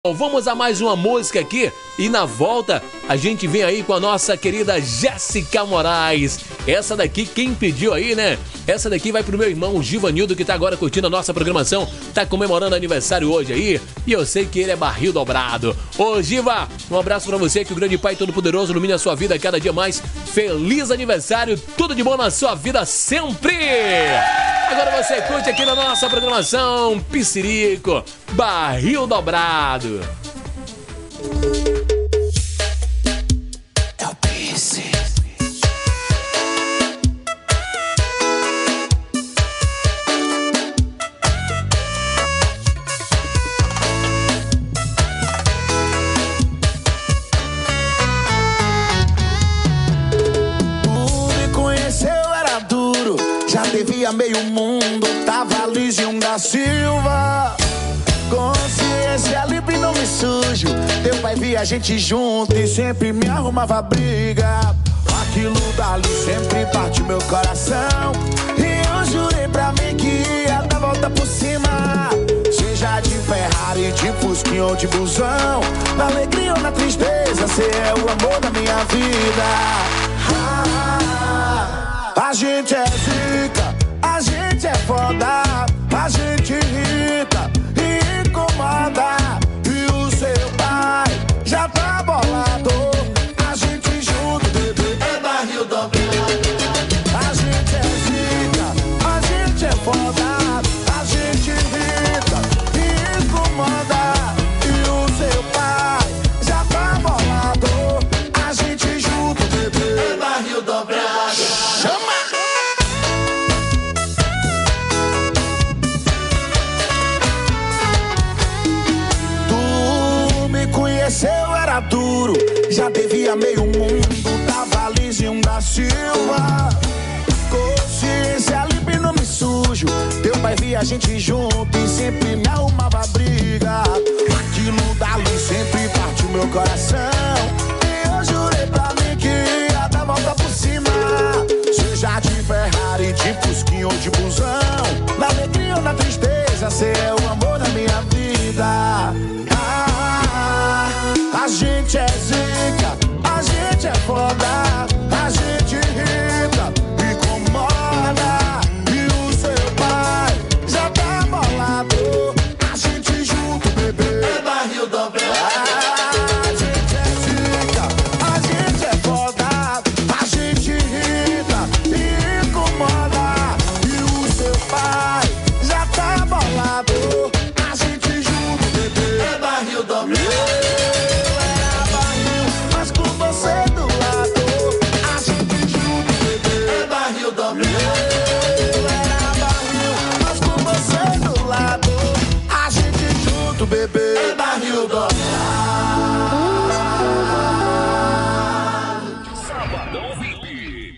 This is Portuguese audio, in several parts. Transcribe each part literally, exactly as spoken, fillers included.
Vamos a mais uma música aqui e na volta a gente vem aí com a nossa querida Jéssica Moraes. Essa daqui, quem pediu aí, né? Essa daqui vai pro meu irmão Givanildo, que tá agora curtindo a nossa programação, tá comemorando aniversário hoje aí, e eu sei que ele é barril dobrado. Ô Giva, um abraço pra você, que o grande Pai Todo-Poderoso ilumine a sua vida cada dia mais. Feliz aniversário, tudo de bom na sua vida sempre! Agora você curte aqui na nossa programação Pissirico, barril dobrado. É o Pisse. Devia meio mundo, tava Lizinho da Silva. Consciência limpa e não me sujo. Teu pai via a gente junto e sempre me arrumava briga. Aquilo dali sempre parte meu coração. E eu jurei pra mim que ia dar volta por cima. Seja de Ferrari, de Fusquinha ou de busão, na alegria ou na tristeza, cê é o amor da minha vida. ah, A gente é zica, a gente é foda, a gente irrita e incomoda. E o seu pai já tá bolado. A gente junto, bebê, é barril dobrado. A gente é zica, a gente é foda, a gente irrita e incomoda. E o seu pai já tá bolado. A gente junto, bebê, é barril dobrado. Chama! Eu era duro, já devia meio mundo, tava Lizinho da Silva. Consciência limpa e não me sujo. Teu pai via a gente junto e sempre me arrumava briga. Aquilo dali sempre parte o meu coração. E eu jurei pra mim que ia dar volta por cima. Seja de Ferrari, de Fusquinha ou de busão, na alegria ou na tristeza, cê é o amor da minha vida. A gente é zica, a gente é foda, a gente irrita, incomoda. E o seu pai já tá bolado. A gente junto, bebê, é barril dobrado. A gente é zica, a gente é foda, a gente irrita e incomoda. E o seu pai já tá bolado. A gente junto, bebê, é barril dobrado. Bebê, é barril dobrado. Sabadão V I P.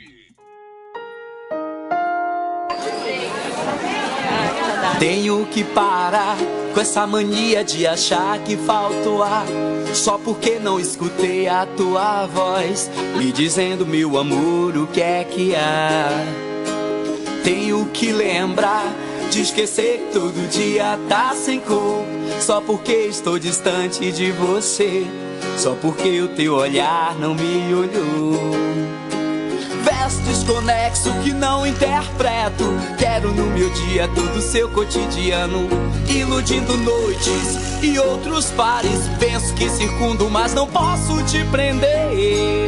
Tenho que parar com essa mania de achar que falta o ar, só porque não escutei a tua voz me dizendo, meu amor, o que é que há. Tenho que lembrar de esquecer que todo dia tá sem cor, só porque estou distante de você, só porque o teu olhar não me olhou. Verso desconexo que não interpreto, quero no meu dia todo o seu cotidiano, iludindo noites e outros pares. Penso que circundo, mas não posso te prender.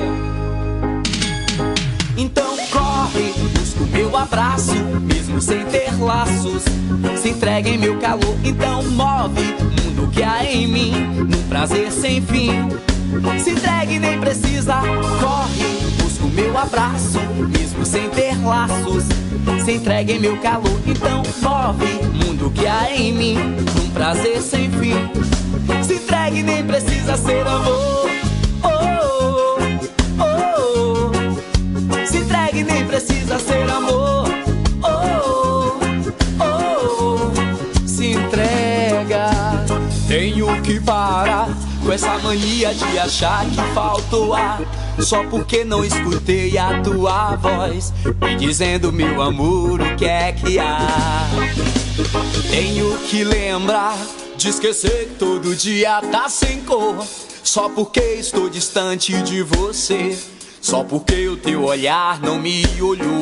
Então corre, busca o meu abraço, mesmo sem ter laços. Se entrega em meu calor, então move o mundo que há em mim, num prazer sem fim. Se entregue, nem precisa, corre, busca o meu abraço, mesmo sem ter laços. Se entrega em meu calor, então move o mundo que há em mim, num prazer sem fim. Se entregue, nem precisa ser amor. Oh, oh, oh. Se entregue, nem precisa ser amor. Oh, oh, oh. Se entrega. Tenho que parar com essa mania de achar que falta o ar, só porque não escutei a tua voz me dizendo, meu amor, o que é que há. Tenho que lembrar de esquecer que todo dia tá sem cor. Só porque estou distante de você, só porque o teu olhar não me olhou.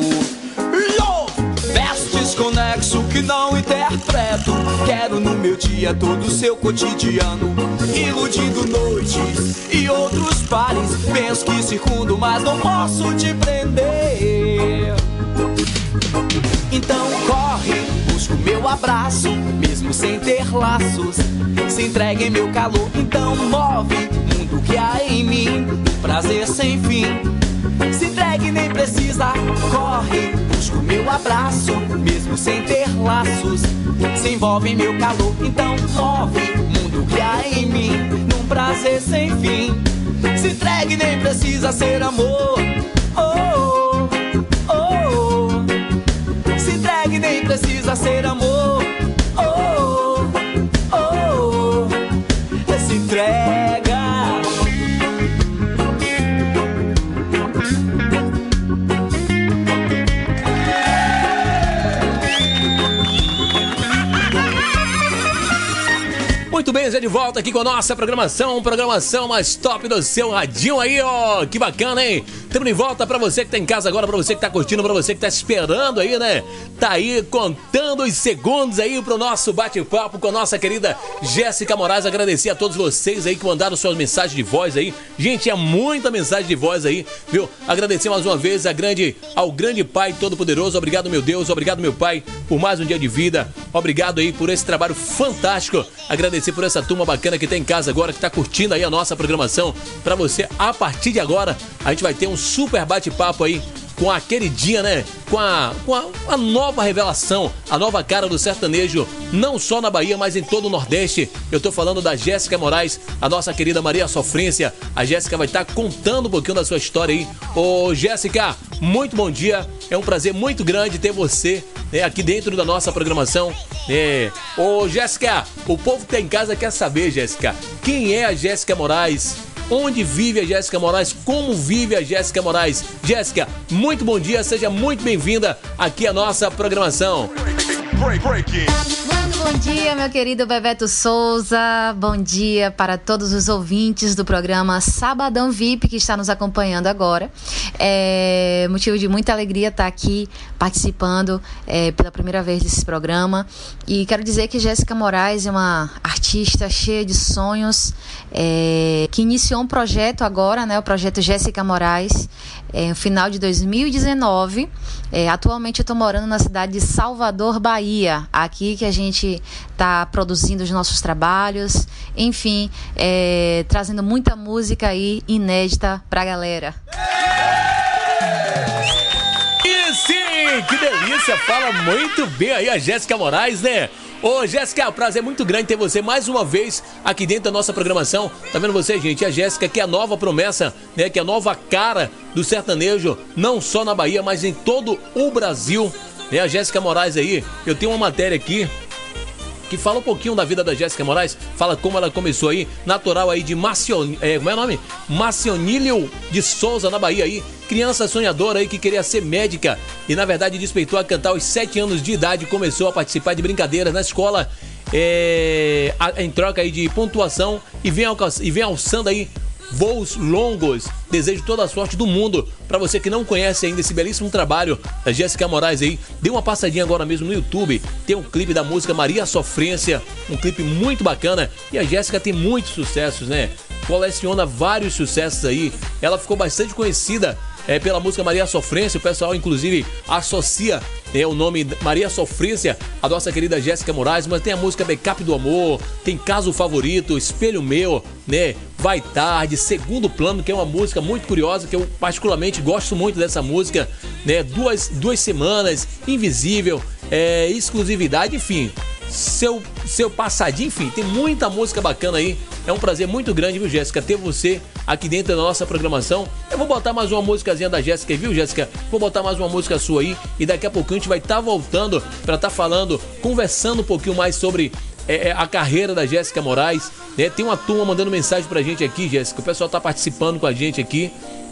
Verso desconexo que não interpreto. Quero no meu dia todo o seu cotidiano, iludindo noites e outros pares. Penso que circundo, mas não posso te prender. Então corre, busca o meu abraço, mesmo sem ter laços. Se entrega em meu calor, então move mundo que há em mim, um prazer sem fim. Se entregue, nem precisa, corre, busca o meu abraço, mesmo sem ter laços. Se envolve em meu calor, então move mundo que há em mim, num prazer sem fim. Se entregue, nem precisa ser amor. Oh, oh, oh. Se entregue, nem precisa ser amor. Oh, oh, oh. Se entrega. Muito bem, já de volta aqui com a nossa programação, programação mais top do seu radinho aí, ó, que bacana, hein? Estamos de volta pra você que tá em casa agora, pra você que tá curtindo, pra você que tá esperando aí, né? Tá aí contando os segundos aí pro nosso bate-papo com a nossa querida Jéssica Moraes. Agradecer a todos vocês aí que mandaram suas mensagens de voz aí. Gente, é muita mensagem de voz aí, viu? Agradecer mais uma vez a grande, ao grande Pai Todo-Poderoso. Obrigado, meu Deus, obrigado, meu Pai, por mais um dia de vida. Obrigado aí por esse trabalho fantástico. Agradecer por essa turma bacana que tá em casa agora, que tá curtindo aí a nossa programação. Pra você, a partir de agora, a gente vai ter um super bate-papo aí com a queridinha, né? Com a, com a, a nova revelação, a nova cara do sertanejo, não só na Bahia, mas em todo o Nordeste. Eu tô falando da Jéssica Moraes, a nossa querida Maria Sofrência. A Jéssica vai estar contando um pouquinho da sua história aí. Ô, Jéssica, muito bom dia. É um prazer muito grande ter você, né, aqui dentro da nossa programação. É. Ô, Jéssica, o povo que tá em casa quer saber, Jéssica, quem é a Jéssica Moraes? Onde vive a Jéssica Moraes? Como vive a Jéssica Moraes? Jéssica, muito bom dia, seja muito bem-vinda aqui à nossa programação. Muito bom dia, meu querido Bebeto Souza. Bom dia para todos os ouvintes do programa Sabadão V I P que está nos acompanhando agora. É motivo de muita alegria estar aqui participando é, pela primeira vez desse programa. E quero dizer que Jéssica Moraes é uma artista cheia de sonhos, é, que iniciou um projeto agora, né, o projeto Jéssica Moraes, é, no final de dois mil e dezenove. É, atualmente eu estou morando na cidade de Salvador, Bahia. Aqui que a gente está produzindo os nossos trabalhos, enfim, é, trazendo muita música aí inédita pra galera. E sim, que delícia, fala muito bem aí a Jéssica Moraes, né? Ô, Jéssica, prazer muito grande ter você mais uma vez aqui dentro da nossa programação. Tá vendo você, gente? A Jéssica, que é a nova promessa, né? Que é a nova cara do sertanejo, não só na Bahia, mas em todo o Brasil. É a Jéssica Moraes aí. Eu tenho uma matéria aqui que fala um pouquinho da vida da Jéssica Moraes, fala como ela começou aí, natural aí de Macion, é, como é o nome? Macionílio de Souza, na Bahia aí, criança sonhadora aí que queria ser médica e na verdade despeitou a cantar aos sete anos de idade, começou a participar de brincadeiras na escola, é, a, em troca aí de pontuação e vem, e vem alçando aí voos longos. Desejo toda a sorte do mundo para você que não conhece ainda esse belíssimo trabalho da Jéssica Moraes aí. Dê uma passadinha agora mesmo no YouTube, tem um clipe da música Maria Sofrência, um clipe muito bacana. E a Jéssica tem muitos sucessos, né? Coleciona vários sucessos aí. Ela ficou bastante conhecida é, pela música Maria Sofrência. O pessoal inclusive associa é, o nome Maria Sofrência a nossa querida Jéssica Moraes, mas tem a música Backup do Amor, tem Caso Favorito, Espelho Meu, né? Vai Tarde, Segundo Plano, que é uma música muito curiosa, que eu particularmente gosto muito dessa música, né? Duas, duas Semanas, Invisível, é, Exclusividade, enfim, seu, seu Passadinho, enfim, tem muita música bacana aí. É um prazer muito grande, viu, Jéssica, ter você aqui dentro da nossa programação. Eu vou botar mais uma músicazinha da Jéssica, viu, Jéssica? Vou botar mais uma música sua aí e daqui a pouquinho a gente vai estar tá voltando para estar tá falando, conversando um pouquinho mais sobre É, é, a carreira da Jéssica Moraes, né? Tem uma turma mandando mensagem pra gente aqui, Jéssica. O pessoal tá participando com a gente aqui.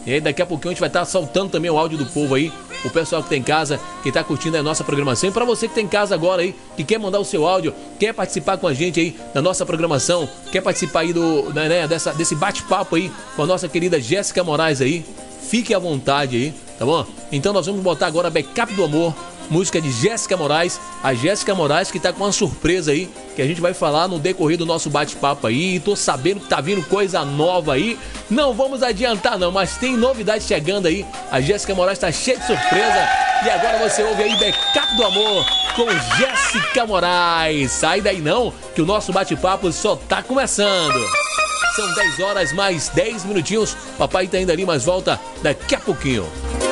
E aí daqui a pouquinho a gente vai estar soltando também o áudio do povo aí, o pessoal que tá em casa, que tá curtindo a nossa programação. E pra você que tá em casa agora aí, que quer mandar o seu áudio, quer participar com a gente aí da nossa programação, quer participar aí do, né, dessa, desse bate-papo aí com a nossa querida Jéssica Moraes aí, fique à vontade aí, tá bom? Então nós vamos botar agora Backup do Amor, música de Jéssica Moraes, a Jéssica Moraes que tá com uma surpresa aí, que a gente vai falar no decorrer do nosso bate-papo aí. Tô sabendo que tá vindo coisa nova aí, não vamos adiantar não, mas tem novidade chegando aí. A Jéssica Moraes tá cheia de surpresa e agora você ouve aí Backup do Amor com Jéssica Moraes. Sai daí não, que o nosso bate-papo só tá começando. São dez horas mais dez minutinhos, papai tá indo ali, mas volta daqui a pouquinho.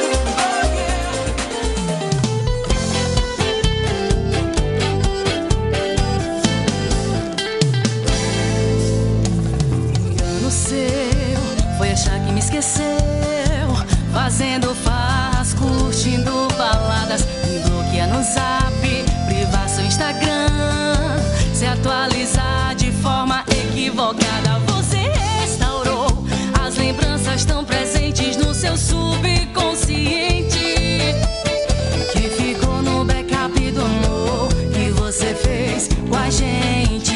Esqueceu, fazendo farras, curtindo baladas, me bloqueia no zap, privar seu Instagram, se atualizar de forma equivocada. Você restaurou, as lembranças tão presentes no seu subconsciente, que ficou no backup do amor que você fez com a gente.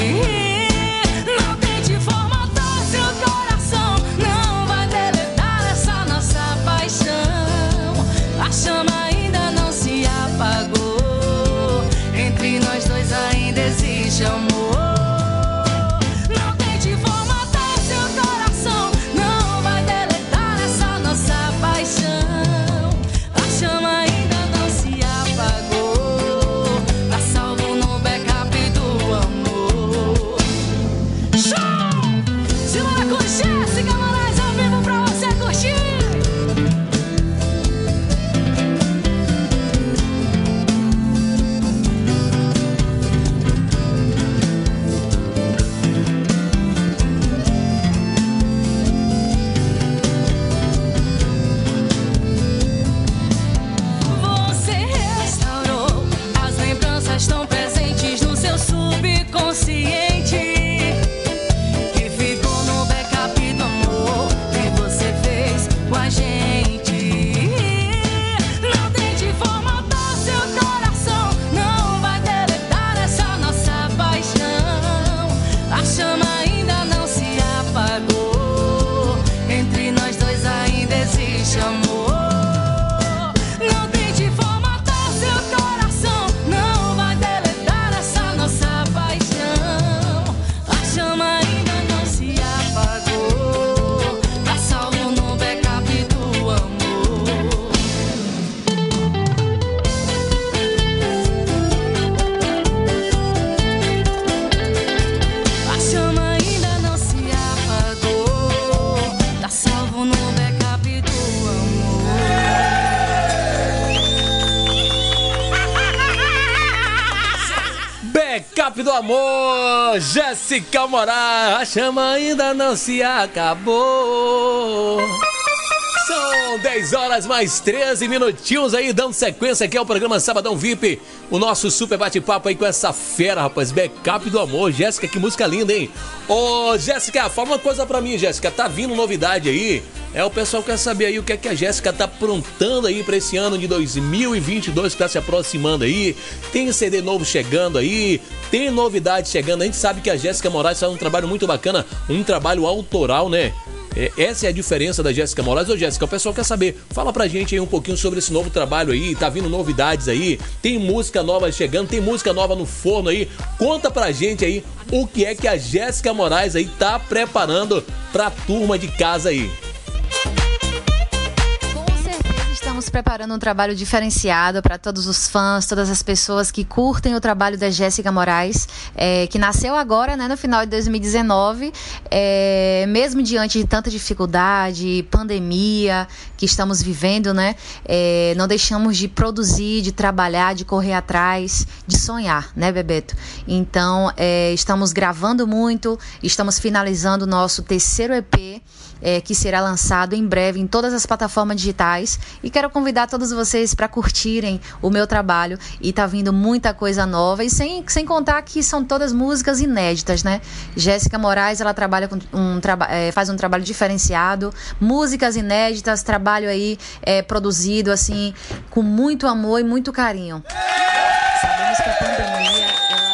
A chama ainda não se apagou, entre nós dois ainda existe amor. Não tente formatar seu coração, não vai deletar essa nossa paixão. A chama ainda não se apagou, tá salvo no backup do amor. Show! Segura com Jéssica Moraes ao vivo pra você curtir. Consciente, que ficou no backup do amor que você fez com a gente. Não tente formatar seu coração, não vai deletar essa nossa paixão. A chama ainda não se apagou, entre nós dois ainda existe amor. Não tente formatar seu coração, não vai deletar essa nossa paixão. A chama ainda não se apagou, tá salvo no backup do amor. A chama ainda não se apagou, tá salvo no backup do amor. Backup do Amor, Jéssica Moraes, a chama ainda não se acabou. São dez horas mais treze minutinhos aí, dando sequência aqui ao programa Sabadão V I P. O nosso super bate-papo aí com essa fera, rapaz. Backup do Amor. Jéssica, que música linda, hein? Ô, Jéssica, fala uma coisa pra mim, Jéssica. Tá vindo novidade aí? É, o pessoal quer saber aí o que é que a Jéssica tá aprontando aí pra esse ano de dois mil e vinte e dois que tá se aproximando aí. Tem C D novo chegando aí, tem novidade chegando. A gente sabe que a Jéssica Moraes faz um trabalho muito bacana, um trabalho autoral, né? Essa é a diferença da Jéssica Moraes. Ô Jéssica, o pessoal quer saber, fala pra gente aí um pouquinho sobre esse novo trabalho aí, tá vindo novidades aí, tem música nova chegando, tem música nova no forno aí. Conta pra gente aí o que é que a Jéssica Moraes aí tá preparando pra turma de casa aí. Estamos preparando um trabalho diferenciado para todos os fãs, todas as pessoas que curtem o trabalho da Jéssica Moraes, é, que nasceu agora, né, no final de dois mil e dezenove, é, mesmo diante de tanta dificuldade, pandemia que estamos vivendo, né, é, não deixamos de produzir, de trabalhar, de correr atrás, de sonhar, né, Bebeto? Então, é, estamos gravando muito, estamos finalizando o nosso terceiro E P, é, que será lançado em breve em todas as plataformas digitais. E quero convidar todos vocês para curtirem o meu trabalho. E tá vindo muita coisa nova. E sem, sem contar que são todas músicas inéditas, né? Jéssica Moraes, ela trabalha com um, traba- é, faz um trabalho diferenciado. Músicas inéditas, trabalho aí é, produzido, assim, com muito amor e muito carinho. Sabemos que a pandemia...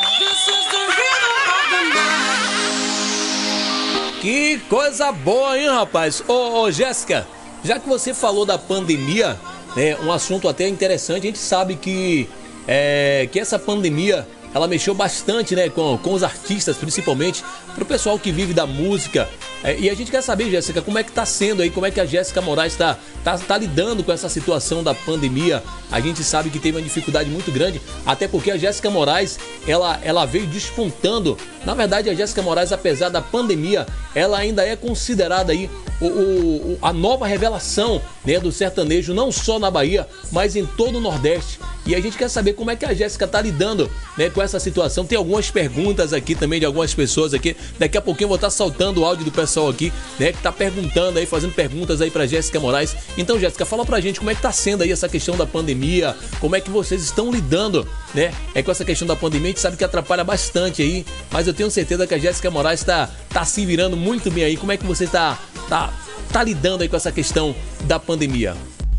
Que coisa boa, hein, rapaz? Ô, ô Jéssica, já que você falou da pandemia, né, um assunto até interessante, a gente sabe que, é, que essa pandemia, ela mexeu bastante, né, com, com os artistas, principalmente, pro pessoal que vive da música. É, e a gente quer saber, Jéssica, como é que tá sendo aí, como é que a Jéssica Moraes tá, tá, tá lidando com essa situação da pandemia. A gente sabe que teve uma dificuldade muito grande, até porque a Jéssica Moraes, ela, ela veio despontando. Na verdade, a Jéssica Moraes, apesar da pandemia, ela ainda é considerada aí o, o, a nova revelação, né, do sertanejo, não só na Bahia, mas em todo o Nordeste. E a gente quer saber como é que a Jéssica tá lidando, né, com essa situação. Tem algumas perguntas aqui também de algumas pessoas aqui. Daqui a pouquinho eu vou estar soltando o áudio do pessoal aqui, né, que tá perguntando aí, fazendo perguntas aí pra Jéssica Moraes. Então, Jéssica, fala pra gente como é que tá sendo aí essa questão da pandemia, como é que vocês estão lidando, né, é com essa questão da pandemia. A gente sabe que atrapalha bastante aí, mas eu tenho certeza que a Jéssica Moraes tá, tá se virando muito bem aí. Como é que você tá, tá, tá lidando aí com essa questão da pandemia?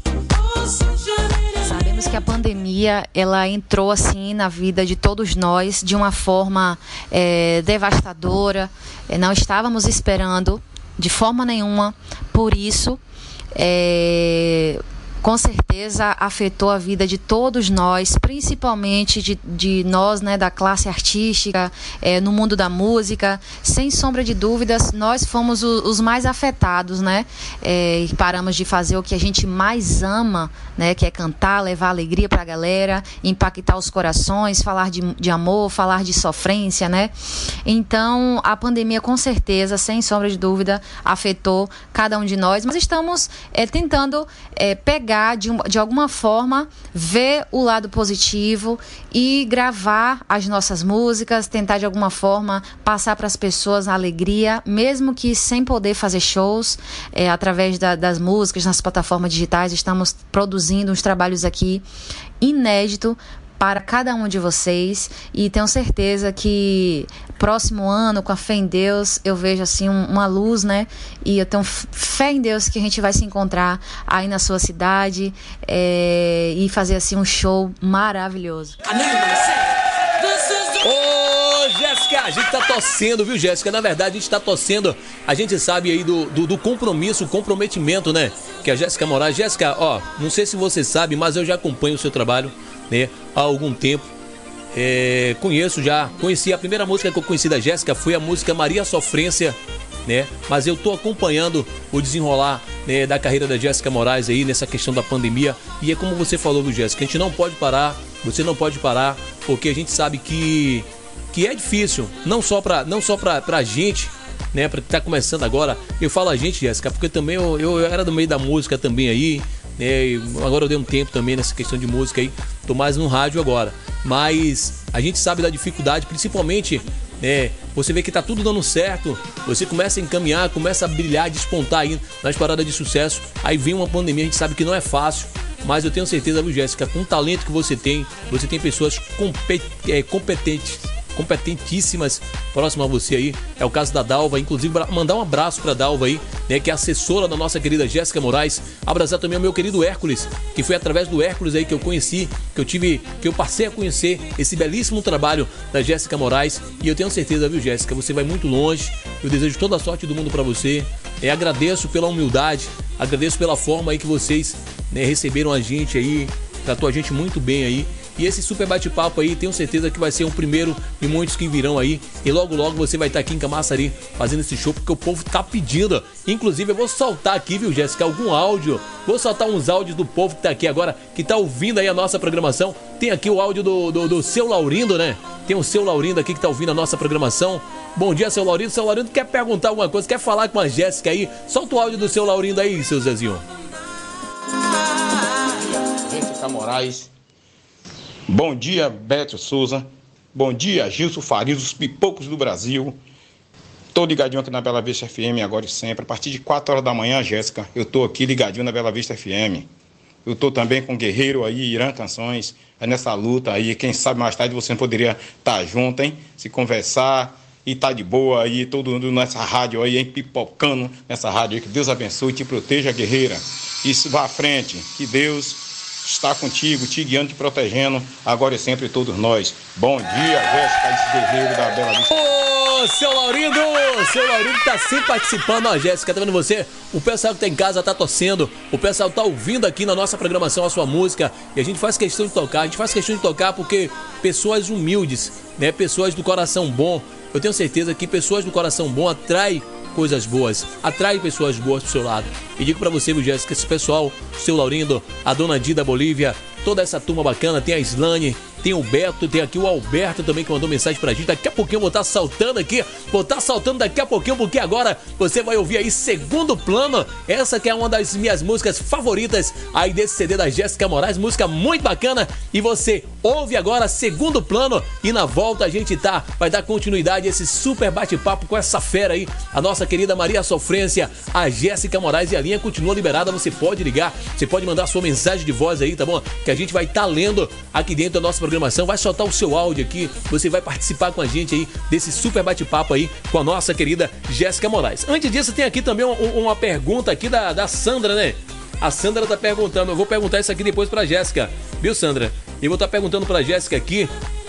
Sabemos que a pandemia, ela entrou assim na vida de todos nós de uma forma é, devastadora. É, não estávamos esperando de forma nenhuma, por isso, é, com certeza afetou a vida de todos nós, principalmente de, de nós, né, da classe artística, é, no mundo da música. Sem sombra de dúvidas, nós fomos o, os mais afetados, né? É, paramos de fazer o que a gente mais ama, né, que é cantar, levar alegria para a galera, impactar os corações, falar de, de amor, falar de sofrência, né? Então, a pandemia, com certeza, sem sombra de dúvida, afetou cada um de nós, mas estamos é, tentando é, pegar De, um, de alguma forma, ver o lado positivo e gravar as nossas músicas, tentar de alguma forma passar para as pessoas a alegria, mesmo que sem poder fazer shows, é, através da, das músicas, nas plataformas digitais. Estamos produzindo uns trabalhos aqui inéditos para cada um de vocês, e tenho certeza que próximo ano, com a fé em Deus, eu vejo assim um, uma luz, né? E eu tenho fé em Deus que a gente vai se encontrar aí na sua cidade é, e fazer assim um show maravilhoso. Ô, Jéssica, a gente tá torcendo, viu, Jéssica? Na verdade, a gente tá torcendo, a gente sabe aí do, do, do compromisso, comprometimento, né? Que a Jéssica Moraes... Jéssica, ó, não sei se você sabe, mas eu já acompanho o seu trabalho, né, há algum tempo. É, conheço já, conheci, a primeira música que eu conheci da Jéssica foi a música Maria Sofrência, né? Mas eu tô acompanhando o desenrolar, né, da carreira da Jéssica Moraes aí nessa questão da pandemia. E é como você falou, viu, Jéssica? A gente não pode parar, você não pode parar, porque a gente sabe que, que é difícil, não só pra, não só pra, pra gente, né, pra que tá começando agora. Eu falo a gente, Jéssica, porque também eu, eu era do meio da música também aí, né? Agora eu dei um tempo também nessa questão de música aí, tô mais no rádio agora. Mas a gente sabe da dificuldade, principalmente, né, você vê que tá tudo dando certo, você começa a encaminhar, começa a brilhar, despontar aí nas paradas de sucesso, aí vem uma pandemia, a gente sabe que não é fácil, mas eu tenho certeza, viu, Jéssica, com o talento que você tem, você tem pessoas compet- é, competentes, competentíssimas próximas a você aí. É o caso da Dalva, inclusive mandar um abraço pra Dalva aí, né, que é assessora da nossa querida Jéssica Moraes. Abraçar também o meu querido Hércules, que foi através do Hércules aí que eu conheci, que eu tive, que eu passei a conhecer esse belíssimo trabalho da Jéssica Moraes. E eu tenho certeza, viu, Jéssica, você vai muito longe. Eu desejo toda a sorte do mundo pra você. É, agradeço pela humildade, agradeço pela forma aí que vocês, né, receberam a gente aí, tratou a gente muito bem aí. E esse super bate-papo aí, tenho certeza que vai ser o primeiro de muitos que virão aí. E logo, logo você vai estar aqui em Camaçari fazendo esse show, porque o povo tá pedindo. Inclusive, eu vou soltar aqui, viu, Jéssica, algum áudio. Vou soltar uns áudios do povo que tá aqui agora, que tá ouvindo aí a nossa programação. Tem aqui o áudio do, do, do seu Laurindo, né? Tem o seu Laurindo aqui que tá ouvindo a nossa programação. Bom dia, seu Laurindo. Seu Laurindo quer perguntar alguma coisa, quer falar com a Jéssica aí? Solta o áudio do seu Laurindo aí, seu Zezinho. Jéssica Moraes. Bom dia, Beto Souza. Bom dia, Gilson Farias, os pipocos do Brasil. Tô ligadinho aqui na Bela Vista F M agora e sempre. A partir de quatro horas da manhã, Jéssica, eu tô aqui ligadinho na Bela Vista F M. Eu tô também com o Guerreiro aí, Irã Canções, aí nessa luta aí. Quem sabe mais tarde você poderia estar junto, hein? Se conversar e tá de boa aí, todo mundo nessa rádio aí, hein? Pipocando nessa rádio aí. Que Deus abençoe e te proteja, guerreira. Isso vá à frente. Que Deus está contigo, te guiando, te protegendo, agora e sempre todos nós. Bom dia, Jéssica, esse guerreiro da Bela Vista. Ô, seu Laurindo! Seu Laurindo tá sempre participando, ó, Jéssica, tá vendo você? O pessoal que tá em casa tá torcendo, o pessoal tá ouvindo aqui na nossa programação a sua música, e a gente faz questão de tocar, a gente faz questão de tocar porque pessoas humildes, né, pessoas do coração bom, eu tenho certeza que pessoas do coração bom atraem coisas boas, atrai pessoas boas pro seu lado. E digo pra você, viu, Jéssica, esse pessoal, o seu Laurindo, a dona Dida Bolívia, toda essa turma bacana, tem a Islane, tem o Beto, tem aqui o Alberto também que mandou mensagem pra gente. Daqui a pouquinho eu vou estar saltando aqui, vou estar saltando daqui a pouquinho, porque agora você vai ouvir aí Segundo Plano. Essa que é uma das minhas músicas favoritas aí desse C D da Jéssica Moraes, música muito bacana. E você ouve agora Segundo Plano e na volta a gente tá, vai dar continuidade a esse super bate-papo com essa fera aí, a nossa querida Maria Sofrência, a Jéssica Moraes, e a linha continua liberada, você pode ligar, você pode mandar sua mensagem de voz aí, tá bom? Que a gente vai estar lendo aqui dentro da nossa programação, vai soltar o seu áudio aqui, você vai participar com a gente aí desse super bate-papo aí com a nossa querida Jéssica Moraes. Antes disso, tem aqui também uma, uma pergunta aqui da, da Sandra, né? A Sandra tá perguntando, eu vou perguntar isso aqui depois pra Jéssica, viu, Sandra? Eu vou estar perguntando pra Jéssica aqui.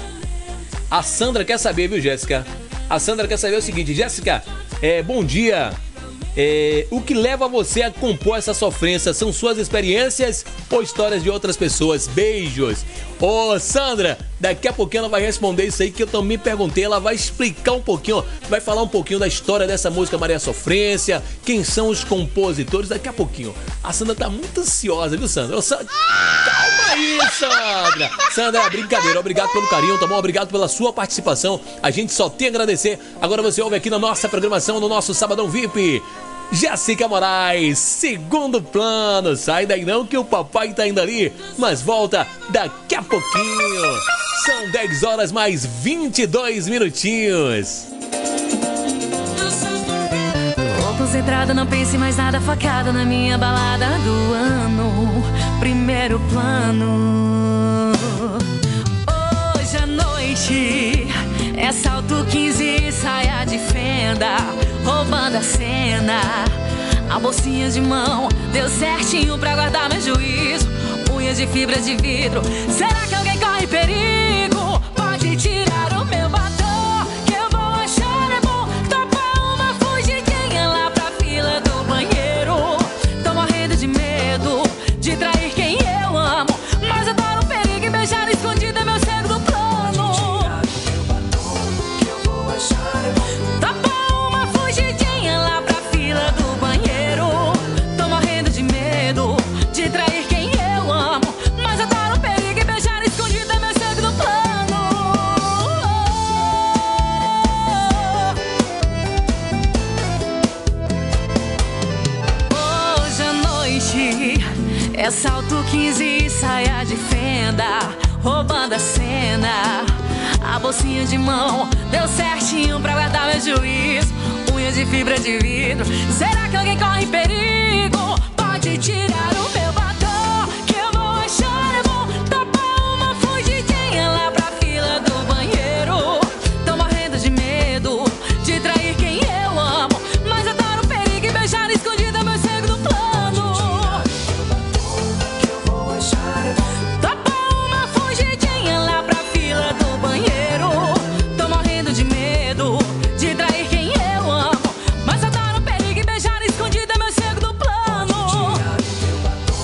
A Sandra quer saber, viu, Jéssica? A Sandra quer saber o seguinte, Jéssica, é, bom dia. É, o que leva você a compor essa sofrência? São suas experiências ou histórias de outras pessoas? Beijos. Ô, Sandra, daqui a pouquinho ela vai responder isso aí que eu também perguntei. Ela vai explicar um pouquinho, vai falar um pouquinho da história dessa música Maria Sofrência, quem são os compositores, daqui a pouquinho. A Sandra tá muito ansiosa, viu, Sandra? Ô, Sandra, calma aí, Sandra. Sandra, brincadeira, obrigado pelo carinho, tá bom? Obrigado pela sua participação. A gente só tem a agradecer. Agora você ouve aqui na nossa programação, no nosso Sabadão V I P, Jéssica Moraes, Segundo Plano. Sai daí não que o papai tá indo ali, mas volta daqui a pouquinho. São dez horas mais vinte e dois minutinhos. Tô concentrada, não pense mais nada, focada na minha balada do ano. Primeiro plano. Hoje à noite é salto quinze e saia de fenda, roubando a cena. A bolsinha de mão deu certinho pra guardar meu juízo. Unhas de fibra de vidro, será que alguém corre perigo? Pode tirar o meu batom, que eu vou achar é bom. Topa uma fugidinha lá pra fila do banheiro. Tô morrendo de medo de trair quem eu amo, mas adoro o perigo e beijar escondida é meu segundo plano. Topa uma fugidinha lá pra fila do banheiro. Tô morrendo de medo de trair quem eu amo, mas adoro o perigo e beijar escondida é meu segundo plano. Hoje à noite é salto quinze e saia de fenda, roubando a cena. A bolsinha de mão deu certinho pra guardar meu juízo. Unhas de fibra de vidro, será que alguém corre perigo? Pode tirar o meu batom, que eu vou achar é bom. Topa uma fugidinha lá pra fila do banheiro. Tô morrendo de medo de trair quem eu amo, mas adoro o perigo e beijar escondida meu segundo plano. Topa uma fugidinha lá pra fila do banheiro. Tô morrendo de medo de trair quem eu amo, mas adoro o perigo e beijar escondida meu segundo plano.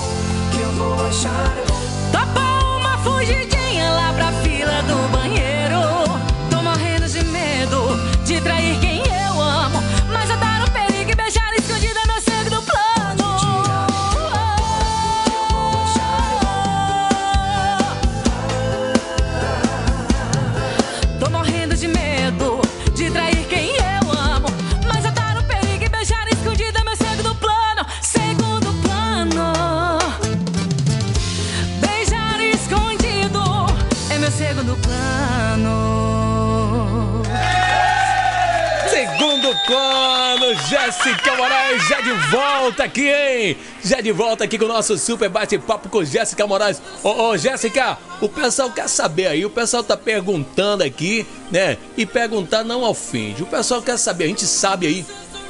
Jéssica Moraes já de volta aqui, hein? Já de volta aqui com o nosso super bate-papo com Jéssica Moraes. Ô, ô, Jéssica, o pessoal quer saber aí, o pessoal tá perguntando aqui, né? E perguntar não ofende. O pessoal quer saber, a gente sabe aí.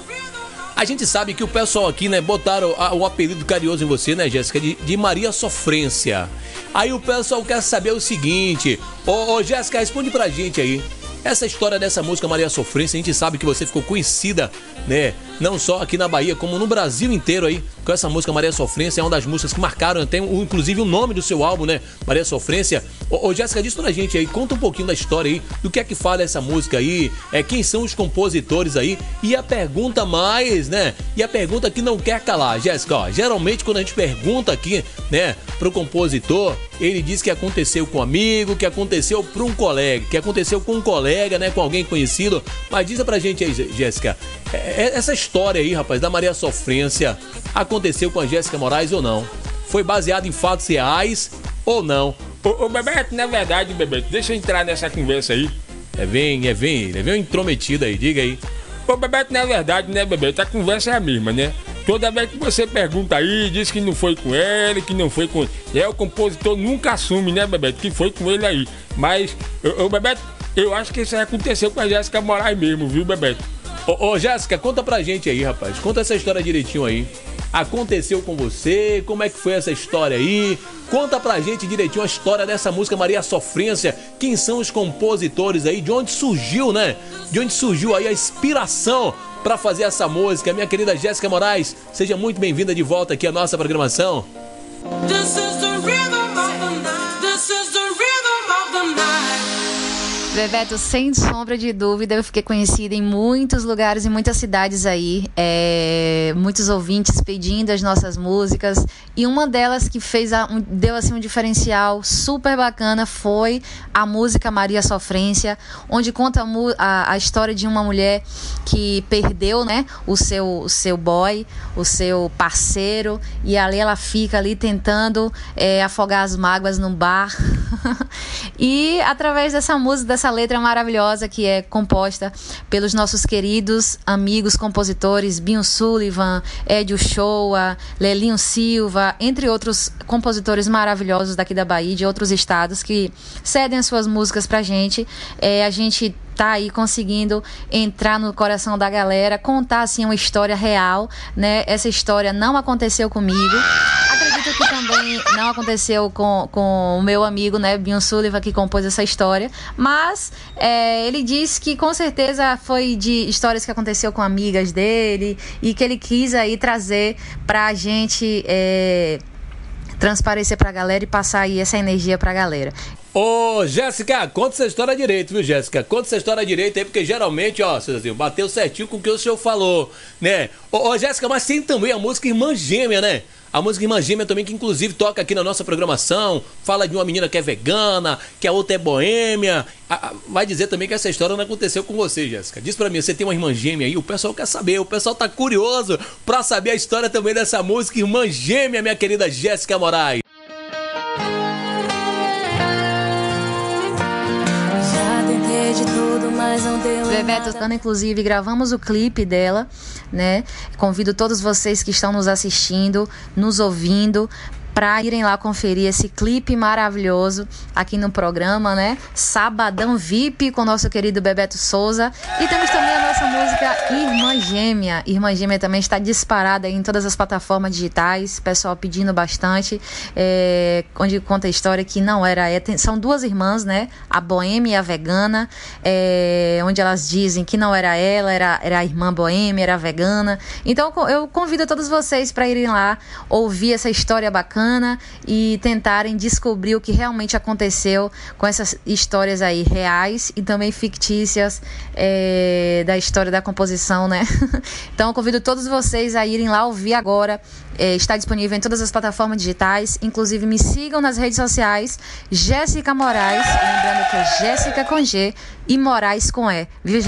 A gente sabe que o pessoal aqui, né, botaram a, o apelido carinhoso em você, né, Jéssica, de, de Maria Sofrência. Aí o pessoal quer saber o seguinte, ô, ô Jéssica, responde pra gente aí. Essa história dessa música Maria Sofrência, a gente sabe que você ficou conhecida, né, não só aqui na Bahia, como no Brasil inteiro aí, com essa música Maria Sofrência, é uma das músicas que marcaram até, inclusive, o nome do seu álbum, né, Maria Sofrência. Ô, ô Jéssica, diz pra gente aí, conta um pouquinho da história aí, do que é que fala essa música aí, é, quem são os compositores aí, e a pergunta mais, né, e a pergunta que não quer calar, Jéssica, ó, geralmente quando a gente pergunta aqui, né, pro compositor, ele diz que aconteceu com um amigo, que aconteceu pra um colega, que aconteceu com um colega, né, com alguém conhecido. Mas diz pra gente aí, Jéssica, essa história aí, rapaz, da Maria Sofrência, aconteceu com a Jéssica Moraes ou não? Foi baseado em fatos reais ou não? Ô, ô Bebeto, na verdade, Bebeto, deixa eu entrar nessa conversa aí. É bem, é bem, é bem intrometido aí, diga aí. Ô Bebeto, na verdade, né, Bebeto, a conversa é a mesma, né? Toda vez que você pergunta aí, diz que não foi com ele, que não foi com ele. É, o compositor nunca assume, né, Bebeto, que foi com ele aí. Mas, ô, ô Bebeto, eu acho que isso aí aconteceu com a Jéssica Moraes mesmo, viu, Bebeto? Ô, ô Jéssica, conta pra gente aí, rapaz. Conta essa história direitinho aí. Aconteceu com você? Como é que foi essa história aí? Conta pra gente direitinho a história dessa música Maria Sofrência. Quem são os compositores aí? De onde surgiu, né? De onde surgiu aí a inspiração pra fazer essa música? Minha querida Jéssica Moraes, seja muito bem-vinda de volta aqui à nossa programação. This is the rhythm of the night. This is the rhythm of the night. Bebeto, sem sombra de dúvida, eu fiquei conhecida em muitos lugares, em muitas cidades aí, é, muitos ouvintes pedindo as nossas músicas, e uma delas que fez a, um, deu assim um diferencial super bacana foi a música Maria Sofrência, onde conta a, a história de uma mulher que perdeu, né, o seu, o seu boy, o seu parceiro, e ali ela fica ali tentando é, afogar as mágoas num bar. E através dessa música, dessa letra maravilhosa que é composta pelos nossos queridos amigos compositores Binho Sullivan, Edio Shoa, Lelinho Silva, entre outros compositores maravilhosos daqui da Bahia e de outros estados que cedem as suas músicas pra gente. É, a gente tá aí conseguindo entrar no coração da galera, contar assim uma história real, né? Essa história não aconteceu comigo. Acredito que também não aconteceu com, com o meu amigo, né, Binho Sullivan, que compôs essa história, mas é, ele disse que com certeza foi de histórias que aconteceu com amigas dele e que ele quis aí trazer pra gente é, transparecer pra galera e passar aí essa energia pra galera. Ô, Jéssica, conta essa história direito, viu, Jéssica? Conta essa história direito aí, porque geralmente, ó, Cezinho, bateu certinho com o que o senhor falou, né? Ô, ô, Jéssica, mas tem também a música Irmã Gêmea, né? A música Irmã Gêmea também, que inclusive toca aqui na nossa programação, fala de uma menina que é vegana, que a outra é boêmia. Vai dizer também que essa história não aconteceu com você, Jéssica. Diz pra mim, você tem uma irmã gêmea aí? O pessoal quer saber, o pessoal tá curioso pra saber a história também dessa música Irmã Gêmea, minha querida Jéssica Moraes. De tudo, mas não deu Bebeto, inclusive gravamos o clipe dela, né? Convido todos vocês que estão nos assistindo, nos ouvindo, para irem lá conferir esse clipe maravilhoso aqui no programa, né? Sabadão V I P com o nosso querido Bebeto Souza. E temos também a nossa música Irmã Gêmea. Irmã Gêmea também está disparada aí em todas as plataformas digitais, pessoal pedindo bastante, é, onde conta a história que não era... É, tem, são duas irmãs, né? A boêmia e a vegana, é, onde elas dizem que não era ela, era, era a irmã boêmia, era a vegana. Então eu convido todos vocês para irem lá ouvir essa história bacana e tentarem descobrir o que realmente aconteceu com essas histórias aí reais e também fictícias é, da história da composição, né? Então eu convido todos vocês a irem lá ouvir agora. É, está disponível em todas as plataformas digitais, inclusive me sigam nas redes sociais, Jéssica Moraes, lembrando que é Jéssica com G e Moraes com E. Viu?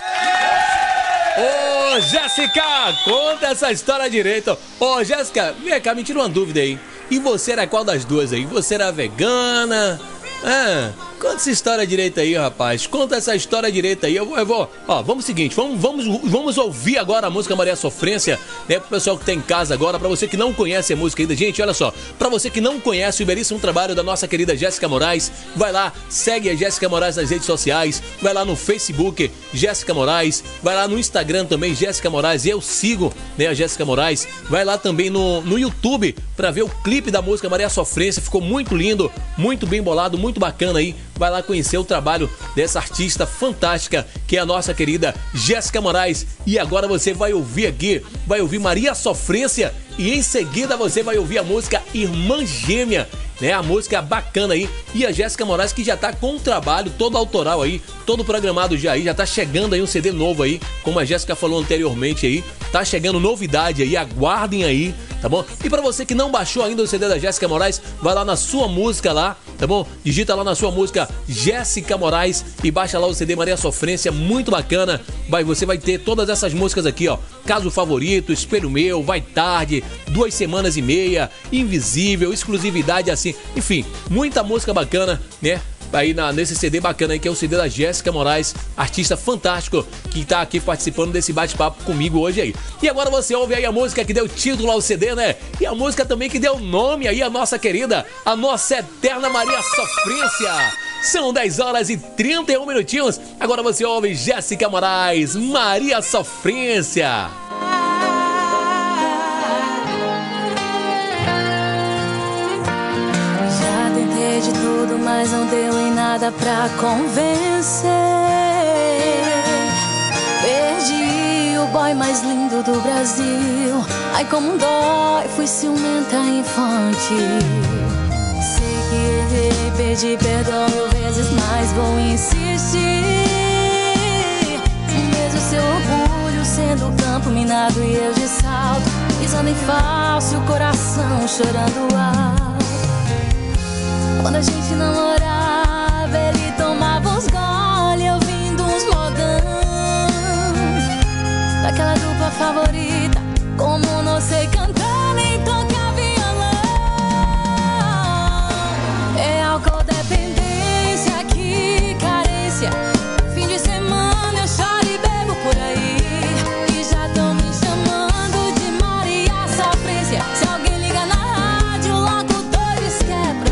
Ô, Jéssica, conta essa história direito. Ô, Jéssica, vem cá, me tira uma dúvida aí. E você era qual das duas aí? Você era vegana? Ah, Conta essa história direita aí, rapaz. Conta essa história direita aí. Eu vou, eu vou. Ó, vamos o seguinte, vamos, vamos, vamos ouvir agora a música Maria Sofrência, né? Pro pessoal que tá em casa agora, pra você que não conhece a música ainda. Gente, olha só, pra você que não conhece o belíssimo trabalho da nossa querida Jéssica Moraes, vai lá, segue a Jéssica Moraes nas redes sociais, vai lá no Facebook, Jéssica Moraes, vai lá no Instagram também, Jéssica Moraes, eu sigo, né, a Jéssica Moraes, vai lá também no, no YouTube pra ver o clipe da música Maria Sofrência, ficou muito lindo, muito bem bolado, muito bacana aí. Vai lá conhecer o trabalho dessa artista fantástica que é a nossa querida Jéssica Moraes. E agora você vai ouvir aqui, vai ouvir Maria Sofrência e em seguida você vai ouvir a música Irmã Gêmea, né? A música bacana aí. E a Jéssica Moraes que já tá com um trabalho todo autoral aí, todo programado já aí, já tá chegando aí um C D novo aí, como a Jéssica falou anteriormente aí, tá chegando novidade aí, aguardem aí, tá bom? E pra você que não baixou ainda o C D da Jéssica Moraes, vai lá na sua música lá, tá bom? Digita lá na sua música Jéssica Moraes e baixa lá o C D Maria Sofrência, muito bacana. Vai, você vai ter todas essas músicas aqui, ó. Caso Favorito, Espelho Meu, Vai Tarde, Duas Semanas e Meia, Invisível, Exclusividade assim, enfim, muita música bacana, né? Aí na, nesse C D bacana aí, que é o C D da Jéssica Moraes, artista fantástico, que tá aqui participando desse bate-papo comigo hoje aí. E agora você ouve aí a música que deu título ao C D, né? E a música também que deu nome aí à nossa querida, a nossa eterna Maria Sofrência. São dez horas e trinta e um minutinhos. Agora você ouve Jéssica Moraes, Maria Sofrência. De tudo, mas não deu em nada pra convencer. Perdi o boy mais lindo do Brasil. Ai, como dói, fui ciumenta infantil. Sei que errei, pedi perdão mil vezes, mas vou insistir. Mesmo seu orgulho sendo campo minado e eu de salto, pisando em falso e o coração chorando alto. Quando a gente namorava, ele tomava uns gole, eu vindo uns modão. Daquela dupla favorita, como não sei cantar nem tocar violão. É álcool dependência, que carência. Fim de semana eu choro e bebo por aí. E já tão me chamando de Maria Sofrência. Se alguém liga na rádio, logo dois quebra.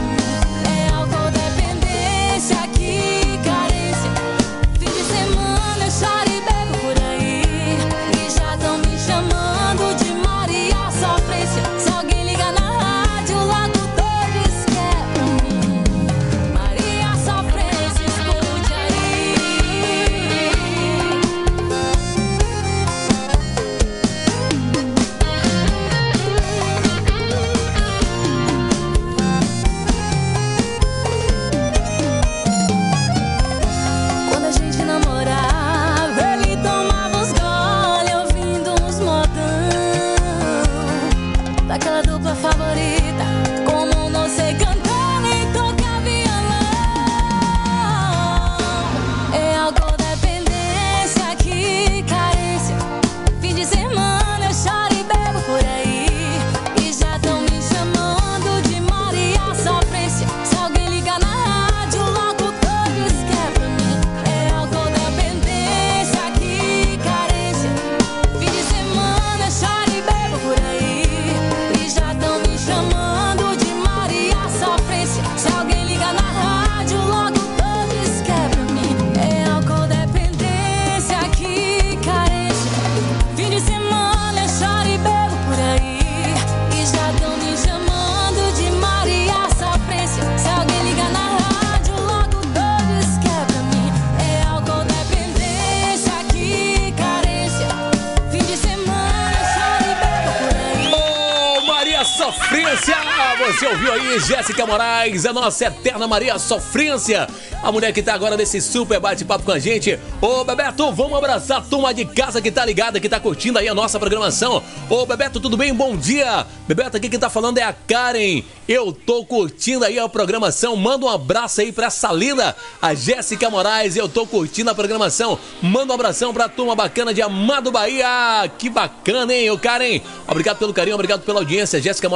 Você ouviu aí Jéssica Moraes, a nossa eterna Maria Sofrência, a mulher que tá agora nesse super bate-papo com a gente. Ô Bebeto, vamos abraçar a turma de casa que tá ligada, que tá curtindo aí a nossa programação. Ô Bebeto, tudo bem? Bom dia. Bebeto, aqui quem tá falando é a Karen. Eu tô curtindo aí a programação. Manda um abraço aí pra essa linda, a Jéssica Moraes. Eu tô curtindo a programação. Manda um abração pra turma bacana de Amado Bahia. Que bacana, hein, ô Karen? Obrigado pelo carinho, obrigado pela audiência. Jéssica Moraes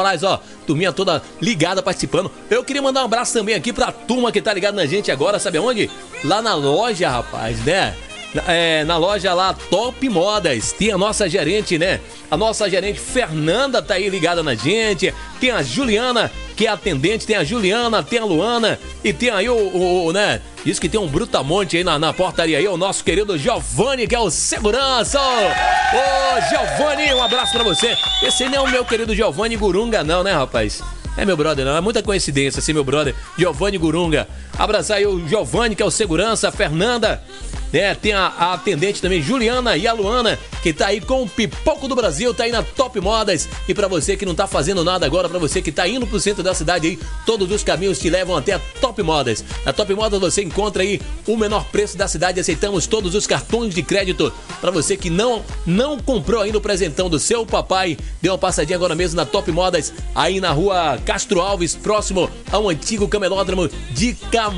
Moraes, ó, turminha toda ligada, participando. Eu queria mandar um abraço também aqui pra turma que tá ligada na gente agora, sabe aonde? Lá na loja, rapaz, né? É, na loja lá, Top Modas, tem a nossa gerente, né? A nossa gerente Fernanda tá aí ligada na gente. Tem a Juliana, que é atendente, tem a Juliana, tem a Luana e tem aí o, o, o né? Diz que tem um brutamonte aí na, na portaria aí, o nosso querido Giovanni, que é o segurança. Ô, ô Giovanni, um abraço pra você. Esse não é o meu querido Giovanni Gurunga não, né, rapaz? É meu brother, não. É muita coincidência ser meu brother, Giovanni Gurunga. Abraçar aí o Giovanni, que é o segurança, a Fernanda, né? Tem a, a atendente também, Juliana, e a Luana, que tá aí com o Pipoco do Brasil, tá aí na Top Modas. E pra você que não tá fazendo nada agora, pra você que tá indo pro centro da cidade aí, todos os caminhos te levam até a Top Modas. Na Top Modas você encontra aí o menor preço da cidade, aceitamos todos os cartões de crédito. Pra você que não, não comprou ainda o presentão do seu papai, dê uma passadinha agora mesmo na Top Modas, aí na rua Castro Alves, próximo ao antigo camelódromo de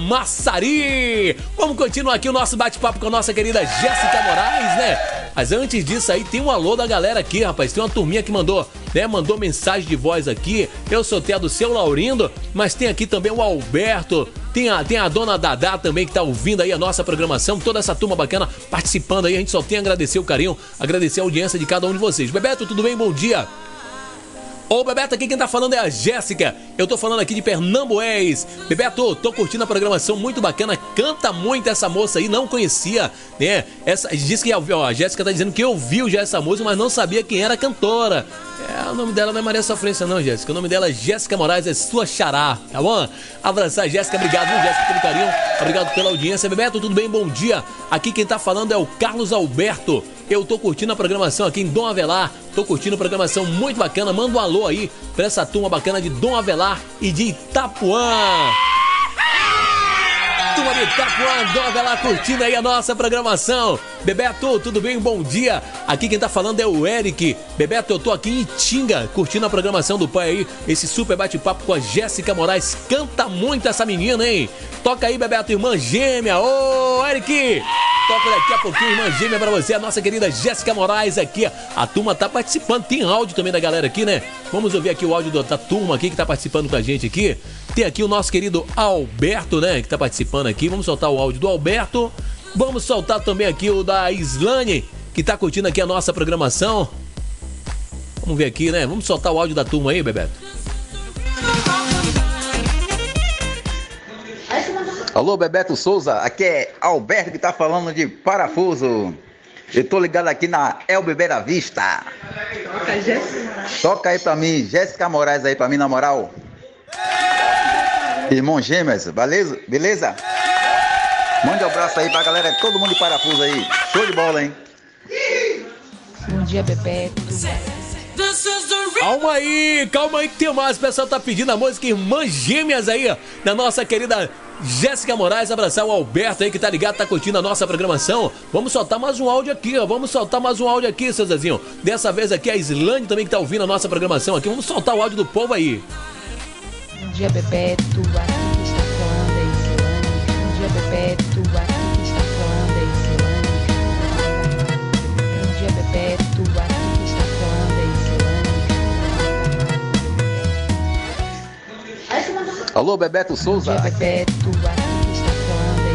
Camaçari. Vamos continuar aqui o nosso bate-papo com a nossa querida Jéssica Moraes, né? Mas antes disso aí, tem um alô da galera aqui, rapaz. Tem uma turminha que mandou, né? Mandou mensagem de voz aqui. Eu sou até do seu Laurindo, mas tem aqui também o Alberto. Tem a, tem a dona Dadá também que tá ouvindo aí a nossa programação. Toda essa turma bacana participando aí. A gente só tem a agradecer o carinho, agradecer a audiência de cada um de vocês. Bebeto, tudo bem? Bom dia. Ô, Bebeto, aqui quem tá falando é a Jéssica. Eu tô falando aqui de Pernambués. Bebeto, tô curtindo a programação, muito bacana. Canta muito essa moça aí, não conhecia, né? Essa, diz que ó, a Jéssica tá dizendo que ouviu já essa música, mas não sabia quem era a cantora. É, o nome dela não é Maria Sofrência não, Jéssica. O nome dela é Jéssica Moraes, é sua xará, tá bom? Abraçar, Jéssica, obrigado, viu, Jéssica, pelo carinho. Obrigado pela audiência. Bebeto, tudo bem? Bom dia. Aqui quem tá falando é o Carlos Alberto. Eu tô curtindo a programação aqui em Dom Avelar. Tô curtindo a programação muito bacana. Manda um alô aí pra essa turma bacana de Dom Avelar e de Itapuã. Turma de Itapuã, Dom Avelar, curtindo aí a nossa programação. Bebeto, tudo bem? Bom dia. Aqui quem tá falando é o Eric. Bebeto, eu tô aqui em Itinga, curtindo a programação do pai aí. Esse super bate-papo com a Jéssica Moraes. Canta muito essa menina, hein? Toca aí, Bebeto, irmã gêmea. Ô, Eric! Toca daqui a pouquinho, irmã gêmea, pra você, a nossa querida Jéssica Moraes aqui. A turma tá participando, tem áudio também da galera aqui, né? Vamos ouvir aqui o áudio da turma aqui que tá participando com a gente aqui. Tem aqui o nosso querido Alberto, né? Que tá participando aqui. Vamos soltar o áudio do Alberto. Vamos soltar também aqui o da Islane, que tá curtindo aqui a nossa programação. Vamos ver aqui, né? Vamos soltar o áudio da turma aí, Bebeto. Alô, Bebeto Souza, aqui é Alberto que tá falando de Parafuso. Eu tô ligado aqui na El Beber Vista. Toca, Jéssica. Toca aí pra mim, Jéssica Moraes aí pra mim, na moral. Irmão gêmeas, beleza? Beleza? Mande um abraço aí pra galera, todo mundo de Parafuso aí. Show de bola, hein? Bom dia, Bebeto. Calma aí, calma aí que tem mais. O pessoal tá pedindo a música Irmãs Gêmeas aí, ó, da nossa querida Jéssica Moraes. Abraçar o Alberto aí que tá ligado, tá curtindo a nossa programação. Vamos soltar mais um áudio aqui, ó. Vamos soltar mais um áudio aqui, seu Zezinho. Dessa vez aqui a Islane também que tá ouvindo a nossa programação aqui. Vamos soltar o áudio do povo aí. Bom dia, Bebeto. Aqui que está falando é Islane. Bom dia, Bebeto. Aqui que está falando é Islane. Bom dia, Bebeto. Aqui que está falando é Islane. Alô, Bebeto Souza. Bom dia, Bebeto. Aqui que está falando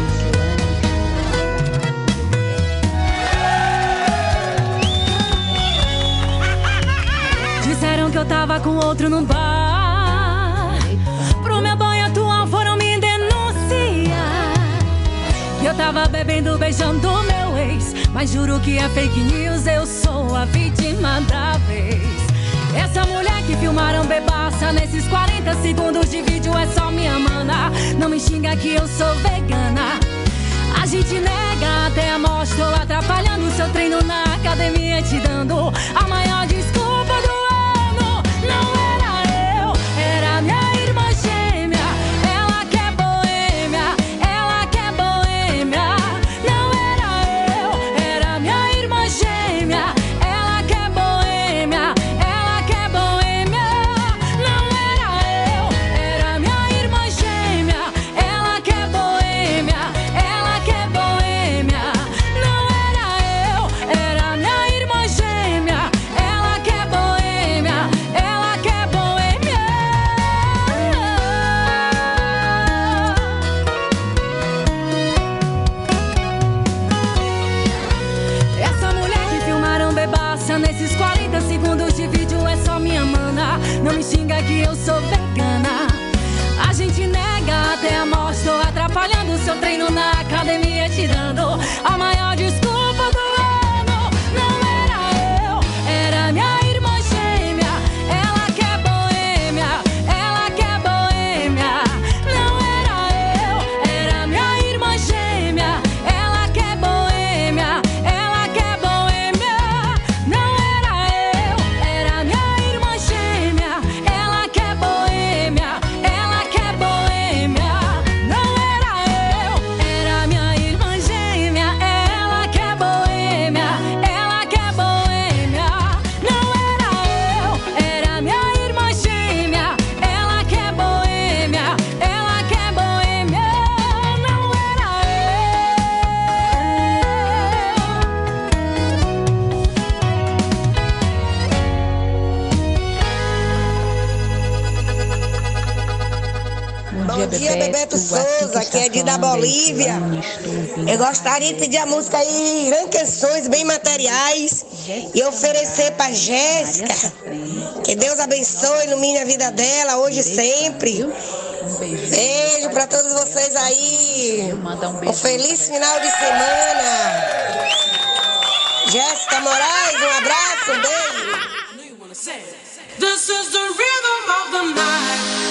é Islane. Disseram que eu tava com outro no bar. Pro meu banho atual foram me denunciar. Que eu tava bebendo, beijando meu ex. Mas juro que é fake news, eu sou a vítima da vez. Essa mulher que filmaram bebaça nesses quarenta segundos de vídeo é só minha mana. Não me xinga que eu sou vegana. A gente nega até a morte. Tô atrapalhando seu treino na academia, te dando a maior desculpa do ano. Não era eu, era minha irmã gêmea. Ela que é boêmia, ela que é boêmia. Não era eu, era minha irmã gêmea. Ela que é boêmia, ela que é boêmia. Não era eu, era minha irmã gêmea. Ela que é boêmia, ela que é boêmia. Não era eu, era minha irmã gêmea. Ela que é boêmia. seu treino na academia te dando a maior desculpa do ano. Não era eu, era minha irmã gêmea. Ela que é boêmia, ela que é boêmia. Não era eu, era minha irmã gêmea. Ela que é boêmia, ela que é boêmia. Não era eu, era minha irmã gêmea. Ela que é boêmia, ela que é boêmia. Não era eu, era minha irmã gêmea. Ela que é boêmia, ela que é boêmia. Não era eu, era minha irmã gêmea. Ela que é boêmia, ela que é boêmia. Não era Bom dia, Bebeto Souza, que é de da Bolívia. Eu gostaria de pedir a música aí, Ranqueções Bem Materiais, e oferecer pra Jéssica. Que Deus abençoe, ilumine a vida dela, hoje e sempre. Beijo pra todos vocês aí. Um feliz final de semana. Jéssica Moraes, um abraço, um beijo. This is the rhythm of the night.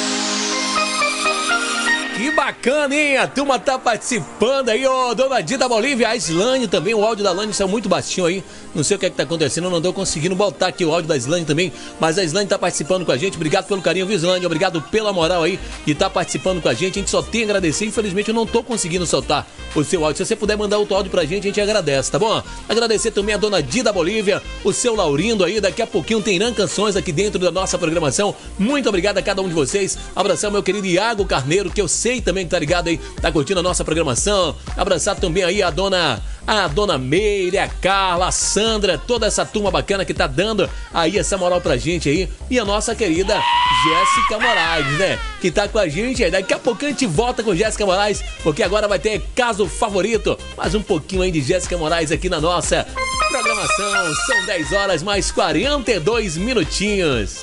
Que bacana, hein? A turma tá participando aí, ô, dona Dida Bolívia, a Islane também, o áudio da Lane saiu muito baixinho aí, não sei o que é que tá acontecendo, eu não tô conseguindo botar aqui o áudio da Islane também, mas a Islane tá participando com a gente, obrigado pelo carinho, viu, Islane? Obrigado pela moral aí de tá participando com a gente, a gente só tem a agradecer, infelizmente eu não tô conseguindo soltar o seu áudio, se você puder mandar outro áudio pra gente, a gente agradece, tá bom? Agradecer também a dona Dida Bolívia, o seu Laurindo aí, daqui a pouquinho tem Irã Canções aqui dentro da nossa programação, muito obrigado a cada um de vocês, abração meu querido Iago Carneiro, que eu sei também que tá ligado aí, tá curtindo a nossa programação, abraçar também aí a dona, a dona Meire, a Carla, a Sandra, toda essa turma bacana que tá dando aí essa moral pra gente aí, e a nossa querida Jéssica Moraes, né, que tá com a gente aí, daqui a pouco a gente volta com Jéssica Moraes, porque agora vai ter Caso Favorito, mais um pouquinho aí de Jéssica Moraes aqui na nossa programação, são dez horas mais quarenta e dois minutinhos.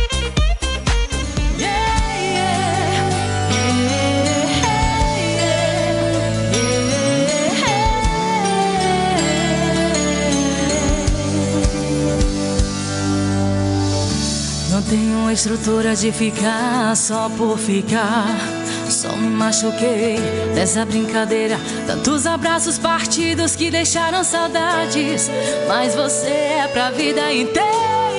Não tenho estrutura de ficar só por ficar. Só me machuquei nessa brincadeira. Tantos abraços partidos que deixaram saudades. Mas você é pra vida inteira.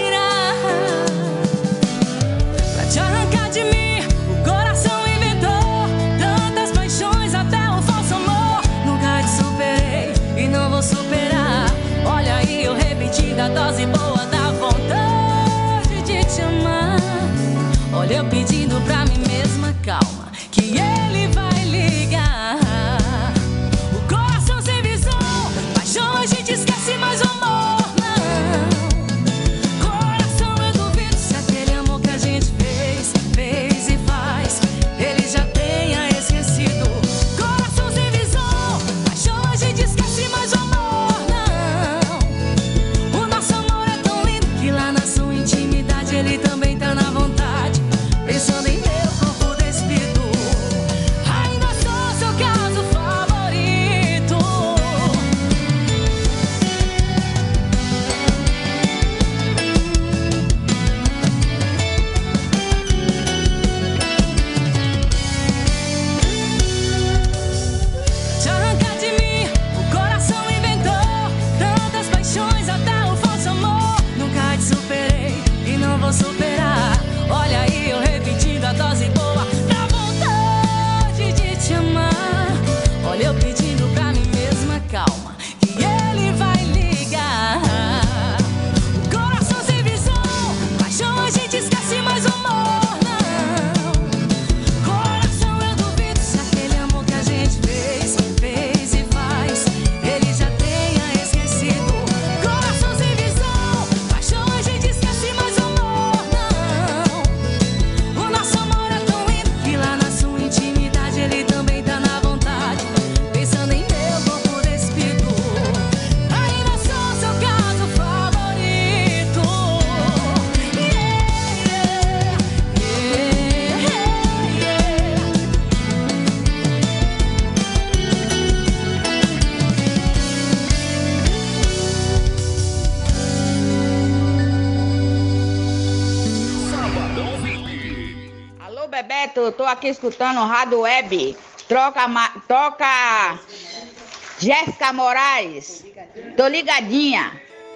Pra te arrancar de mim, o coração inventou tantas paixões, até um falso amor. Nunca te superei e não vou superar. Olha aí eu repetindo a dose boa da vontade de te amar. Olha eu pedindo pra mim mesma, calma, que ele vai ligar. O coração sem visão, paixão a gente esquece, mas o amor não. Coração eu duvido se aquele amor que a gente fez, fez e faz, ele já tenha esquecido. Coração sem visão, paixão a gente esquece, mas o amor não. O nosso amor é tão lindo que lá na sua intimidade ele também tá na vontade. Bebeto, eu tô aqui escutando o Rádio Web. Troca, ma- toca Jéssica Moraes. Tô ligadinha.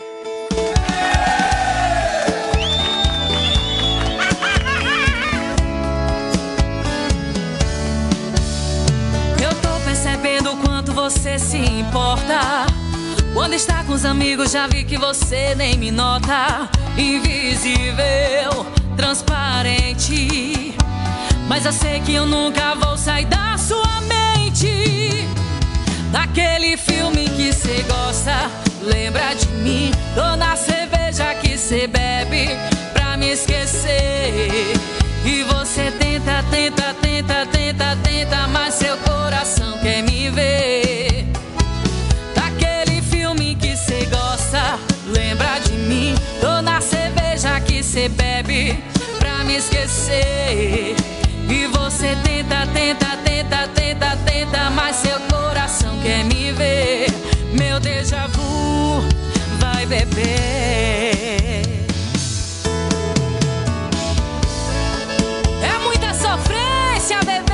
Eu tô percebendo o quanto você se importa. Quando está com os amigos já vi que você nem me nota. Invisível, transparente, mas eu sei que eu nunca vou sair da sua mente. Daquele filme que cê gosta, lembra de mim. Tô na cerveja que cê bebe pra me esquecer. E você tenta, tenta, tenta, tenta, tenta, mas seu coração quer me ver. Daquele filme que cê gosta, lembra de mim. Tô na cerveja que cê bebe pra me esquecer. E você tenta, tenta, tenta, tenta, tenta, mas seu coração quer me ver. Meu déjà vu vai beber. É muita sofrência, bebê.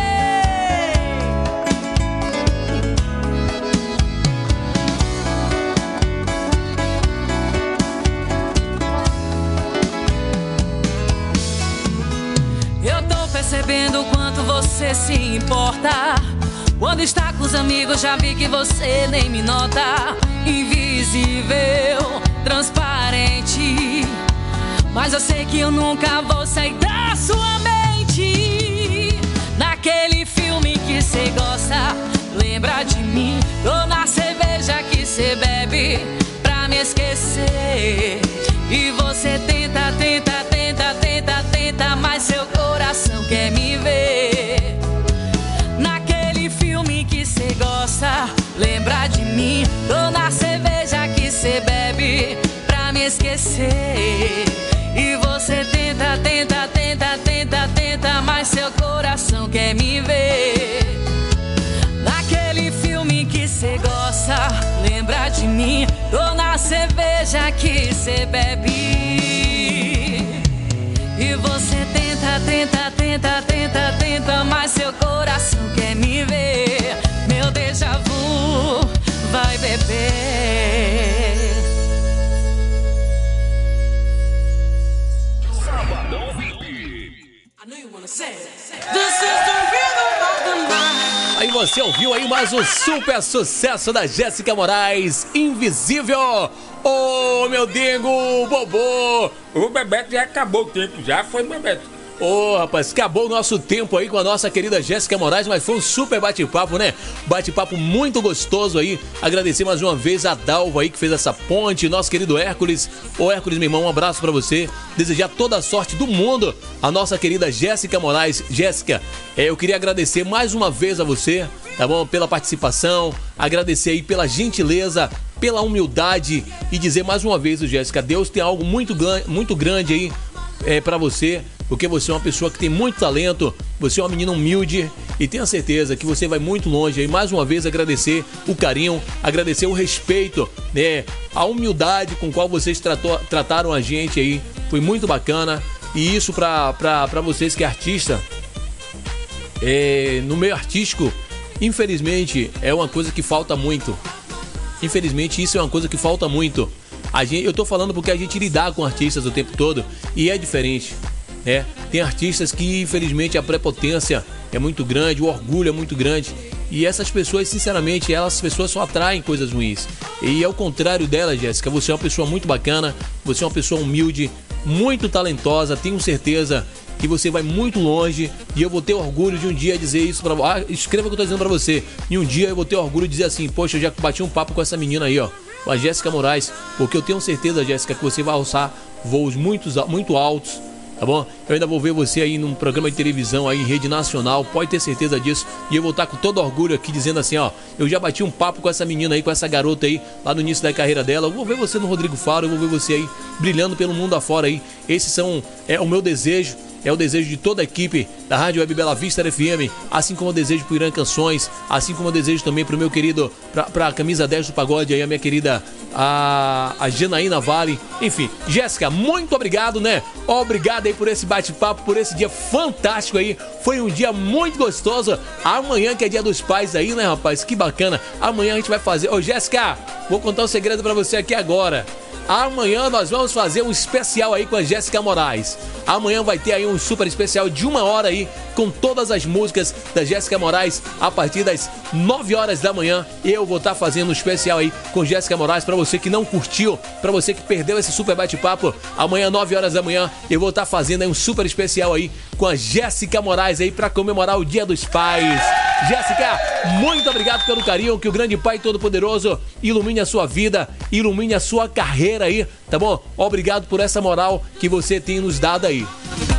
Eu tô percebendo o quanto você se importa. Quando está com os amigos já vi que você nem me nota. Invisível, transparente, mas eu sei que eu nunca vou sair da sua mente. Naquele filme que cê gosta, lembra de mim. Tô na cerveja que cê bebe pra me esquecer. E você tenta, tenta, tenta, tenta, tenta, mas seu coração quer me ver. Naquele filme que cê gosta, lembra de mim. Tô na cerveja que cê bebe pra me esquecer. E você tenta, tenta, tenta, tenta, tenta, mas seu coração quer me ver. Naquele filme que cê gosta, lembra de mim. Tô na cerveja que cê bebe. E você tenta, tenta, tenta, tenta, tenta, mas seu coração quer me ver. Meu déjà vu vai beber. Aí você ouviu aí mais um super sucesso da Jéssica Moraes, Invisível. Ô, oh, meu Dengo, Bobô. O Bebeto já acabou o tempo, já foi, Bebeto. Ô, oh, rapaz, acabou o nosso tempo aí com a nossa querida Jéssica Moraes, mas foi um super bate-papo, né? Bate-papo muito gostoso aí. Agradecer mais uma vez a Dalva aí que fez essa ponte, nosso querido Hércules. Ô, Hércules, meu irmão, um abraço pra você. Desejar toda a sorte do mundo a nossa querida Jéssica Moraes. Jéssica, é, eu queria agradecer mais uma vez a você, tá bom? Pela participação, agradecer aí pela gentileza, pela humildade e dizer mais uma vez, Jéssica, Deus tem algo muito, muito grande aí é, pra você. Porque você é uma pessoa que tem muito talento, você é uma menina humilde e tenha certeza que você vai muito longe. E mais uma vez agradecer o carinho, agradecer o respeito, né? A humildade com qual vocês tratou, trataram a gente aí, foi muito bacana. E isso pra, pra, pra vocês que é artista, é, no meio artístico, infelizmente é uma coisa que falta muito. Infelizmente isso é uma coisa que falta muito. A gente, eu tô falando porque a gente lidar com artistas o tempo todo e é diferente. É, tem artistas que infelizmente a prepotência é muito grande, o orgulho é muito grande. E essas pessoas, sinceramente, elas pessoas só atraem coisas ruins. E é o contrário dela, Jéssica. Você é uma pessoa muito bacana, você é uma pessoa humilde, muito talentosa. Tenho certeza que você vai muito longe. E eu vou ter orgulho de um dia dizer isso pra você. Ah, escreva o que eu tô dizendo pra você. E um dia eu vou ter orgulho de dizer assim: poxa, eu já bati um papo com essa menina aí, ó, com a Jéssica Moraes. Porque eu tenho certeza, Jéssica, que você vai alçar voos muito, muito altos. Tá bom? Eu ainda vou ver você aí num programa de televisão aí em rede nacional, pode ter certeza disso. E eu vou estar com todo orgulho aqui dizendo assim, ó, eu já bati um papo com essa menina aí, com essa garota aí, lá no início da carreira dela. Eu vou ver você no Rodrigo Faro, eu vou ver você aí brilhando pelo mundo afora aí. Esses são, é o meu desejo, é o desejo de toda a equipe da Rádio Web Bela Vista F M, assim como eu desejo pro Irã Canções, assim como eu desejo também pro meu querido, pra, pra camisa dez do pagode aí, a minha querida, a, a Janaína Vale. Enfim, Jéssica, muito obrigado, né? Obrigado aí por esse bate-papo, por esse dia fantástico aí. Foi um dia muito gostoso. Amanhã que é dia dos pais aí, né, rapaz? Que bacana. Amanhã a gente vai fazer... Ô, Jéssica, vou contar um segredo pra você aqui agora. Amanhã nós vamos fazer um especial aí com a Jéssica Moraes. Amanhã vai ter aí um super especial de uma hora aí, com todas as músicas da Jéssica Moraes, a partir das nove horas da manhã. Eu vou estar fazendo um especial aí com Jéssica Moraes, pra você que não curtiu, pra você que perdeu esse super bate-papo. Amanhã, nove horas da manhã, eu vou estar fazendo aí um super especial aí com a Jéssica Moraes aí, pra comemorar o Dia dos Pais. Jéssica, muito obrigado pelo carinho, que o grande Pai Todo-Poderoso ilumine a sua vida, ilumine a sua carreira aí, tá bom? Obrigado por essa moral que você tem nos dado aí.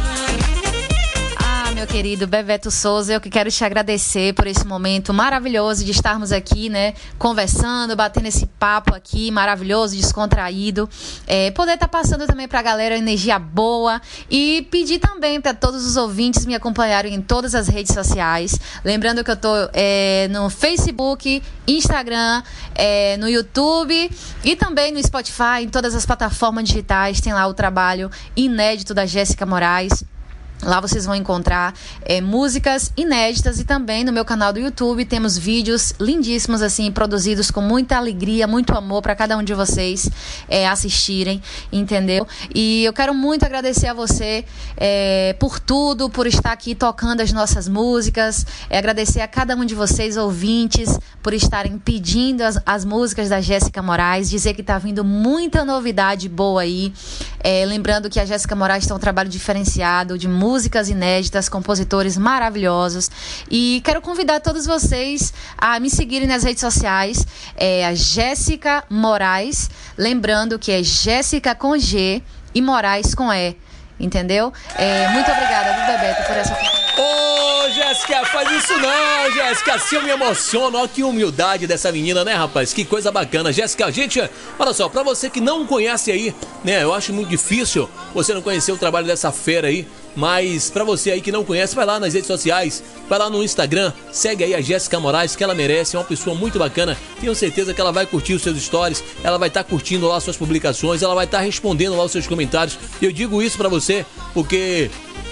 Meu querido Bebeto Souza, eu que quero te agradecer por esse momento maravilhoso de estarmos aqui, né, conversando, batendo esse papo aqui, maravilhoso, descontraído, é, poder estar tá passando também pra galera energia boa e pedir também para todos os ouvintes me acompanharem em todas as redes sociais, lembrando que eu tô é, no Facebook, Instagram, é, no YouTube e também no Spotify, em todas as plataformas digitais, tem lá o trabalho inédito da Jéssica Moraes. Lá vocês vão encontrar é, músicas inéditas e também no meu canal do YouTube temos vídeos lindíssimos, assim, produzidos com muita alegria, muito amor para cada um de vocês é, assistirem, entendeu? E eu quero muito agradecer a você é, por tudo, por estar aqui tocando as nossas músicas, é, agradecer a cada um de vocês, ouvintes, por estarem pedindo as, as músicas da Jéssica Moraes, dizer que tá vindo muita novidade boa aí, é, lembrando que a Jéssica Moraes tem um trabalho diferenciado de música, músicas inéditas, compositores maravilhosos. E quero convidar todos vocês a me seguirem nas redes sociais, é a Jéssica Moraes, lembrando que é Jéssica com G e Moraes com E, entendeu? É, muito obrigada, viu, Bebeto, por essa oportunidade. Ô, Jéssica, faz isso não, Jéssica, assim eu me emociono, ó, que humildade dessa menina, né, rapaz, que coisa bacana. Jéssica, gente, olha só, pra você que não conhece aí, né, eu acho muito difícil você não conhecer o trabalho dessa fera aí, mas pra você aí que não conhece, vai lá nas redes sociais, vai lá no Instagram, segue aí a Jéssica Moraes, que ela merece, é uma pessoa muito bacana, tenho certeza que ela vai curtir os seus stories, ela vai estar tá curtindo lá suas publicações, ela vai estar tá respondendo lá os seus comentários. Eu digo isso pra você porque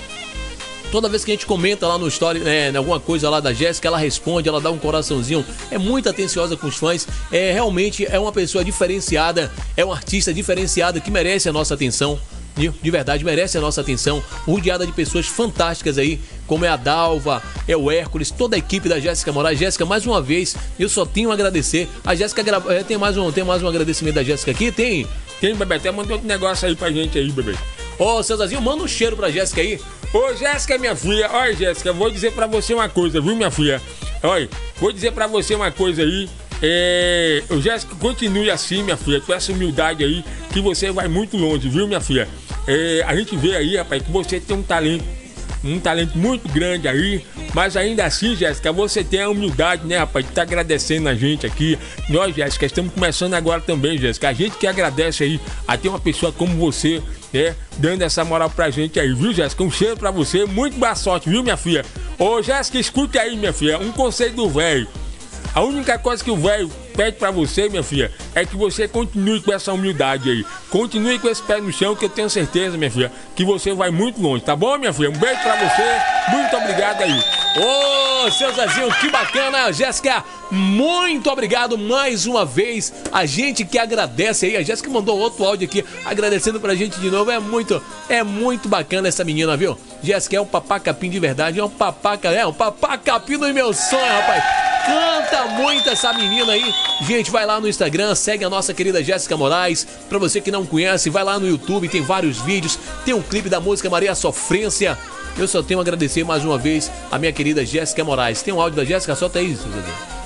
toda vez que a gente comenta lá no story, né, alguma coisa lá da Jéssica, ela responde, ela dá um coraçãozinho, é muito atenciosa com os fãs, é realmente é uma pessoa diferenciada, é uma artista diferenciada que merece a nossa atenção. De verdade, merece a nossa atenção, rodeada de pessoas fantásticas aí, como é a Dalva, é o Hércules, toda a equipe da Jéssica Moraes. Jéssica, mais uma vez, eu só tenho a agradecer. A Jéssica grava... é, tem, mais um, tem mais um agradecimento da Jéssica aqui? Tem? Tem, bebê, até mandou outro negócio aí pra gente aí, bebê. Ô, seu Zazinho, manda um cheiro pra Jéssica aí. Ô, Jéssica, minha filha, olha, Jéssica, vou dizer pra você uma coisa, viu, minha filha? Olha, vou dizer pra você uma coisa aí. É, Jéssica, continue assim, minha filha, com essa humildade aí, que você vai muito longe, viu, minha filha? É, a gente vê aí, rapaz, que você tem um talento, um talento muito grande aí, mas ainda assim, Jéssica, você tem a humildade, né, rapaz, de estar tá agradecendo a gente aqui. Nós, Jéssica, estamos começando agora também, Jéssica, a gente que agradece aí a ter uma pessoa como você, né, dando essa moral pra gente aí, viu, Jéssica? Um cheiro pra você, muito boa sorte, viu, minha filha? Ô, Jéssica, escute aí, minha filha, um conselho do velho. A única coisa que o velho pede pra você, minha filha, é que você continue com essa humildade aí. Continue com esse pé no chão, que eu tenho certeza, minha filha, que você vai muito longe, tá bom, minha filha? Um beijo pra você, muito obrigado aí. Ô, seu Zezinho, que bacana, Jéssica, muito obrigado mais uma vez. A gente que agradece aí, a Jéssica mandou outro áudio aqui, agradecendo pra gente de novo, é muito, é muito bacana essa menina, viu? Jéssica é um papacapim de verdade, é um papaca, é um papacapim do meu sonho, rapaz. Canta muito essa menina aí. Gente, vai lá no Instagram, segue a nossa querida Jéssica Moraes. Pra você que não conhece, vai lá no YouTube, tem vários vídeos. Tem um clipe da música Maria Sofrência. Eu só tenho a agradecer mais uma vez a minha querida Jéssica Moraes. Tem um áudio da Jéssica? Solta aí, Suzana.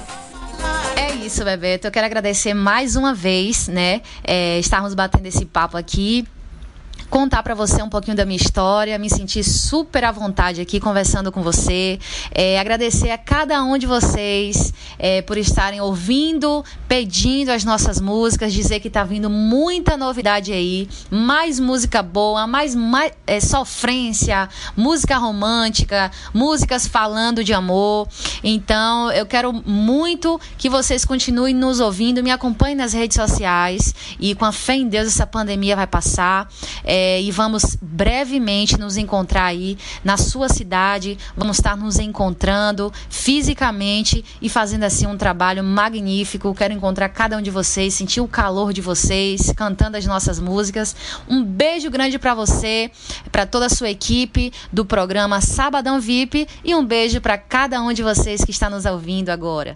É isso, Bebeto. Eu quero agradecer mais uma vez, né? É, estarmos batendo esse papo aqui. contar para você um pouquinho da minha história, me sentir super à vontade aqui conversando com você, é, agradecer a cada um de vocês é, por estarem ouvindo, pedindo as nossas músicas, dizer que tá vindo muita novidade aí, mais música boa, mais, mais é, sofrência, música romântica, músicas falando de amor. Então eu quero muito que vocês continuem nos ouvindo, me acompanhem nas redes sociais e com a fé em Deus essa pandemia vai passar. É, É, e vamos brevemente nos encontrar aí na sua cidade, vamos estar nos encontrando fisicamente e fazendo assim um trabalho magnífico. Quero encontrar cada um de vocês, sentir o calor de vocês, cantando as nossas músicas. Um beijo grande para você, para toda a sua equipe do programa Sabadão V I P e um beijo para cada um de vocês que está nos ouvindo agora.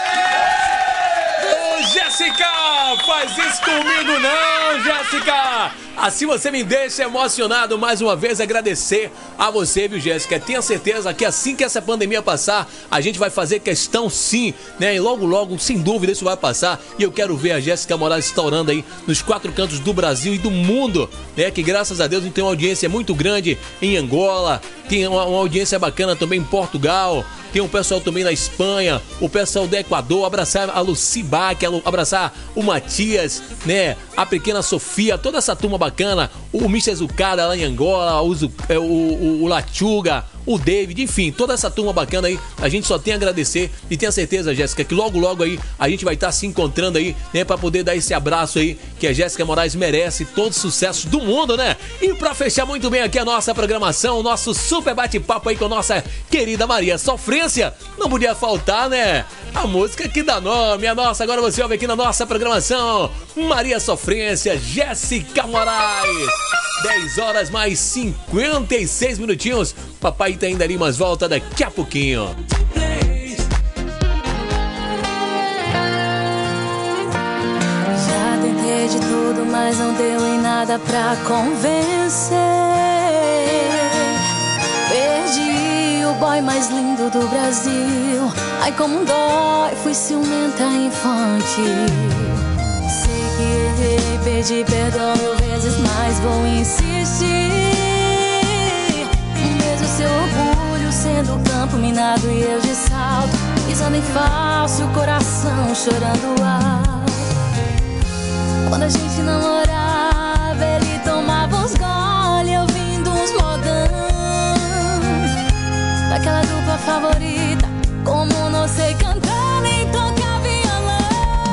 Jéssica, faz isso comigo não, Jéssica! Assim você me deixa emocionado. Mais uma vez agradecer a você, viu, Jéssica? Tenha certeza que assim que essa pandemia passar, a gente vai fazer questão sim, né? E logo, logo, sem dúvida, isso vai passar. E eu quero ver a Jéssica Moraes estourando aí nos quatro cantos do Brasil e do mundo, né? Que graças a Deus a gente tem uma audiência muito grande em Angola, tem uma, uma audiência bacana também em Portugal, tem um pessoal também na Espanha, o pessoal do Equador, abraçar a Lucy Bach, abraçar o Matias, né? A pequena Sofia, toda essa turma bacana, o mister Zucada lá em Angola, o, Zu, o, o, o Lachuga, o David, enfim, toda essa turma bacana aí, a gente só tem a agradecer e tenha certeza, Jéssica, que logo, logo aí a gente vai estar se encontrando aí, né, pra poder dar esse abraço aí que a Jéssica Moraes merece, todos os sucessos do mundo, né? E pra fechar muito bem aqui a nossa programação, o nosso super bate-papo aí com a nossa querida Maria Sofrência, não podia faltar, né? A música que dá nome, a nossa, agora você ouve aqui na nossa programação, Maria Sofrência, Jéssica Moraes. dez horas mais cinquenta e seis minutinhos. Papai tá indo ali, mas volta daqui a pouquinho. Já tentei de tudo, mas não deu em nada pra convencer. Perdi o boy mais lindo do Brasil. Ai, como dói, fui ciumenta infantil. Sei que errei, pedi perdão mil vezes, mas vou insistir. Mesmo seu orgulho sendo o campo minado e eu de salto, pisando em falso, o coração chorando alto. Quando a gente namorava, ele tomava uns gole, eu vindo uns modão daquela dupla favorita, como não sei cantar nem tocar violão.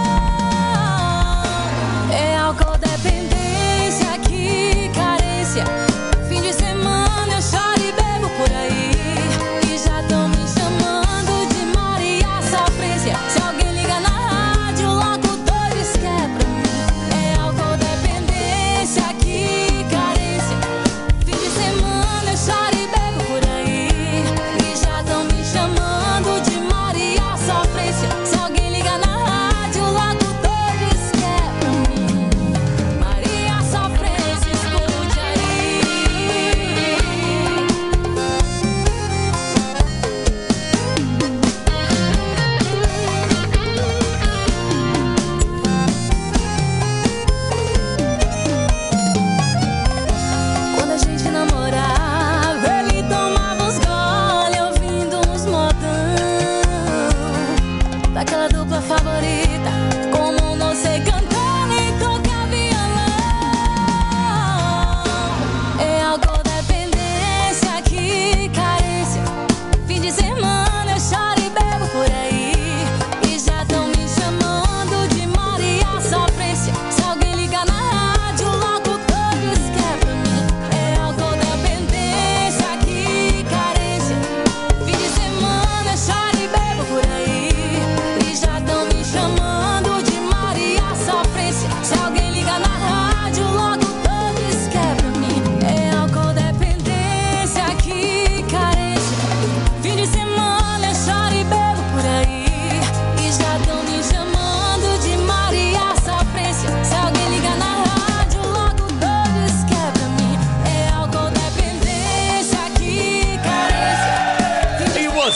É álcool dependência, que carência. Fim de semana eu choro e bebo por aí, e já tão me chamando de Maria Sofrência. Se alguém liga na rádio, logo dois que é pra mim. É álcool dependência, que carência. Fim de semana eu choro e bebo por aí, e já tão me chamando de Maria Sofrência.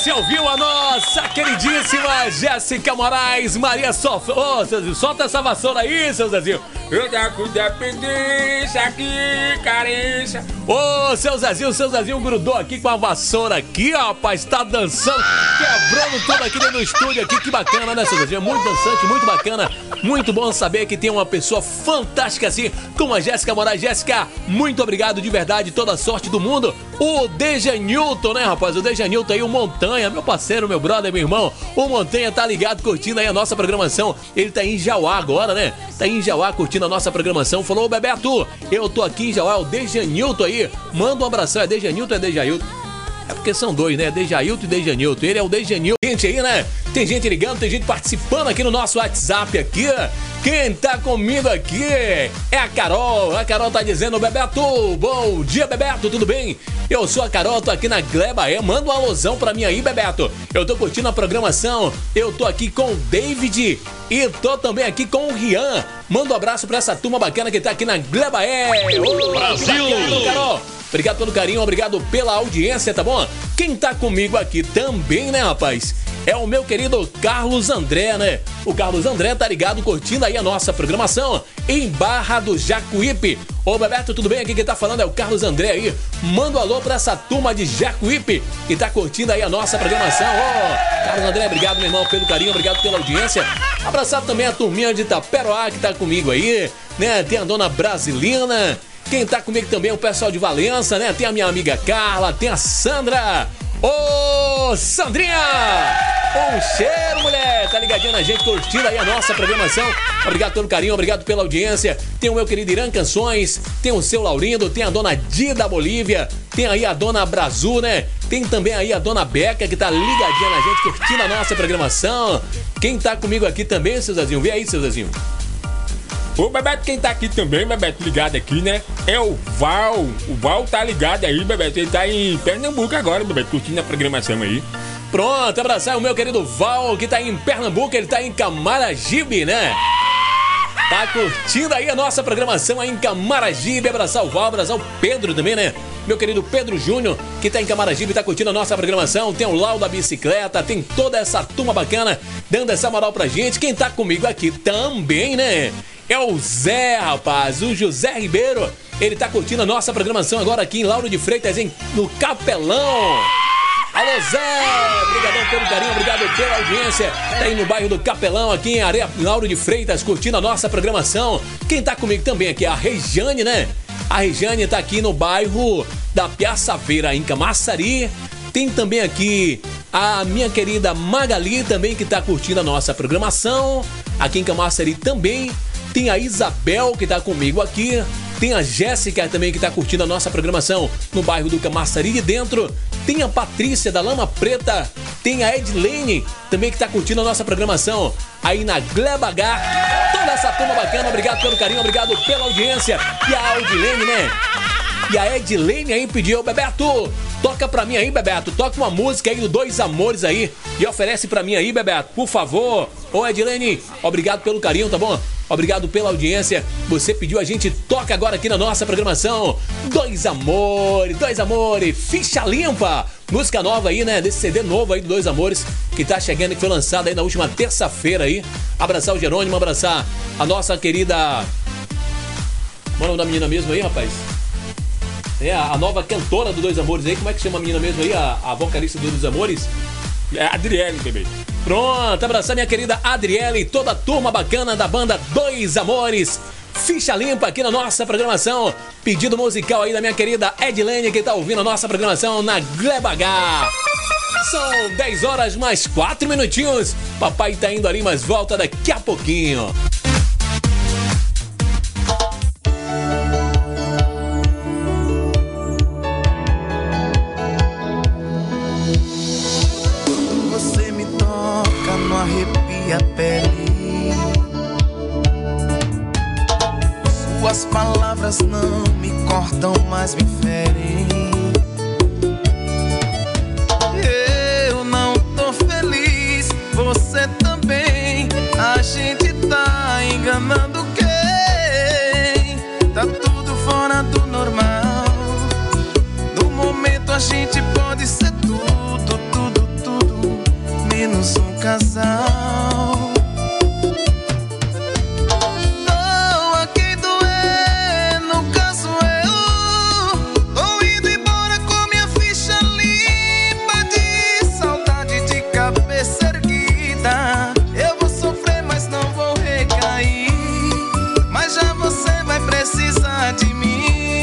Você ouviu a nossa queridíssima Jéssica Moraes, Maria Sofia. Ô, oh, Zezinho, solta essa vassoura aí, seu Zezinho. Eu já com dependência aqui, carência. Ô, oh, seu Zezinho, seu Zezinho grudou aqui com a vassoura aqui, ó, rapaz, tá dançando, quebrando tudo aqui dentro do estúdio aqui, que bacana, né, seu Zezinho? É muito dançante, muito bacana, muito bom saber que tem uma pessoa fantástica assim, como a Jéssica Moraes. Jéssica, muito obrigado de verdade, toda a sorte do mundo. O Dejanilton, né, rapaz, o Dejanilton aí, o Montanha, meu parceiro, meu brother, meu irmão, o Montanha tá ligado, curtindo aí a nossa programação. Ele tá em Jauá agora, né? Tá em Jauá curtindo a nossa programação. Falou, ô Bebeto, eu tô aqui em Jauá, o Dejanilton aí. Manda um abração, é Dejanilton ou é Dejailton? É porque são dois, né? Dejailton e Dejanilton. Ele é o Dejanilton. Gente aí, né? Tem gente ligando, tem gente participando aqui no nosso WhatsApp aqui. Quem tá comigo aqui é a Carol. A Carol tá dizendo, Bebeto, bom dia, Bebeto, tudo bem? Eu sou a Carol, tô aqui na Gleba E. Manda uma alusão pra mim aí, Bebeto. Eu tô curtindo a programação. Eu tô aqui com o David e tô também aqui com o Rian. Manda um abraço pra essa turma bacana que tá aqui na Gleba E. Ô, Brasil! Bacana, Carol. Obrigado pelo carinho, obrigado pela audiência, tá bom? Quem tá comigo aqui também, né, rapaz? É o meu querido Carlos André, né? O Carlos André tá ligado, curtindo aí a nossa programação em Barra do Jacuípe. Ô, Bebeto, tudo bem? Aqui quem tá falando é o Carlos André aí. Manda um alô pra essa turma de Jacuípe que tá curtindo aí a nossa programação. Ô, Carlos André, obrigado, meu irmão, pelo carinho, obrigado pela audiência. Abraçado também a turminha de Itaperoá que tá comigo aí, né? Tem a dona Brasilina. Quem tá comigo também é o pessoal de Valença, né? Tem a minha amiga Carla, tem a Sandra. Ô, Sandrinha! Um cheiro, mulher! Tá ligadinha na gente, curtindo aí a nossa programação. Obrigado pelo carinho, obrigado pela audiência. Tem o meu querido Irã Canções, tem o seu Laurindo, tem a dona Dida Bolívia, tem aí a dona Brazu, né? Tem também aí a dona Beca, que tá ligadinha na gente, curtindo a nossa programação. Quem tá comigo aqui também, seu Zezinho? Vê aí, seu Zezinho. Ô, Bebeto, quem tá aqui também, Bebeto, ligado aqui, né? É o Val. O Val tá ligado aí, Bebeto. Ele tá em Pernambuco agora, Bebeto, curtindo a programação aí. Pronto, abraçar o meu querido Val, que tá em Pernambuco, ele tá em Camaragibe, né? Tá curtindo aí a nossa programação aí em Camaragibe. Abraçar o Val, abraçar o Pedro também, né? Meu querido Pedro Júnior, que tá em Camaragibe, tá curtindo a nossa programação. Tem o Lau da Bicicleta, tem toda essa turma bacana dando essa moral pra gente. Quem tá comigo aqui também, né? É o Zé, rapaz, o José Ribeiro. Ele tá curtindo a nossa programação agora aqui em Lauro de Freitas, em, no Capelão. Alô, Zé! Obrigadão pelo carinho, obrigado pela audiência. Tá aí no bairro do Capelão, aqui em Areia Lauro de Freitas, curtindo a nossa programação. Quem tá comigo também aqui é a Regiane, né? A Regiane tá aqui no bairro da Piaçaveira, em Camaçari. Tem também aqui a minha querida Magali também, que tá curtindo a nossa programação. Aqui em Camaçari também. Tem a Isabel, que tá comigo aqui. Tem a Jéssica também, que tá curtindo a nossa programação no bairro do Camaçari de Dentro. Tem a Patrícia da Lama Preta. Tem a Edilene também, que tá curtindo a nossa programação aí na Gleba H. Toda essa turma bacana, obrigado pelo carinho, obrigado pela audiência. E a Edilene, né? E a Edilene aí pediu, Bebeto, toca pra mim aí, Bebeto, toca uma música aí do Dois Amores aí e oferece pra mim aí, Bebeto, por favor. Ô, Edilene, obrigado pelo carinho, tá bom? Obrigado pela audiência. Você pediu, a gente toca agora aqui na nossa programação. Dois Amores, Dois Amores, Ficha Limpa. Música nova aí, né? Desse C D novo aí do Dois Amores, que tá chegando, que foi lançado aí na última terça-feira aí. Abraçar o Jerônimo, abraçar a nossa querida... Qual é o nome da menina mesmo aí, rapaz? É, a nova cantora do Dois Amores aí. Como é que chama a menina mesmo aí? A, a vocalista do Dois Amores? É a Adriele, bebê. Pronto, abraçar minha querida Adriele e toda a turma bacana da banda Dois Amores. Ficha limpa aqui na nossa programação. Pedido musical aí da minha querida Edilene, que tá ouvindo a nossa programação na Gleba H. São dez horas mais quatro minutinhos. Papai tá indo ali, mas volta daqui a pouquinho. Arrepia a pele. Suas palavras não me cortam, mas me ferem. Eu não tô feliz, você também. A gente tá enganando quem? Tá tudo fora do normal. No momento a gente pode ser tudo, tudo, tudo. casal. Doa quem doer, no caso eu. Tô indo embora com minha ficha limpa de saudade, de cabeça erguida. Eu vou sofrer, mas não vou recair. Mas já você vai precisar de mim.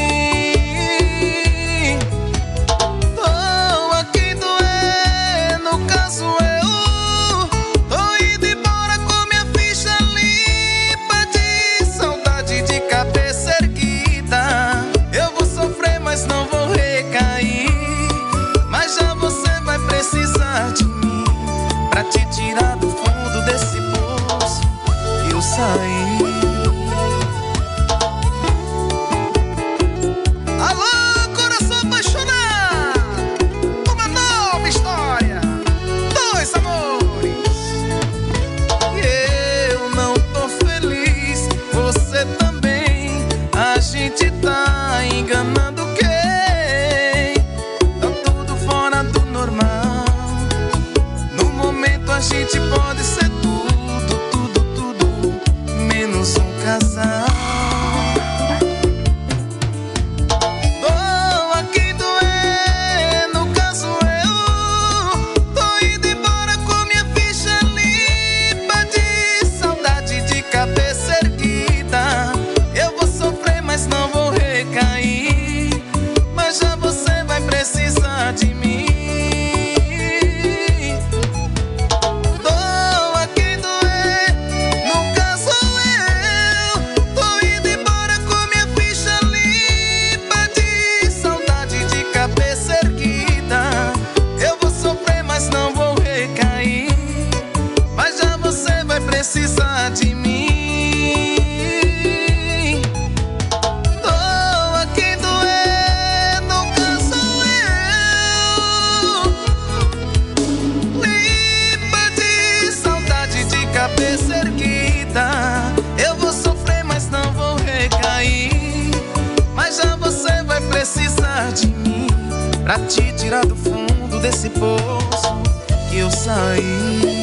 Te tirar do fundo desse poço que eu saí. Alô, coração apaixonado, uma nova história, dois amores. E eu não tô feliz, você também. A gente tá enganando quem? Tá tudo fora do normal. A gente pode ser tudo, tudo, tudo, menos um casal. Doa quem doer, no caso eu. Tô indo embora com minha ficha limpa de saudade, de cabeça erguida. Eu vou sofrer, mas não vou recair. Mas já você vai precisar de mim. Precisa de mim. Doa quem doer, no caso eu. Limpa de saudade, de cabeça erguida. Eu vou sofrer, mas não vou recair. Mas já você vai precisar de mim pra te tirar do fundo desse poço que eu saí.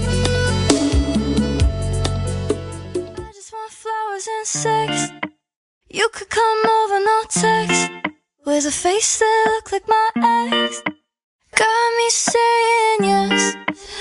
And sex, you could come over, no text, with a face that looked like my ex. Got me saying yes.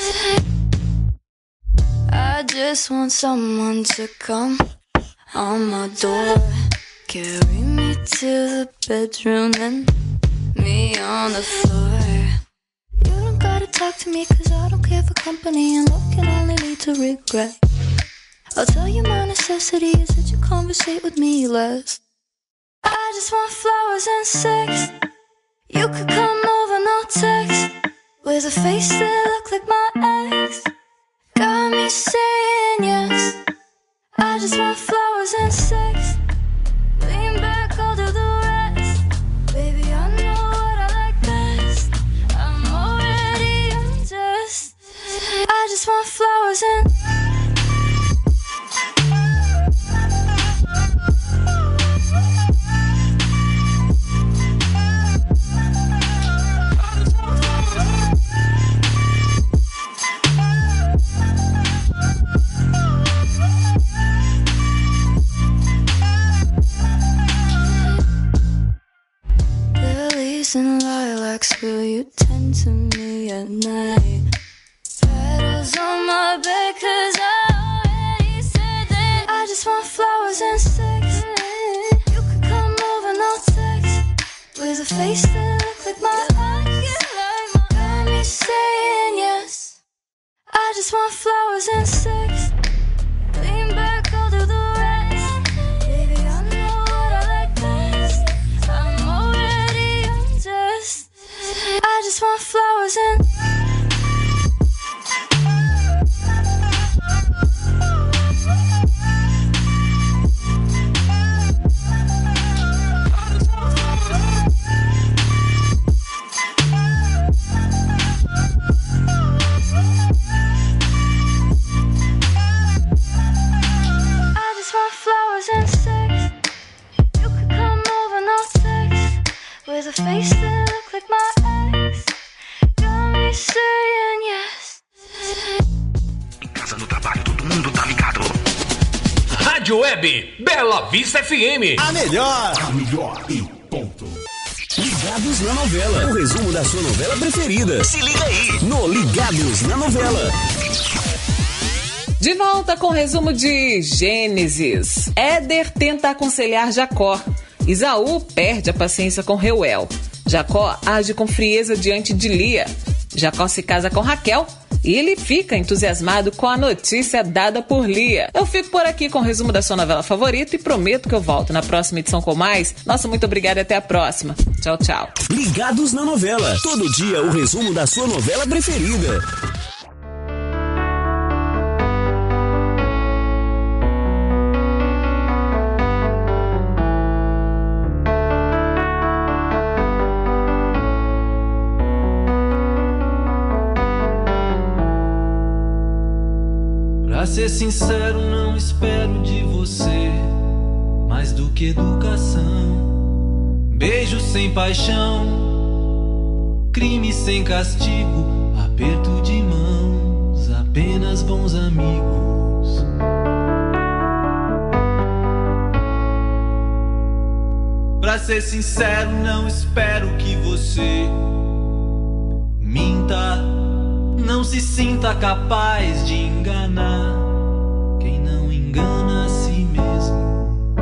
I just want someone to come on my door, carry me to the bedroom and me on the floor. You don't gotta talk to me, cause I don't care for company, and love can only lead to regret. I'll tell you my necessity is that you conversate with me less. I just want flowers and sex. You could come over, no text, with a face that looked like my ex. Got me saying yes. I just want flowers and sex. Lean back, I'll do the rest. Baby, I know what I like best. I'm already undressed. I just want flowers and and lilacs, will you tend to me at night? Petals on my bed, cause I already said that I just want flowers and sex. You could come over, no text, with a face that looked like my eyes. Got me saying yes. I just want flowers and sex. Lean back, I'll do the rest. Baby, I know what I like best. I'm already undressed. I just want flowers and Rádio Web Bela Vista F M. A melhor. A melhor e ponto. Ligados na Novela. O resumo da sua novela preferida. Se liga aí no Ligados na Novela. De volta com o resumo de Gênesis. Éder tenta aconselhar Jacó. Isaú perde a paciência com Reuel. Jacó age com frieza diante de Lia. Jacó se casa com Raquel e ele fica entusiasmado com a notícia dada por Lia. Eu fico por aqui com o resumo da sua novela favorita e prometo que eu volto na próxima edição com mais. Nossa, muito obrigada e até a próxima. Tchau, tchau. Ligados na Novela. Todo dia o resumo da sua novela preferida. Pra ser sincero, não espero de você mais do que educação. Beijo sem paixão, crime sem castigo, aperto de mãos, apenas bons amigos. Pra ser sincero, não espero que você minta. Não se sinta capaz de enganar quem não engana a si mesmo.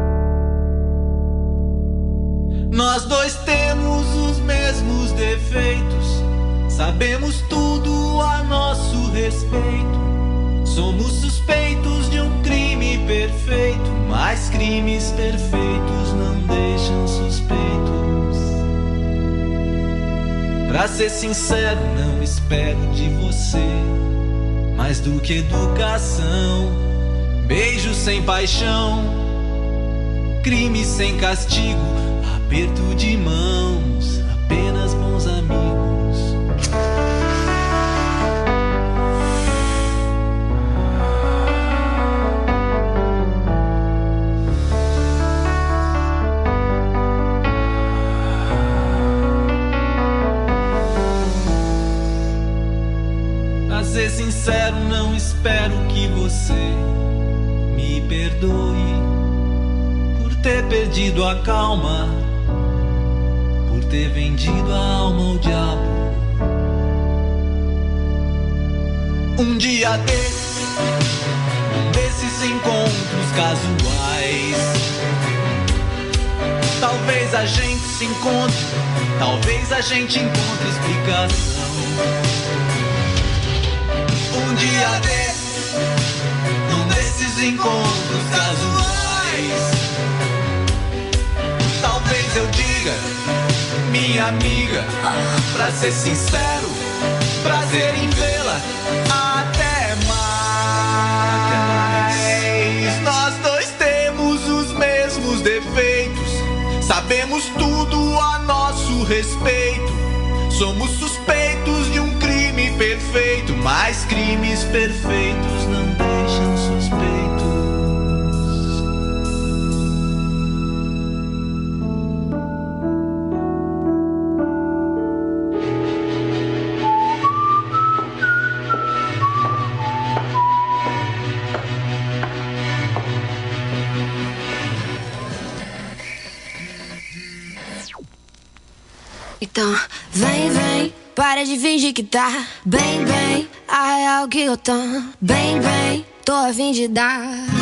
Nós dois temos os mesmos defeitos, sabemos tudo a nosso respeito. Somos suspeitos de um crime perfeito, mas crimes perfeitos não deixam suspeitos. Pra ser sincero, não espero de você mais do que educação. Beijo sem paixão, crime sem castigo, aperto de mãos, apenas bons amigos. Pra ser sincero, não espero que você me perdoe por ter perdido a calma, por ter vendido a alma ao diabo. Um dia desses, um desses encontros casuais, talvez a gente se encontre, talvez a gente encontre explicação. Um dia desses, num desses encontros casuais, talvez eu diga, minha amiga, pra ser sincero, prazer em vê-la, até mais. Nós dois temos os mesmos defeitos, sabemos tudo a nosso respeito. Somos suspeitos de um crime perfeito, mas crimes perfeitos não deixam suspeitos. Então, vem, vem, para de fingir que tá bem, bem, a real que eu tô bem, bem, tô a fim de dar.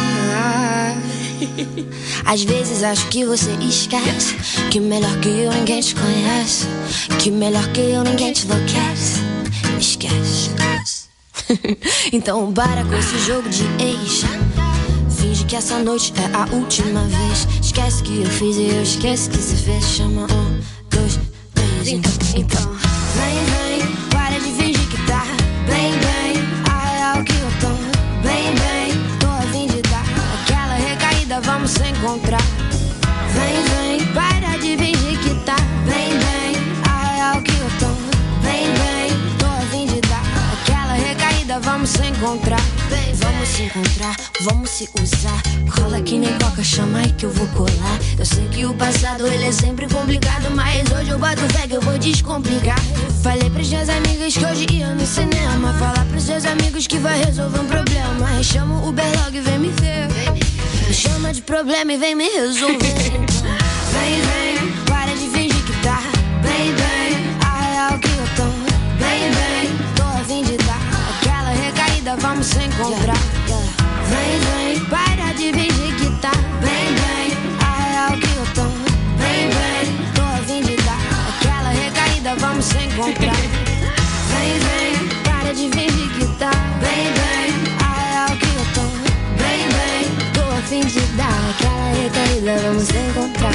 Às vezes acho que você esquece que melhor que eu ninguém te conhece, que melhor que eu ninguém te enlouquece. Esquece. Então para com esse jogo de ex, finge que essa noite é a última vez. Esquece que eu fiz e eu esqueço que se fez. Chama um, dois, Então, então, vem, vem, para de fingir que tá bem, bem, a real que eu tô bem, bem, tô a fim de dar aquela recaída, vamos se encontrar. Vem, vem, para de fingir que tá bem, bem, a real que eu tô bem, bem, tô a fim de dar aquela recaída, vamos se encontrar. Bem, vamos se encontrar, vamos se usar. Cola que nem coca, chama aí que eu vou colar. Eu sei que o passado ele é sempre complicado, mas hoje eu boto fé que eu vou descomplicar. Falei pras minhas amigas que hoje ia no cinema, falar pros seus amigos que vai resolver um problema. Chama o Uber logo e vem me ver. Me chama de problema e vem me resolver. Vem, vem, para de fingir que tá bem, bem. A real que eu tô bem, bem. Tô a fim de dar aquela recaída, vamos se encontrar. Vem, vem, para de fingir que tá bem, bem. A real que eu tô bem, bem. Tô a fim de dar aquela recaída, vamos se encontrar. Vem, vem, para de fingir que tá bem, bem. A real que eu tô bem, bem. Tô a fim de dar aquela recaída, vamos se encontrar.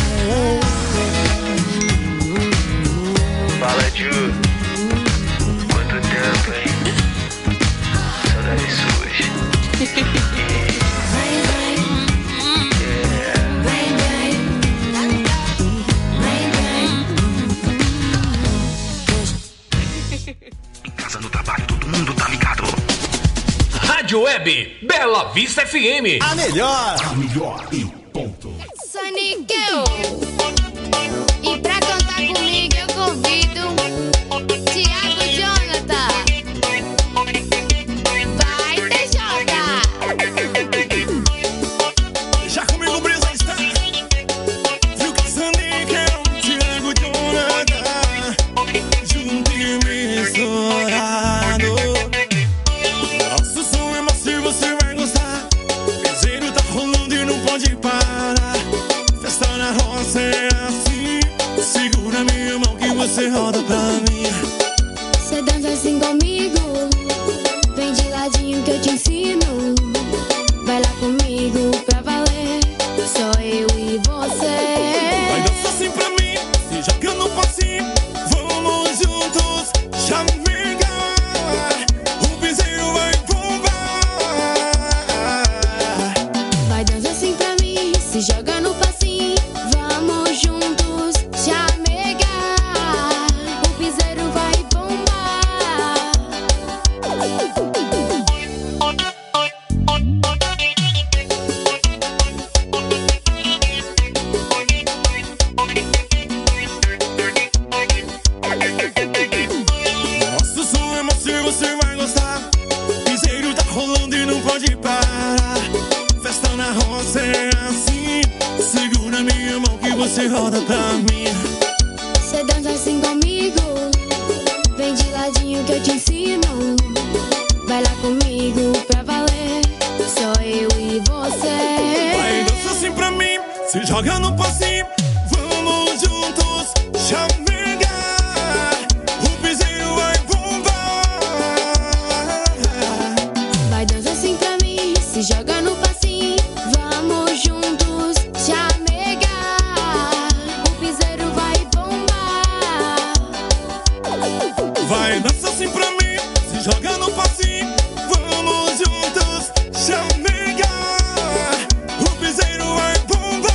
Fala, Ju. Quanto tempo, hein? Saudades suas. Em casa, no trabalho, todo mundo tá ligado. Rádio Web Bela Vista F M. A melhor. A melhor e ponto. Soniqueu. E pra cantar comigo eu convido Thiago Jonathan. Vai, T J. Já comigo, Brisa está. Viu que Soniqueu, Thiago Jonathan. Junto e misturado. Nosso som é macio, você vai gostar. Piseiro tá rolando e não pode parar. Festa na roça é assim. Segura minha mão que você roda pra mim. Cê dança assim comigo. Vem de ladinho que eu te ensino. Vai lá comigo pra valer. Só eu e você. Vai dançar assim pra mim. Se joga no passinho. Vamos juntos chamegar. O piseiro vai bombar. Vai dançar assim pra mim. Se joga no passinho. Vamos juntos chamegar. O piseiro vai bombar. Nosso som é macio, você vai gostar. Piseiro tá rolando e não pode parar. Festa na roça é assim. Segura minha mão que você roda pra mim. Cê dança assim comigo. Vem de ladinho que eu te ensino. Vai lá comigo pra valer. Só eu e você. Vai dançar assim pra mim. Se joga no passinho. Vamos juntos chamegar. O piseiro vai bombar. Vai dançar assim pra mim. Se joga no passinho. Vamos juntos chamegar. O piseiro vai bombar. Vai dançar assim pra mim. Se joga no passinho. Vamos juntos chamegar. O piseiro vai bombar.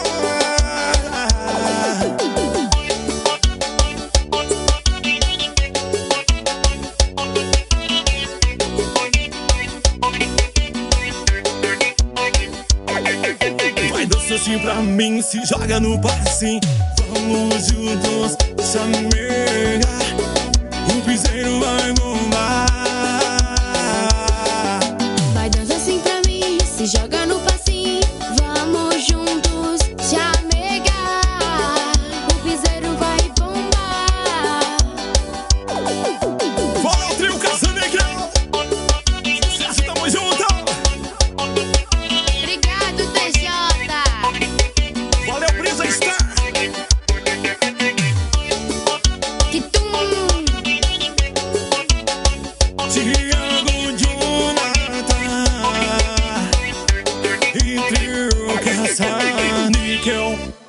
Vai dançar assim pra mim. Se joga no passinho. Vamos juntos chamegar. O piseiro vai bombar. Vai dançar assim pra mim. Se joga no passinho. Vamos juntos chamegar. O piseiro vai bombar. Fala o trio Caçanegrão. Sucesso, tamo junto. Obrigado, T J. Valeu, Brisa está. Que tum. Thiago Jonathan e trio Caçanegrão.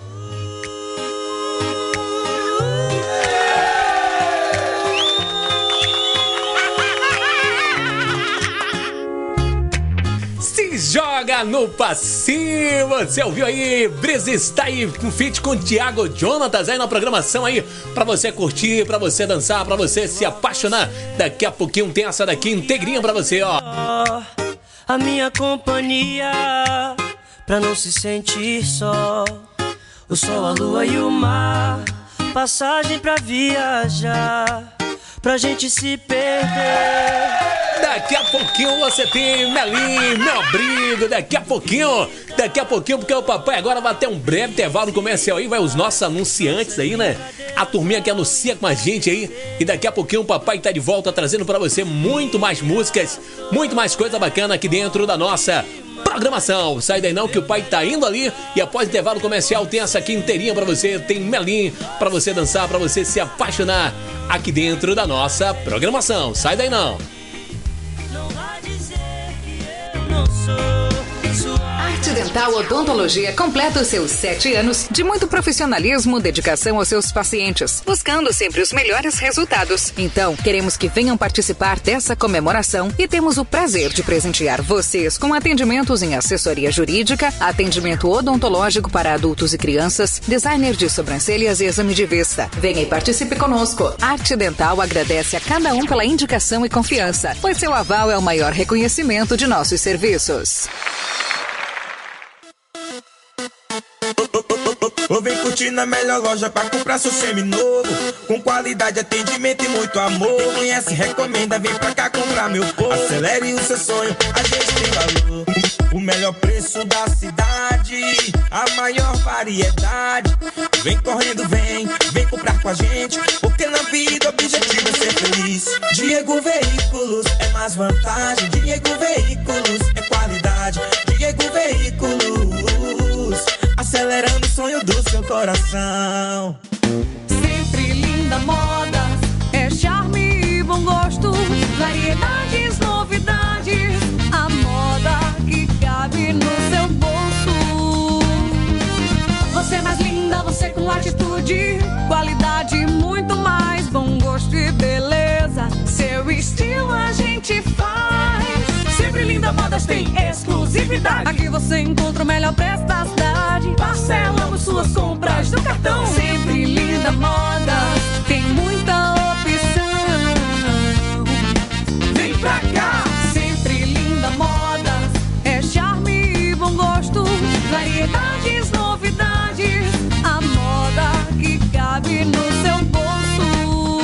Se joga no passinho. Você ouviu aí? Brisa está aí com feat com Thiago Jonatas aí na programação aí pra você curtir, pra você dançar, pra você se apaixonar. Daqui a pouquinho tem essa daqui inteirinha pra você, ó. A minha companhia pra não se sentir só. O sol, a lua e o mar, passagem pra viajar. pra gente se perder. Daqui a pouquinho você tem Melim, meu abrigo. Daqui a pouquinho, daqui a pouquinho, porque o papai agora vai ter um breve intervalo comercial aí. Vai os nossos anunciantes aí, né? A turminha que anuncia com a gente aí. E daqui a pouquinho o papai tá de volta trazendo pra você muito mais músicas, muito mais coisa bacana aqui dentro da nossa programação. Sai daí não que o pai tá indo ali. E após o intervalo comercial tem essa aqui inteirinha pra você. Tem Melim pra você dançar, pra você se apaixonar aqui dentro da nossa programação. Sai daí não. Arte Dental Odontologia completa os seus sete anos de muito profissionalismo, dedicação aos seus pacientes, buscando sempre os melhores resultados. Então, queremos que venham participar dessa comemoração e temos o prazer de presentear vocês com atendimentos em assessoria jurídica, atendimento odontológico para adultos e crianças, designer de sobrancelhas e exame de vista. Venha e participe conosco. Arte Dental agradece a cada um pela indicação e confiança, pois seu aval é o maior reconhecimento de nossos serviços. Ou vem curtir na melhor loja pra comprar seu seminovo, com qualidade, atendimento e muito amor. Quem conhece, recomenda, vem pra cá comprar meu povo. Acelere o seu sonho, a gente tem valor. O melhor preço da cidade, a maior variedade. Vem correndo, vem, vem comprar com a gente, porque na vida o objetivo é ser feliz. Diego Veículos é mais vantagem, Diego Veículos é qualidade, Diego Veículos, acelerando o sonho do seu coração. Sempre linda moda, é charme e bom gosto, variedades, novidades, a moda que cabe no seu bolso. Você é mais linda, você com atitude, qualidade, muito mais, bom gosto e beleza, seu estilo a gente faz. Sempre linda modas tem exclusividade, aqui você encontra o melhor preço da cidade. Parcelamos suas compras no cartão. Sempre linda modas, tem muita opção. Vem pra cá. Sempre linda modas, é charme e bom gosto, variedades, novidades, a moda que cabe no seu bolso.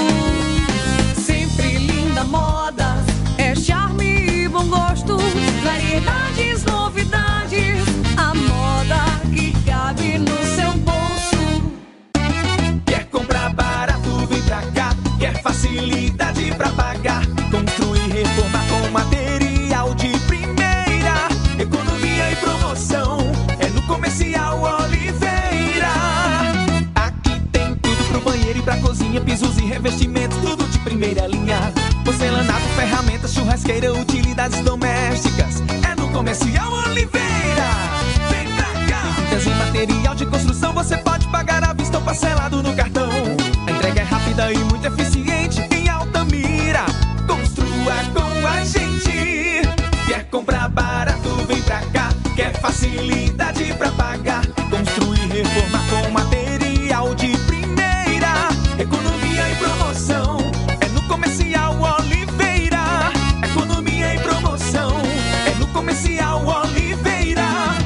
Sempre linda modas, é charme e bom gosto, variedades, novidades, a moda que cabe no seu bolso. Quer comprar barato, vem pra cá. Quer facilidade pra pagar, construir, reformar com material de primeira. Economia e promoção é no Comercial Oliveira. Aqui tem tudo pro banheiro e pra cozinha, pisos e revestimentos, tudo de primeira linha. Porcelanato, ferramentas, churrasqueira, utilidades domésticas, é no Comercial Oliveira. Vem pra cá. Tintas e material de construção, você pode pagar à vista ou parcelado no cartão. A entrega é rápida e muito eficiente, em Altamira. Construa com a gente. Quer comprar barato, vem pra cá. Quer facilidade pra pagar, construir, reformar com material de primeira. Economia e promoção é no Comercial Oliveira. Economia e promoção é no Comercial Oliveira.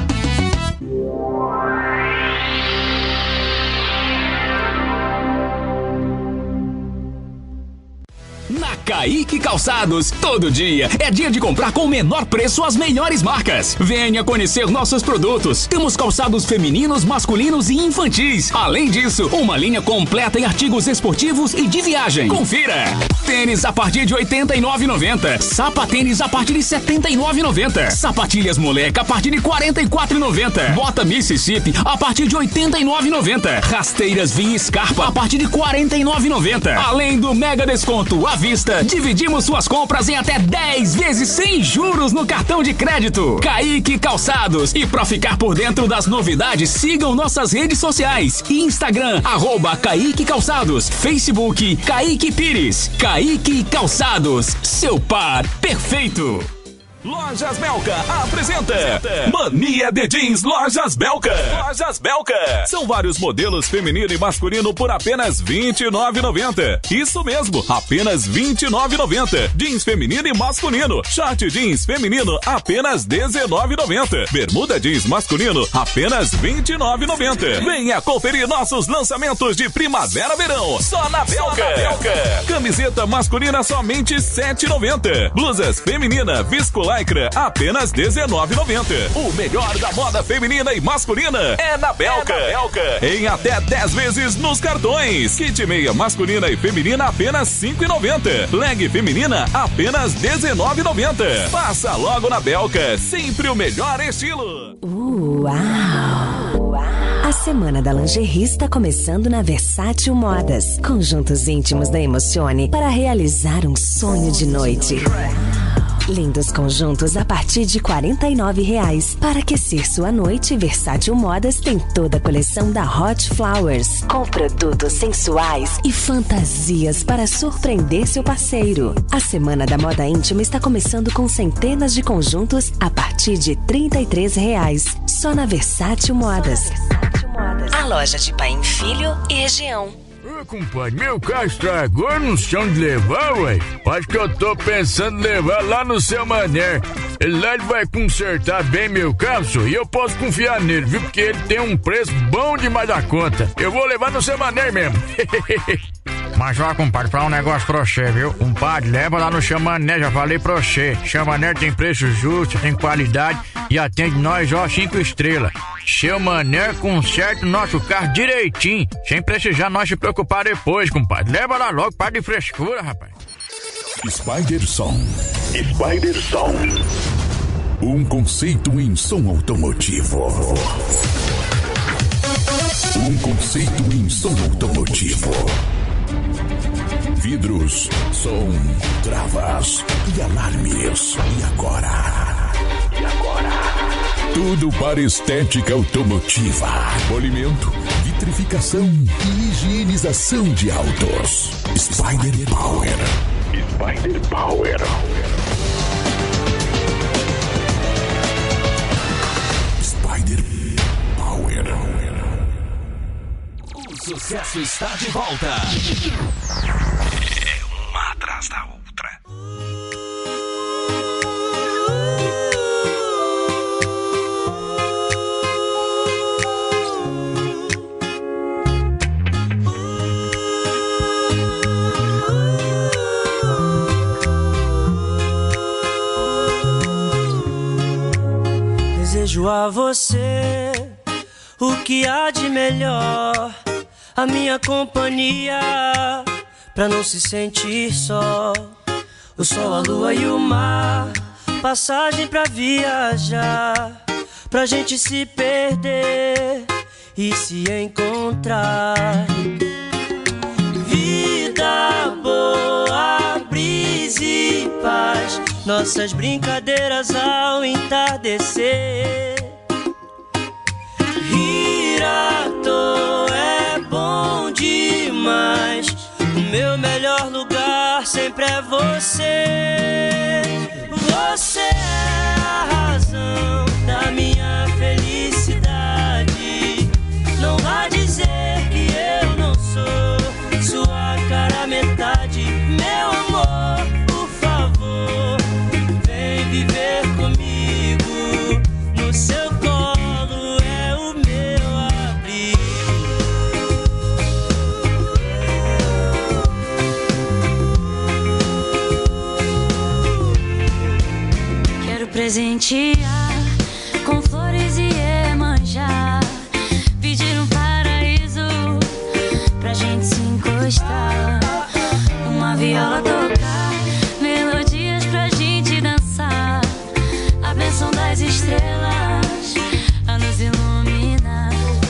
Na Kaique Calçados, todo dia é dia de comprar com o menor preço as melhores marcas. Venha conhecer nossos produtos. Temos calçados femininos, masculinos e infantis. Além disso, uma linha completa em artigos esportivos e de viagem. Confira! Tênis a partir de oitenta e nove reais e noventa centavos. Sapatênis a partir de setenta e nove reais e noventa centavos. Sapatilhas moleca a partir de quarenta e quatro reais e noventa centavos. Bota Mississippi a partir de oitenta e nove reais e noventa centavos. Rasteiras Vinha Scarpa a partir de quarenta e nove reais e noventa centavos. Além do mega desconto à vista, dividimos suas compras em até dez vezes sem juros no cartão de crédito. Kaique Calçados. E para ficar por dentro das novidades, sigam nossas redes sociais. Instagram, arroba Kaique Calçados. Facebook, Kaique Pires. Kaique Calçados. Seu par perfeito. Lojas Belka apresenta Mania de Jeans Lojas Belka. Lojas Belka. São vários modelos feminino e masculino por apenas vinte e nove reais e noventa centavos. Isso mesmo, apenas vinte e nove reais e noventa centavos. Jeans feminino e masculino. Short jeans feminino, apenas dezenove reais e noventa centavos. Bermuda jeans masculino, apenas vinte e nove reais e noventa centavos. Venha conferir nossos lançamentos de primavera-verão. Só na Belka. Só na Belka. Camiseta masculina, somente sete reais e noventa centavos. Blusas feminina, visco lycra, apenas dezenove reais e noventa centavos. O melhor da moda feminina e masculina é na Belka. É na Belka. Em até dez vezes nos cartões. Kit meia masculina e feminina, apenas cinco reais e noventa centavos. Leg feminina, apenas dezenove reais e noventa centavos. Passa logo na Belka, sempre o melhor estilo. Uau! A Semana da Lingerie está começando na Versátil Modas. Conjuntos íntimos da Emocione para realizar um sonho de noite. Lindos conjuntos a partir de quarenta e nove reais. Para aquecer sua noite, Versátil Modas tem toda a coleção da Hot Flowers, com produtos sensuais e fantasias para surpreender seu parceiro. A Semana da Moda Íntima está começando com centenas de conjuntos a partir de trinta e três reais. Só na Versátil Modas. A loja de Paim Filho e região. Ô, compadre, meu carro estragou, não sei onde levar, ué. Acho que eu tô pensando em levar lá no seu Mané. Ele lá ele vai consertar bem meu carro, senhor, e eu posso confiar nele, viu? Porque ele tem um preço bom demais da conta. Eu vou levar no seu Mané mesmo. Mas ó, compadre, falar um negócio pra você, viu? Compadre, leva lá no Chamané, já falei pra você. Chamané tem preço justo, tem qualidade e atende nós, ó, cinco estrelas. Seu Mané conserta o nosso carro direitinho, sem precisar nós se preocupar depois, compadre. Leva lá logo, para de frescura, rapaz. Spiderson. Spiderson. Um conceito em som automotivo. Um conceito em som automotivo. Vidros, som, travas e alarmes. E agora? E agora? Tudo para estética automotiva. Polimento, vitrificação e higienização de autos. Spider Power. Spider Power. Spider Power. O sucesso está de volta. É uma atrás da outra. Desejo a você o que há de melhor, a minha companhia, pra não se sentir só. O sol, a lua e o mar, passagem pra viajar, pra gente se perder e se encontrar. Vida boa, brisa e paz, nossas brincadeiras ao entardecer. Rir à toa é bom demais, o meu melhor lugar sempre é você. Você é a razão da minha felicidade. Não vá dizer que eu não sou sua cara metade. Meu amor, por favor, vem viver comigo. No seu colo é o meu abrigo. Quero presentear com flores e Iemanjá, pedir um paraíso pra gente se encostar, uma viola tocar, melodias pra gente dançar, a bênção das estrelas a nos iluminar.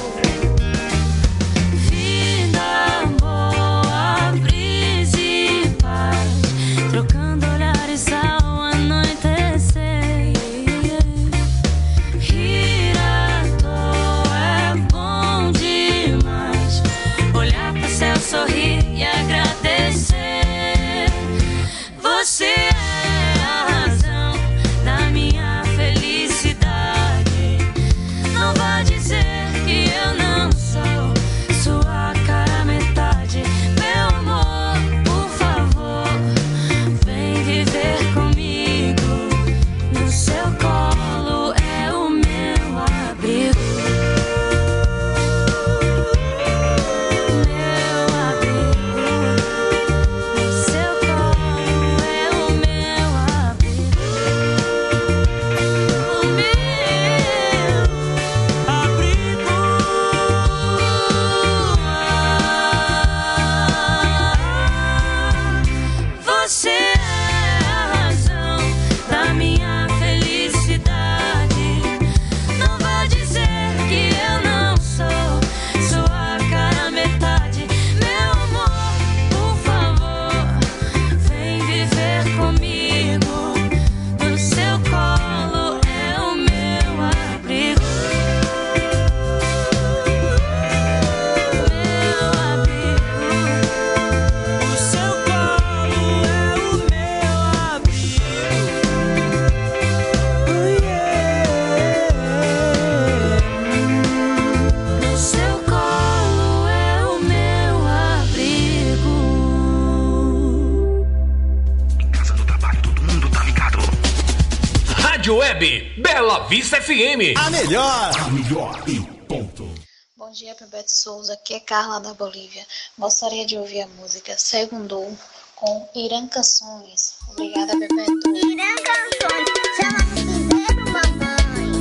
Vida boa, brisa e paz, trocando olhares ao anoitecer. Rádio Web Bela Vista F M. A melhor. A melhor e ponto. Bom dia, Bebeto Souza. Aqui é Carla da Bolívia. Gostaria de ouvir a música Segundou com Irã Canções. Obrigada, Bebeto. Irã Canções. Chama no primeiro, mamãe.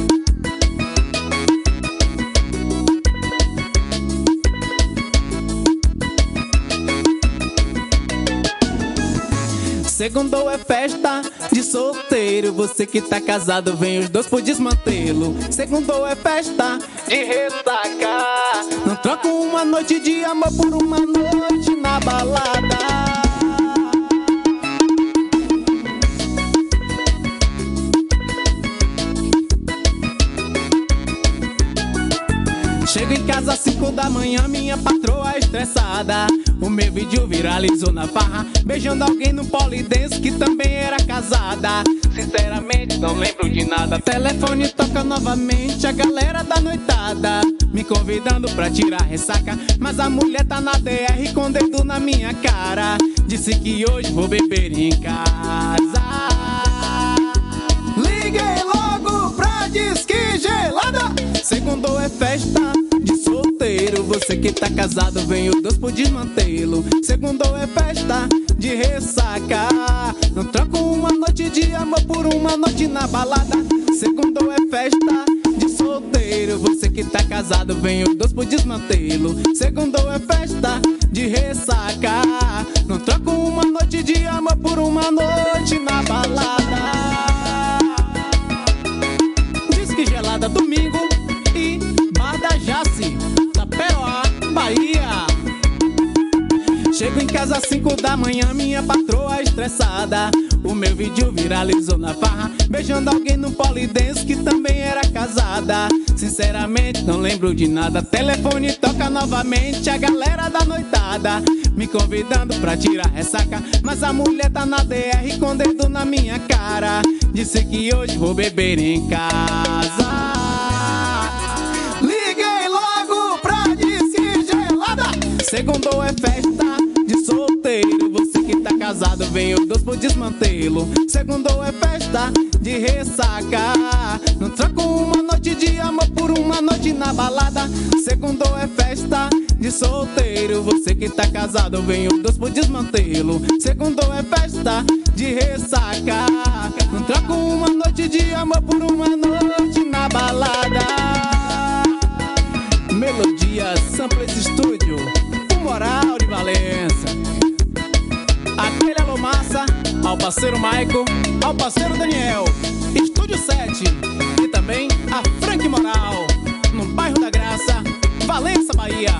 Segundou é festa de solteiro. Você que tá casado, vem os dois pro desmantelo. Segundou é festa de ressaca. Não troco uma noite de amor por uma noite na balada. Chego em casa às cinco da manhã, minha patroa estressada. O meu vídeo viralizou na farra, beijando alguém no polidense que também era casada. Sinceramente não lembro de nada. Telefone toca novamente, a galera da noitada me convidando pra tirar ressaca. Mas a mulher tá na D R com o dedo na minha cara. Disse que hoje vou beber em casa. Liguei logo pra Disque Gelada. Segundou é festa de solteiro. Você que tá casado, vem os dois pro desmantelo. Segundou é festa de ressaca. Não troco uma noite de amor por uma noite na balada. Segundou é festa de solteiro. Você que tá casado, vem os dois pro desmantelo. Segundou é festa de ressaca. Não troco uma noite de amor por uma noite na balada. Disque Gelada, domingo e Bar da Jaci, Taperoá, Bahia. Chego em casa às cinco da manhã, minha patroa estressada. O meu vídeo viralizou na farra, beijando alguém no polidense que também era casada. Sinceramente não lembro de nada. Telefone toca novamente, a galera da noitada me convidando pra tirar ressaca. Mas a mulher tá na D R com o dedo na minha cara. Disse que hoje vou beber em casa. Liguei logo pra Disque Gelada. Segundou é festa de solteiro. Você que tá casado, vem os dois pro desmantelo. Segundou é festa de ressaca. Não troco uma noite de amor por uma noite na balada. Segundou é festa de solteiro. Você que tá casado, vem os dois pro desmantelo. Segundou é festa de ressaca. Não troco uma noite de amor por uma noite na balada. Melodia Samples Studio, o Moral de Valença. Aquele alô massa ao parceiro Maico, ao parceiro Daniel, Estúdio sete e também a Frank Moral, no bairro da Graça, Valença, Bahia.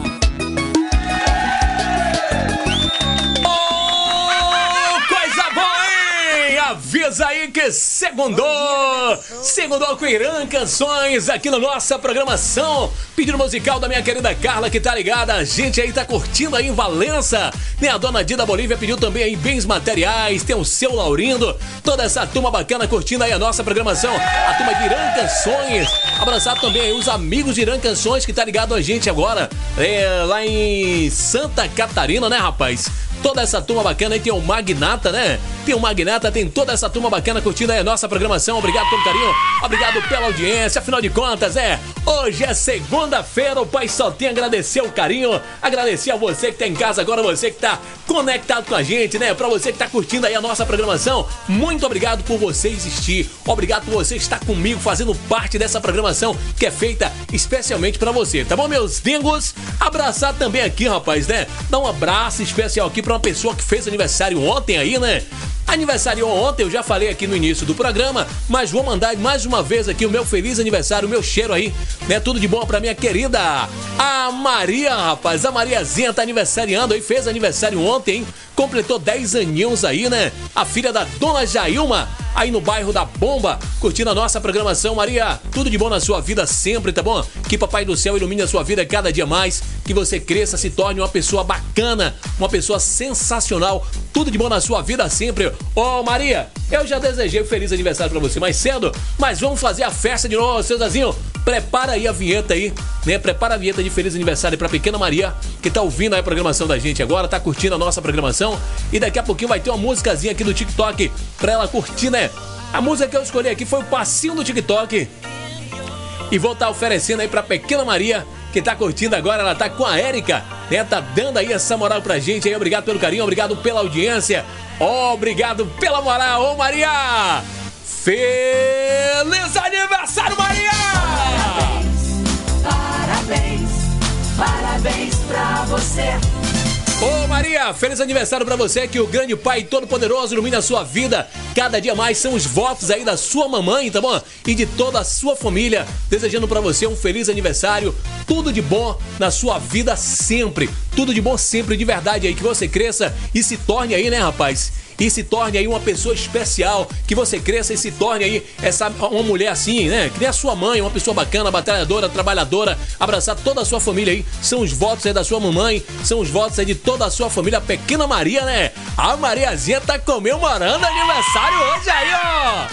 Avisa aí que segundou, segundou com Irã Canções aqui na nossa programação. Pedido musical da minha querida Carla, que tá ligada, a gente aí tá curtindo aí em Valença, né? A dona Dida Bolívia pediu também aí bens materiais, tem o seu Laurindo, toda essa turma bacana curtindo aí a nossa programação, a turma de Irã Canções. Abraçado também aí os amigos de Irã Canções que tá ligado a gente agora, é, lá em Santa Catarina, né, rapaz? Toda essa turma bacana aí, tem o Magnata, né? Tem o Magnata, tem toda essa turma bacana curtindo aí a nossa programação. Obrigado pelo carinho, obrigado pela audiência. Afinal de contas, é, hoje é segunda-feira, o pai só tem a agradecer o carinho, agradecer a você que tá em casa agora, você que tá conectado com a gente, né? Pra você que tá curtindo aí a nossa programação, muito obrigado por você existir, obrigado por você estar comigo, fazendo parte dessa programação que é feita especialmente pra você, tá bom, meus dingos? Abraçar também aqui, rapaz, né? Dar um abraço especial aqui pra uma pessoa que fez aniversário ontem aí, né? Aniversariou ontem, eu já falei aqui no início do programa, mas vou mandar mais uma vez aqui o meu feliz aniversário, o meu cheiro aí, né? Tudo de bom pra minha querida a Maria, rapaz. A Mariazinha tá aniversariando aí, fez aniversário ontem, hein? Completou dez aninhos aí, né? A filha da dona Jailma, aí no bairro da Bomba, curtindo a nossa programação. Maria, tudo de bom na sua vida sempre, tá bom? Que Papai do Céu ilumine a sua vida cada dia mais, que você cresça, se torne uma pessoa bacana, uma pessoa sensacional. Tudo de bom na sua vida sempre. Ô, Maria, eu já desejei um feliz aniversário pra você mais cedo, mas vamos fazer a festa de novo, seu Zazinho. Prepara aí a vinheta aí, né? Prepara a vinheta de feliz aniversário pra pequena Maria, que tá ouvindo aí a programação da gente agora, tá curtindo a nossa programação. E daqui a pouquinho vai ter uma musicazinha aqui do TikTok pra ela curtir, né? A música que eu escolhi aqui foi o Passinho do TikTok. E vou estar oferecendo aí pra pequena Maria, que tá curtindo agora, ela tá com a Érica, né? Tá dando aí essa moral pra gente aí. Obrigado pelo carinho, obrigado pela audiência, obrigado pela moral. Ô Maria, feliz aniversário, Maria! Parabéns, parabéns, parabéns pra você. Ô Maria, feliz aniversário pra você, que o grande Pai Todo-Poderoso ilumine a sua vida cada dia mais. São os votos aí da sua mamãe, tá bom? E de toda a sua família, desejando pra você um feliz aniversário, tudo de bom na sua vida sempre, tudo de bom sempre, de verdade aí, que você cresça e se torne aí, né, rapaz? E se torne aí uma pessoa especial, que você cresça e se torne aí essa, uma mulher assim, né? Que nem a sua mãe, uma pessoa bacana, batalhadora, trabalhadora, abraçar toda a sua família aí. São os votos aí da sua mamãe, são os votos aí de toda a sua família, a pequena Maria, né? A Mariazinha tá comemorando aniversário hoje aí, ó!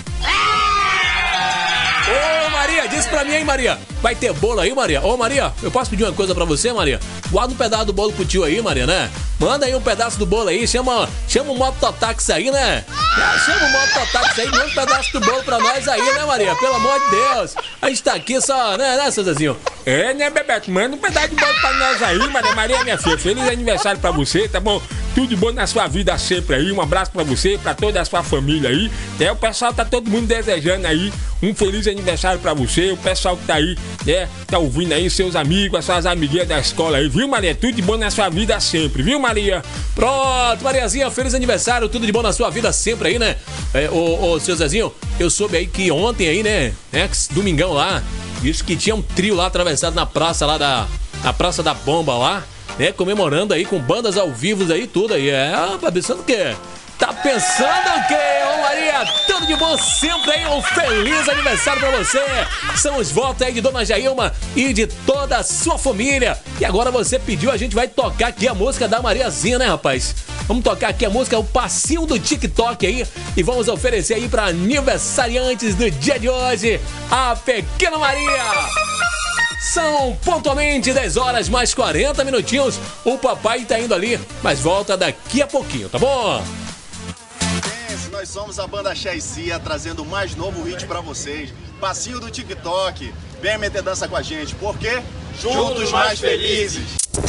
Ô Maria, diz pra mim aí, Maria, vai ter bolo aí, Maria? Ô Maria, eu posso pedir uma coisa pra você, Maria? Guarda um pedaço do bolo pro tio aí, Maria, né? Manda aí um pedaço do bolo aí, chama, chama o mototáxi aí, né? É, chama o mototáxi aí, manda um pedaço do bolo pra nós aí, né, Maria? Pelo amor de Deus, a gente tá aqui só, né, né, seu Zezinho? É, né, Bebeto? Manda um pedaço de bolo pra nós aí, Maria. Maria, minha filha, feliz aniversário pra você, tá bom? Tudo de bom na sua vida sempre aí. Um abraço pra você, pra toda a sua família aí. É, o pessoal tá todo mundo desejando aí um feliz aniversário pra você. O pessoal que tá aí, né, tá ouvindo aí, seus amigos, as suas amiguinhas da escola aí, viu, Maria? Tudo de bom na sua vida sempre, viu, Maria? Pronto, Mariazinha, feliz aniversário, tudo de bom na sua vida sempre aí, né? É, ô, ô, seu Zezinho, eu soube aí que ontem aí, né, né, domingão lá, disse que tinha um trio lá atravessado na praça lá da, na Praça da Bomba lá, né, comemorando aí com bandas ao vivo aí, tudo aí. É, tá pensando o quê? Tá pensando o quê, ô Maria? Tudo de bom sempre aí, um feliz aniversário pra você. São os votos aí de Dona Jailma e de toda a sua família. E agora você pediu, a gente vai tocar aqui a música da Mariazinha, né, rapaz? Vamos tocar aqui a música, o Passinho do TikTok aí. E vamos oferecer aí pra aniversariantes do dia de hoje, a pequena Maria. São pontualmente dez horas mais quarenta minutinhos. O papai tá indo ali, mas volta daqui a pouquinho, tá bom? Nós somos a banda Xaizia, trazendo o mais novo hit pra vocês. Passinho do TikTok. Venha meter dança com a gente, porque juntos, juntos mais felizes.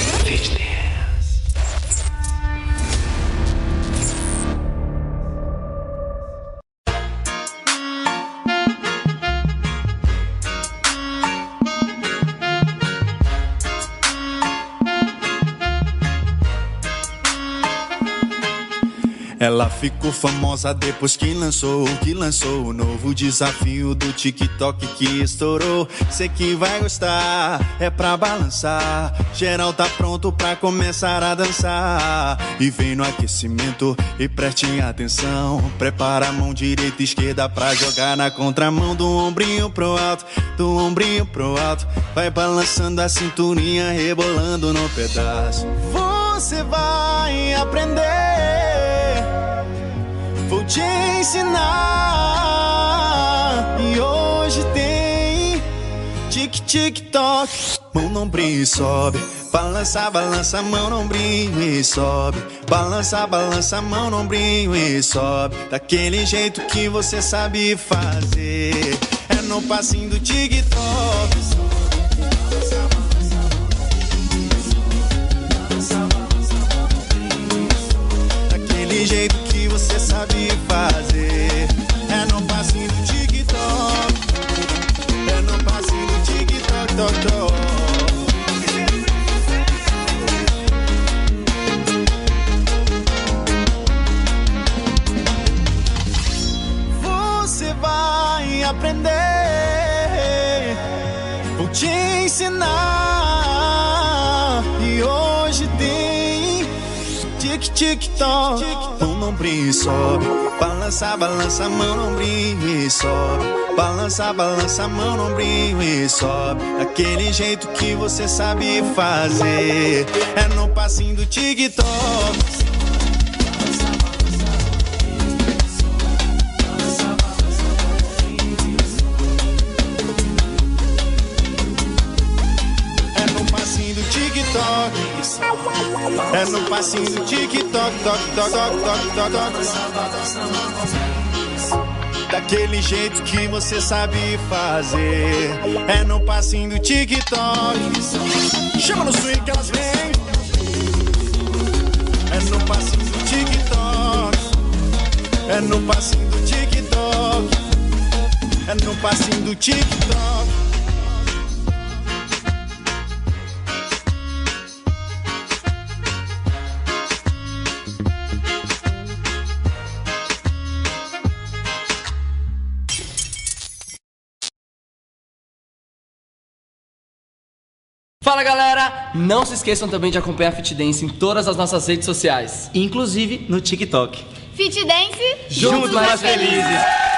Ela ficou famosa depois que lançou, que lançou o novo desafio do TikTok que estourou. Sei que vai gostar, é pra balançar. Geral tá pronto pra começar a dançar. E vem no aquecimento e prestem atenção. Prepara a mão direita e esquerda pra jogar na contramão. Do ombrinho pro alto, do ombrinho pro alto. Vai balançando a cinturinha, rebolando no pedaço. Você vai aprender. Vou te ensinar. E hoje tem tic-tic-toc. Mão no ombrinho e sobe. Balança, balança, mão no ombrinho e sobe. Balança, balança, mão no ombrinho e sobe. Daquele jeito que você sabe fazer. É no passinho do TikTok. Daquele jeito que você sabe fazer. É no passinho do TikTok. É no passinho do TikTok, toc, toc. Você vai aprender. Vou te ensinar. E hoje tem tic-tic-toc. Mão no ombrinho e sobe. Balança, balança, mão no ombrinho e sobe. Balança, balança, mão no ombrinho e sobe. Daquele jeito que você sabe fazer. É no passinho do TikTok. É no passinho do TikTok. É no passinho do TikTok, toc, toc, toc, toc, toc, toc. daquele jeito que você sabe fazer. É no passinho do TikTok. Chama no swing que elas vêm. É no passinho do TikTok. É no passinho do TikTok. É no passinho do TikTok. Fala galera, não se esqueçam também de acompanhar a Fit Dance em todas as nossas redes sociais, inclusive no TikTok. Fit Dance, juntos mais felizes.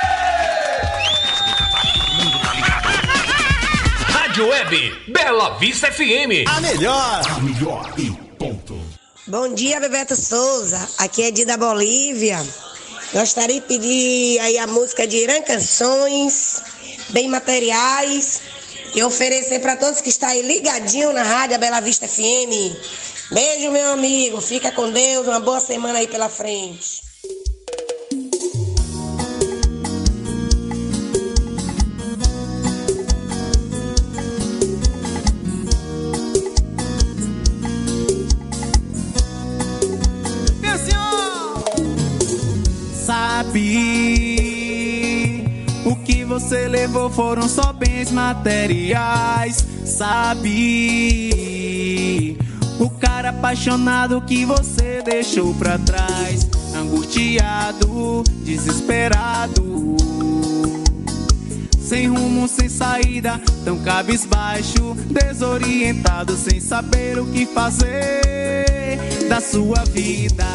Rádio Web Bela Vista F M. A melhor. A melhor e ponto. Bom dia, Bebeto Souza. Aqui é Dida Bolívia. Gostaria de pedir aí a música de Irã Canções, Bem Materiais, e oferecer para todos que estão aí ligadinho na Rádio Bela Vista F M. Beijo, meu amigo. Fica com Deus. Uma boa semana aí pela frente. Sabe, o que você levou foram só bens materiais. Sabe, o cara apaixonado que você deixou pra trás, angustiado, desesperado, sem rumo, sem saída, tão cabisbaixo, desorientado, sem saber o que fazer da sua vida.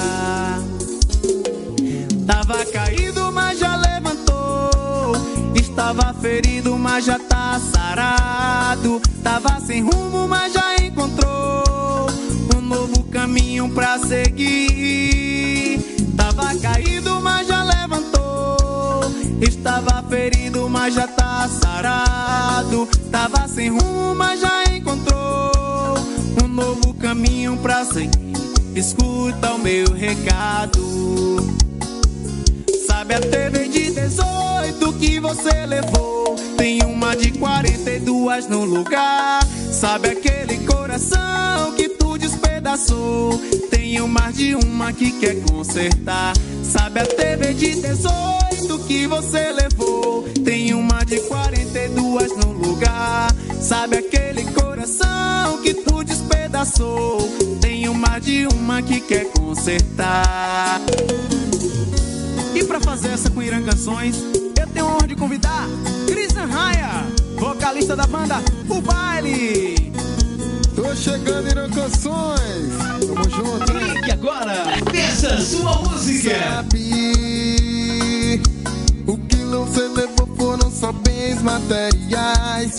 Tava caído, mas já levantou. Estava ferido, mas já tá sarado. Tava sem rumo, mas já encontrou um novo caminho pra seguir. Tava caído, mas já levantou. Estava ferido, mas já tá sarado. Tava sem rumo, mas já encontrou um novo caminho pra seguir. Escuta o meu recado. Sabe a T V de dezoito que você levou? Tem uma de quarenta e duas no lugar. Sabe aquele coração que tu despedaçou? Tem mais de uma que quer consertar. Sabe a T V de dezoito que você levou? Tem uma de quarenta e duas no lugar. Sabe aquele coração que tu despedaçou? Tem mais de uma que quer consertar. E pra fazer essa com Irã Canções, eu tenho a honra de convidar Cristian Raia, vocalista da banda O Baile. Tô chegando, Irã Canções. Tamo junto. Clique agora, peça sua música. Sabe, o que você levou foram só bens materiais.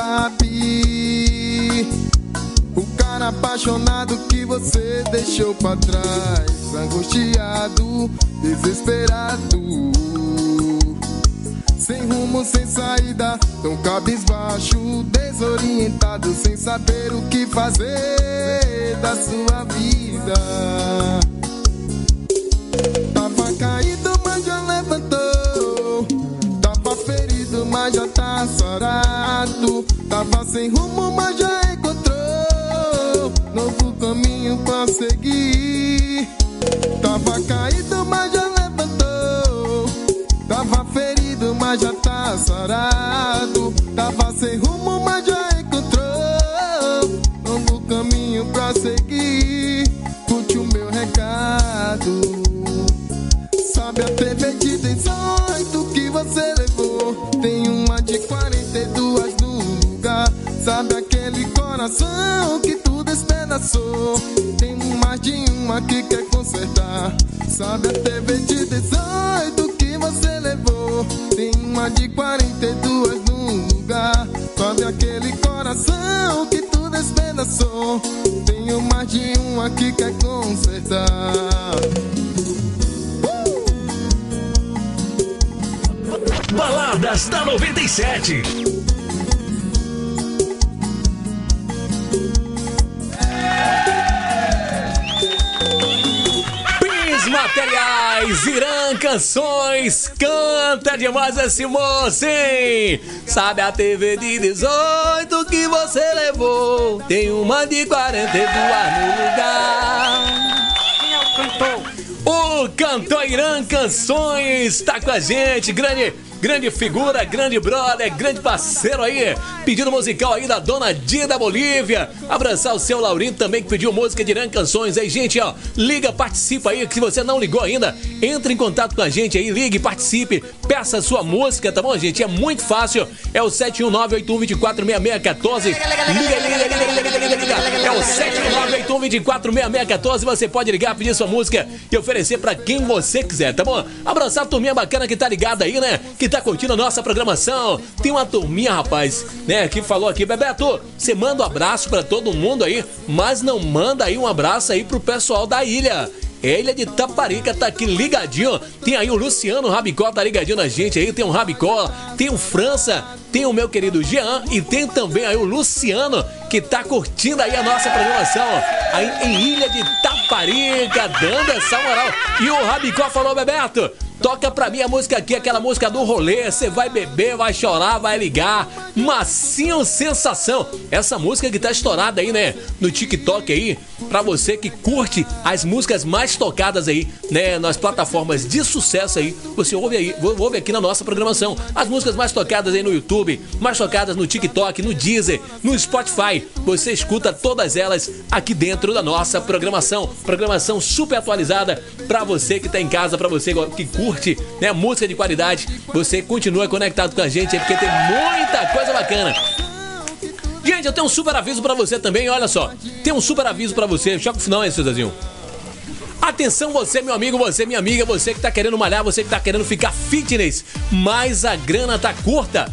Sabe, o cara apaixonado que você deixou pra trás, angustiado, desesperado, sem rumo, sem saída, tão cabisbaixo, desorientado, sem saber o que fazer da sua vida. Tava caído, mas já levantou. Tava ferido, mas já tá sarado. Tava sem rumo, mas já encontrou novo caminho pra seguir. Tava caído, mas já levantou. Tava ferido, mas já tá sarado. Tava sem rumo, mas já encontrou novo caminho pra seguir. Curte o meu recado. Sabe a T V de dezoito que você levou? Tem uma de quarenta e duas no lugar. Sabe aquele coração que tu despedaçou? Tem mais de uma que quer consertar. Sabe a T V de dezoito que você levou? Tem uma de quarenta e duas no lugar. Sabe aquele coração que tu despedaçou? Tenho mais de uma que quer consertar. Baladas da noventa e sete. materiais, Irã Canções, canta demais esse moço, hein? Sabe a T V de dezoito que você levou? Tem uma de quarenta e duas no lugar. Quem é o cantor? O cantor Irã Canções tá com a gente, grande... Grande figura, grande brother, grande parceiro aí. Pedido musical aí da dona Dida da Bolívia. Abraçar o seu Laurindo também, que pediu música de Irã Canções. Aí, gente, ó, liga, participa aí. Que se você não ligou ainda, entre em contato com a gente aí, ligue, participe, peça a sua música, tá bom, gente? É muito fácil. É o sete um nove, oito um dois quatro, seis seis um quatro. Liga, liga, liga, liga, liga, liga, liga. É o sete um nove, oito um dois quatro, seis seis um quatro. Você pode ligar, pedir sua música e oferecer pra quem você quiser, tá bom? Abraçar a turminha bacana que tá ligada aí, né? Que tá curtindo a nossa programação. Tem uma turminha, rapaz, né, que falou aqui: Bebeto, você manda um abraço pra todo mundo aí, mas não manda aí um abraço aí pro pessoal da ilha. Ilha de Taparica tá aqui ligadinho. Tem aí o Luciano Rabicó, tá ligadinho na gente aí. Tem o Rabicó, tem o França, tem o meu querido Jean e tem também aí o Luciano, que tá curtindo aí a nossa programação aí em Ilha de Taparica, dando essa moral. E o Rabicó falou: Bebeto, toca pra mim a música aqui, aquela música do rolê. Você vai beber, vai chorar, vai ligar. Massinho Sensação. Essa música que tá estourada aí, né, no TikTok aí, pra você que curte as músicas mais tocadas aí, né, nas plataformas de sucesso aí. Você ouve aí, ouve aqui na nossa programação. As músicas mais tocadas aí no YouTube, mais tocadas no TikTok, no Deezer, no Spotify. Você escuta todas elas aqui dentro da nossa programação. Programação super atualizada pra você que tá em casa, pra você que curte, né, música de qualidade. Você continua conectado com a gente aí, porque tem muita coisa bacana. Gente, eu tenho um super aviso pra você também, olha só. Tem um super aviso pra você. Choca o final aí, seu Zezinho. Atenção você, meu amigo, você, minha amiga, você que tá querendo malhar, você que tá querendo ficar fitness, mas a grana tá curta.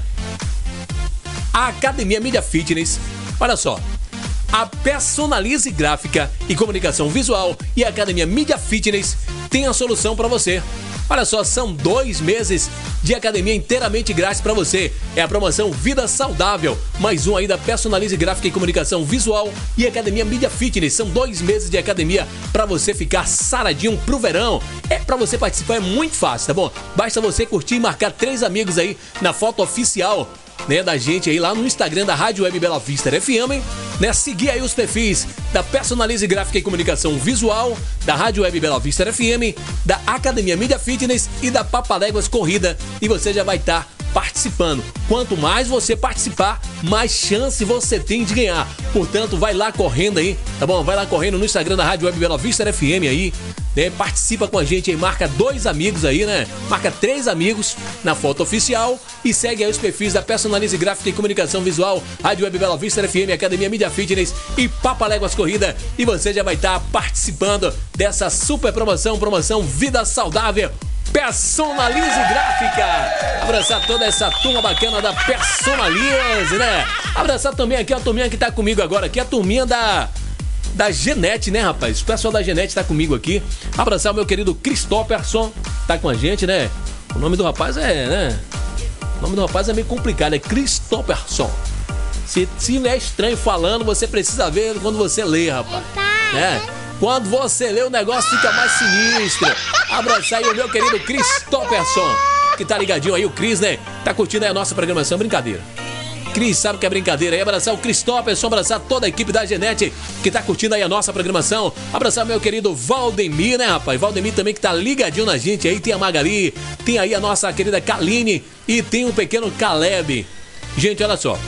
A Academia Mídia Fitness, olha só. A Personalize Gráfica e Comunicação Visual e a Academia Mídia Fitness tem a solução para você. Olha só, são dois meses de academia inteiramente grátis para você. É a promoção Vida Saudável. Mais um aí da Personalize Gráfica e Comunicação Visual e Academia Mídia Fitness. São dois meses de academia para você ficar saradinho pro verão. É para você participar, é muito fácil, tá bom? Basta você curtir e marcar três amigos aí na foto oficial, né, da gente aí lá no Instagram da Rádio Web Bela Vista F M, né? Seguir aí os perfis da Personalize Gráfica e Comunicação Visual, da Rádio Web Bela Vista F M, da Academia Mídia Fitness e da Papaléguas Corrida, e você já vai estar tá participando. Quanto mais você participar, mais chance você tem de ganhar. Portanto, vai lá correndo aí, tá bom? Vai lá correndo no Instagram da Rádio Web Bela Vista F M aí, né? Participa com a gente aí, marca dois amigos aí, né? Marca três amigos na foto oficial e segue aí os perfis da Personalize Gráfica e Comunicação Visual, Rádio Web Bela Vista F M, Academia Mídia Fitness e Papaléguas Corrida, e você já vai estar tá participando dessa super promoção, promoção Vida Saudável. Personalize Gráfica. Abraçar toda essa turma bacana da Personalize, né? Abraçar também aqui a turminha que tá comigo agora, aqui a turminha da da Genete, né, rapaz? O pessoal da Genete tá comigo aqui. Abraçar o meu querido Christopherson, tá com a gente, né? O nome do rapaz é, né? O nome do rapaz é meio complicado, é Christopherson. Se, se é estranho falando, você precisa ver quando você lê, rapaz. É. Quando você lê, o negócio fica mais sinistro. Abraçar aí o meu querido Christopherson, que tá ligadinho aí, o Cris, né? Tá curtindo aí a nossa programação, brincadeira. Cris sabe que é brincadeira aí. Abraçar o Christopherson, abraçar toda a equipe da Genete que tá curtindo aí a nossa programação. Abraçar meu querido Valdemir, né, rapaz? Valdemir também que tá ligadinho na gente aí. Tem a Magali, tem aí a nossa querida Kaline e tem o pequeno Caleb. Gente, olha só.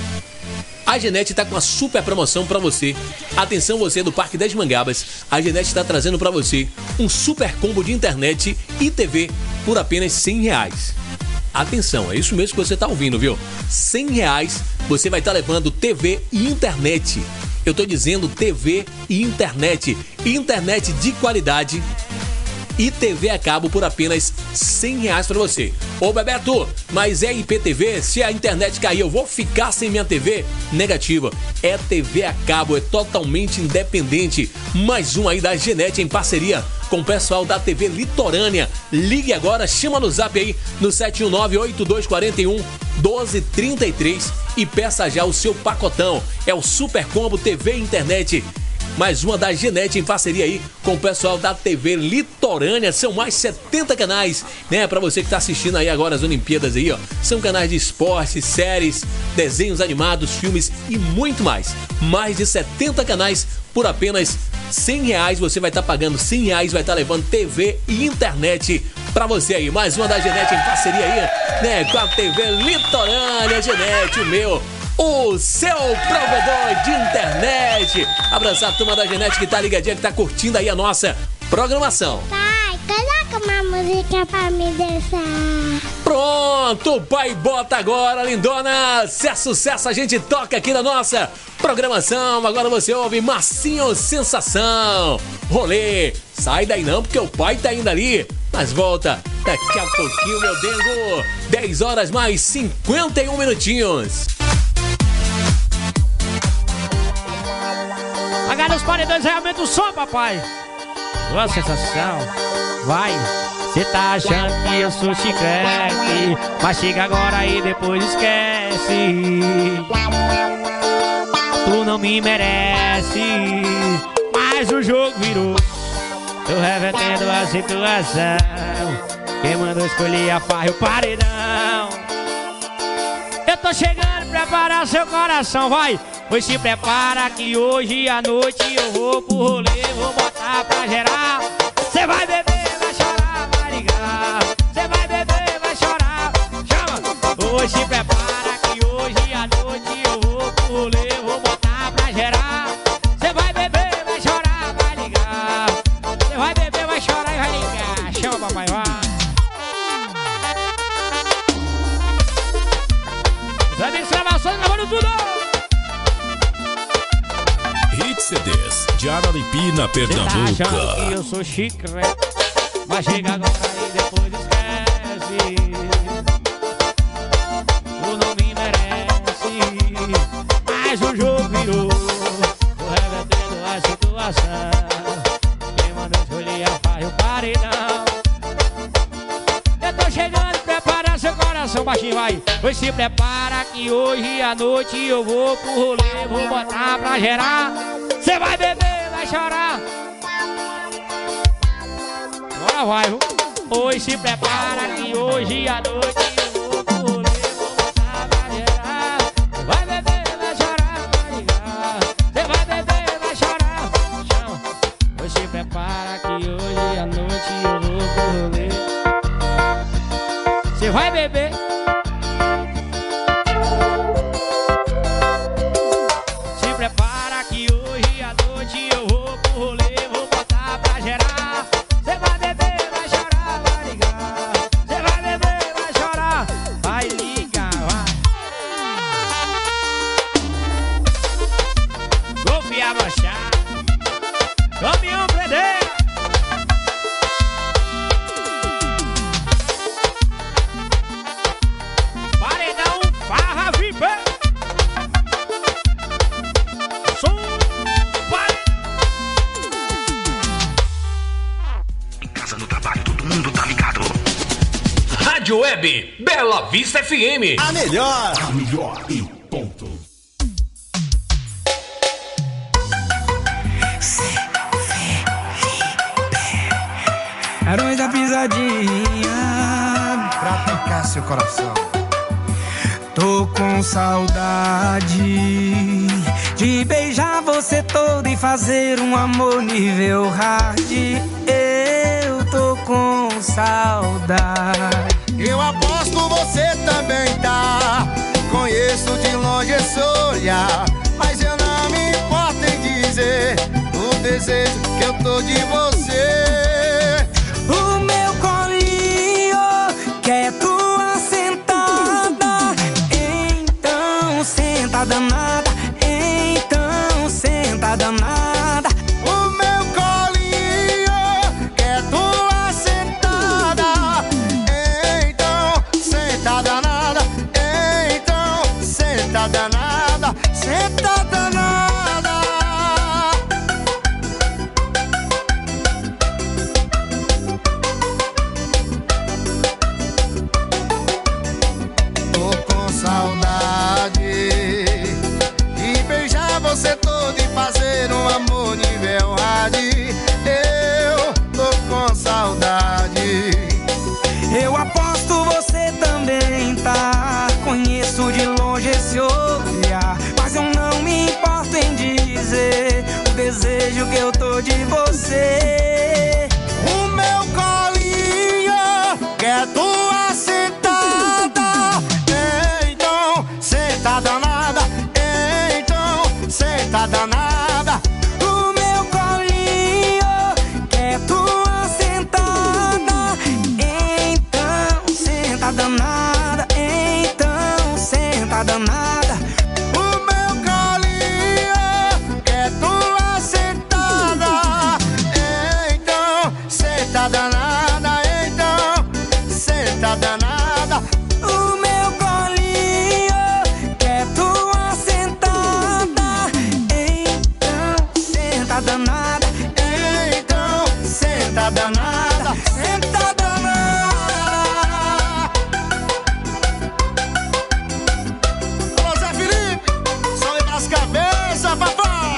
A Genete tá com uma super promoção pra você. Atenção você do Parque das Mangabas. A Genete tá trazendo pra você um super combo de internet e T V por apenas cem reais. Atenção, é isso mesmo que você tá ouvindo, viu? cem reais você vai estar tá levando T V e internet. Eu tô dizendo T V e internet. Internet de qualidade e T V a cabo por apenas cem reais pra você. Ô Bebeto, mas é I P T V? Se a internet cair, eu vou ficar sem minha T V? Negativa. É T V a cabo, é totalmente independente. Mais um aí da Genete em parceria com o pessoal da T V Litorânea. Ligue agora, chama no zap aí no sete um nove, oito dois quatro um, um dois três três e peça já o seu pacotão. É o Super Combo T V e Internet mais uma da Genete em parceria aí com o pessoal da T V Litorânea. São mais setenta canais, né? Pra você que tá assistindo aí agora as Olimpíadas aí, ó. São canais de esporte, séries, desenhos animados, filmes e muito mais. Mais de setenta canais por apenas cem reais. Você vai estar tá pagando cem reais, vai estar tá levando T V e internet pra você aí. Mais uma da Genete em parceria aí, né? Com a T V Litorânea. Genete, o meu, o seu provedor de internet. Abraçar a turma da Genete que tá ligadinha, que tá curtindo aí a nossa programação. Pai, coloca uma música pra me dançar. Pronto, o pai bota agora, lindona. Se é sucesso, a gente toca aqui na nossa programação. Agora você ouve Massinho Sensação. Rolê, sai daí não, porque o pai tá indo ali. Mas volta daqui a pouquinho, meu dengo. dez horas mais cinquenta e um minutinhos. Agarra os paredões, realmente o som, papai. Boa sensação. Vai. Cê tá achando que eu sou chiclete, mas chega agora e depois esquece. Tu não me merece, mas o jogo virou. Tô revertendo a situação. Quem mandou escolher a farra e o paredão? Eu tô chegando, preparar seu coração, vai. Pois se prepara que hoje à noite eu vou pro rolê, vou botar pra gerar. Cê vai beber, vai chorar, vai ligar. Cê vai beber, vai chorar, chama. Hoje se prepara que hoje à noite eu vou pro rolê, vou botar pra gerar. Cê vai beber, vai chorar, vai ligar. Cê vai beber, vai chorar e vai ligar. Chama, papai, vai. Zé de gravações, gravando tudo. Hit C Ds de Araripina, Pernambuco. Cê tá achando que eu sou chiclete, mas chega agora e depois esquece. Tu não me merece, mas o jogo virou. Tô revertendo a situação. Quem mandou escolher a farra e o paredão? Eu tô chegando, prepara seu coração, baixinho, vai. Pois se prepara que hoje à noite eu vou pro rolê, vou botar pra gerar. Cê vai beber, vai chorar. Agora vai, viu? Hoje se prepara que hoje à noite eu vou pro rolê, vou botar pra gerar. Cê vai beber, vai chorar, vai ligar. Cê vai beber, vai chorar. Chama. Hoje se prepara que hoje à noite eu vou pro rolê. Cê vai beber. Se prepara que hoje à noite eu vou pro rolê, vou botar pra gerar. Cê vai beber, vai chorar, vai ligar. Cê vai beber, vai chorar, vai ligar, vai. Golpe a baixar, caminhão prender. Paredão, farra, viver. Som, Em casa, no trabalho, todo mundo tá ligado. Rádio Web Bela Vista F M. A melhor. A melhor e ponto. Barões da pisadinha pra tocar seu coração. Tô com saudade de beijar você todo e fazer um amor nível hard. Eu tô com saudade. Eu aposto você também tá. Conheço de longe esse olhar, mas eu não me importo em dizer o desejo que eu tô de você. O meu colinho quer tua sentada. Então senta danada. Então senta danada. O meu colinho quer tua sentada. Então senta danada. Então senta danada. Senta danada. saudade. Eu aposto você também tá. Conheço de longe esse olhar, mas eu não me importo em dizer o desejo que eu tô de você. O meu colinho quer tua sentada. Então, senta danada. Então, senta danada. O meu colinho quer tua sentada. Então, senta danada. Então, senta danada. O meu colinho quer tua sentada. Então, senta danada. Então, senta danada. O meu colinho quer tua sentada. Então, senta danada. Então, senta danada. Senta danada. Alô, Zé Felipe, salve pras cabeças, papai.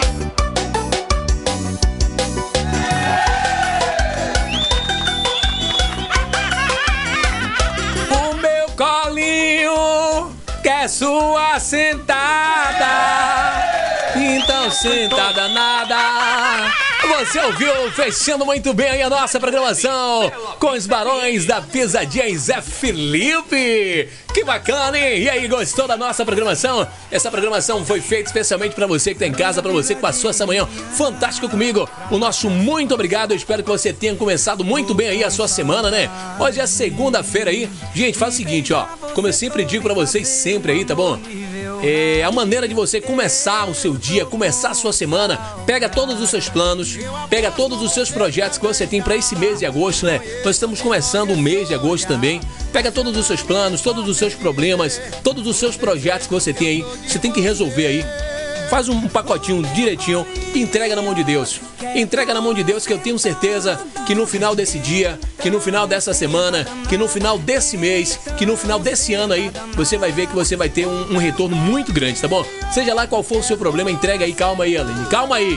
O meu colinho quer sua sentada. Então sentada nada. Você ouviu, fechando muito bem aí a nossa programação com os Barões da Pisadinha e Zé Felipe. Que bacana, hein? E aí, gostou da nossa programação? Essa programação foi feita especialmente pra você que tá em casa, pra você que passou essa manhã fantástica comigo. O nosso muito obrigado. Eu espero que você tenha começado muito bem aí a sua semana, né? Hoje é segunda-feira aí. Gente, faz o seguinte, ó. Como eu sempre digo pra vocês, sempre aí, tá bom? É a maneira de você começar o seu dia, começar a sua semana. Pega todos os seus planos, pega todos os seus projetos que você tem para esse mês de agosto, né? Nós estamos começando o mês de agosto também. Pega todos os seus planos, todos os seus problemas, todos os seus projetos que você tem aí. Você tem que resolver aí. Faz um pacotinho direitinho e entrega na mão de Deus. Entrega na mão de Deus, que eu tenho certeza que no final desse dia, que no final dessa semana, que no final desse mês, que no final desse ano aí, você vai ver que você vai ter um, um retorno muito grande, tá bom? Seja lá qual for o seu problema, entrega aí. Calma aí, Aline, calma aí.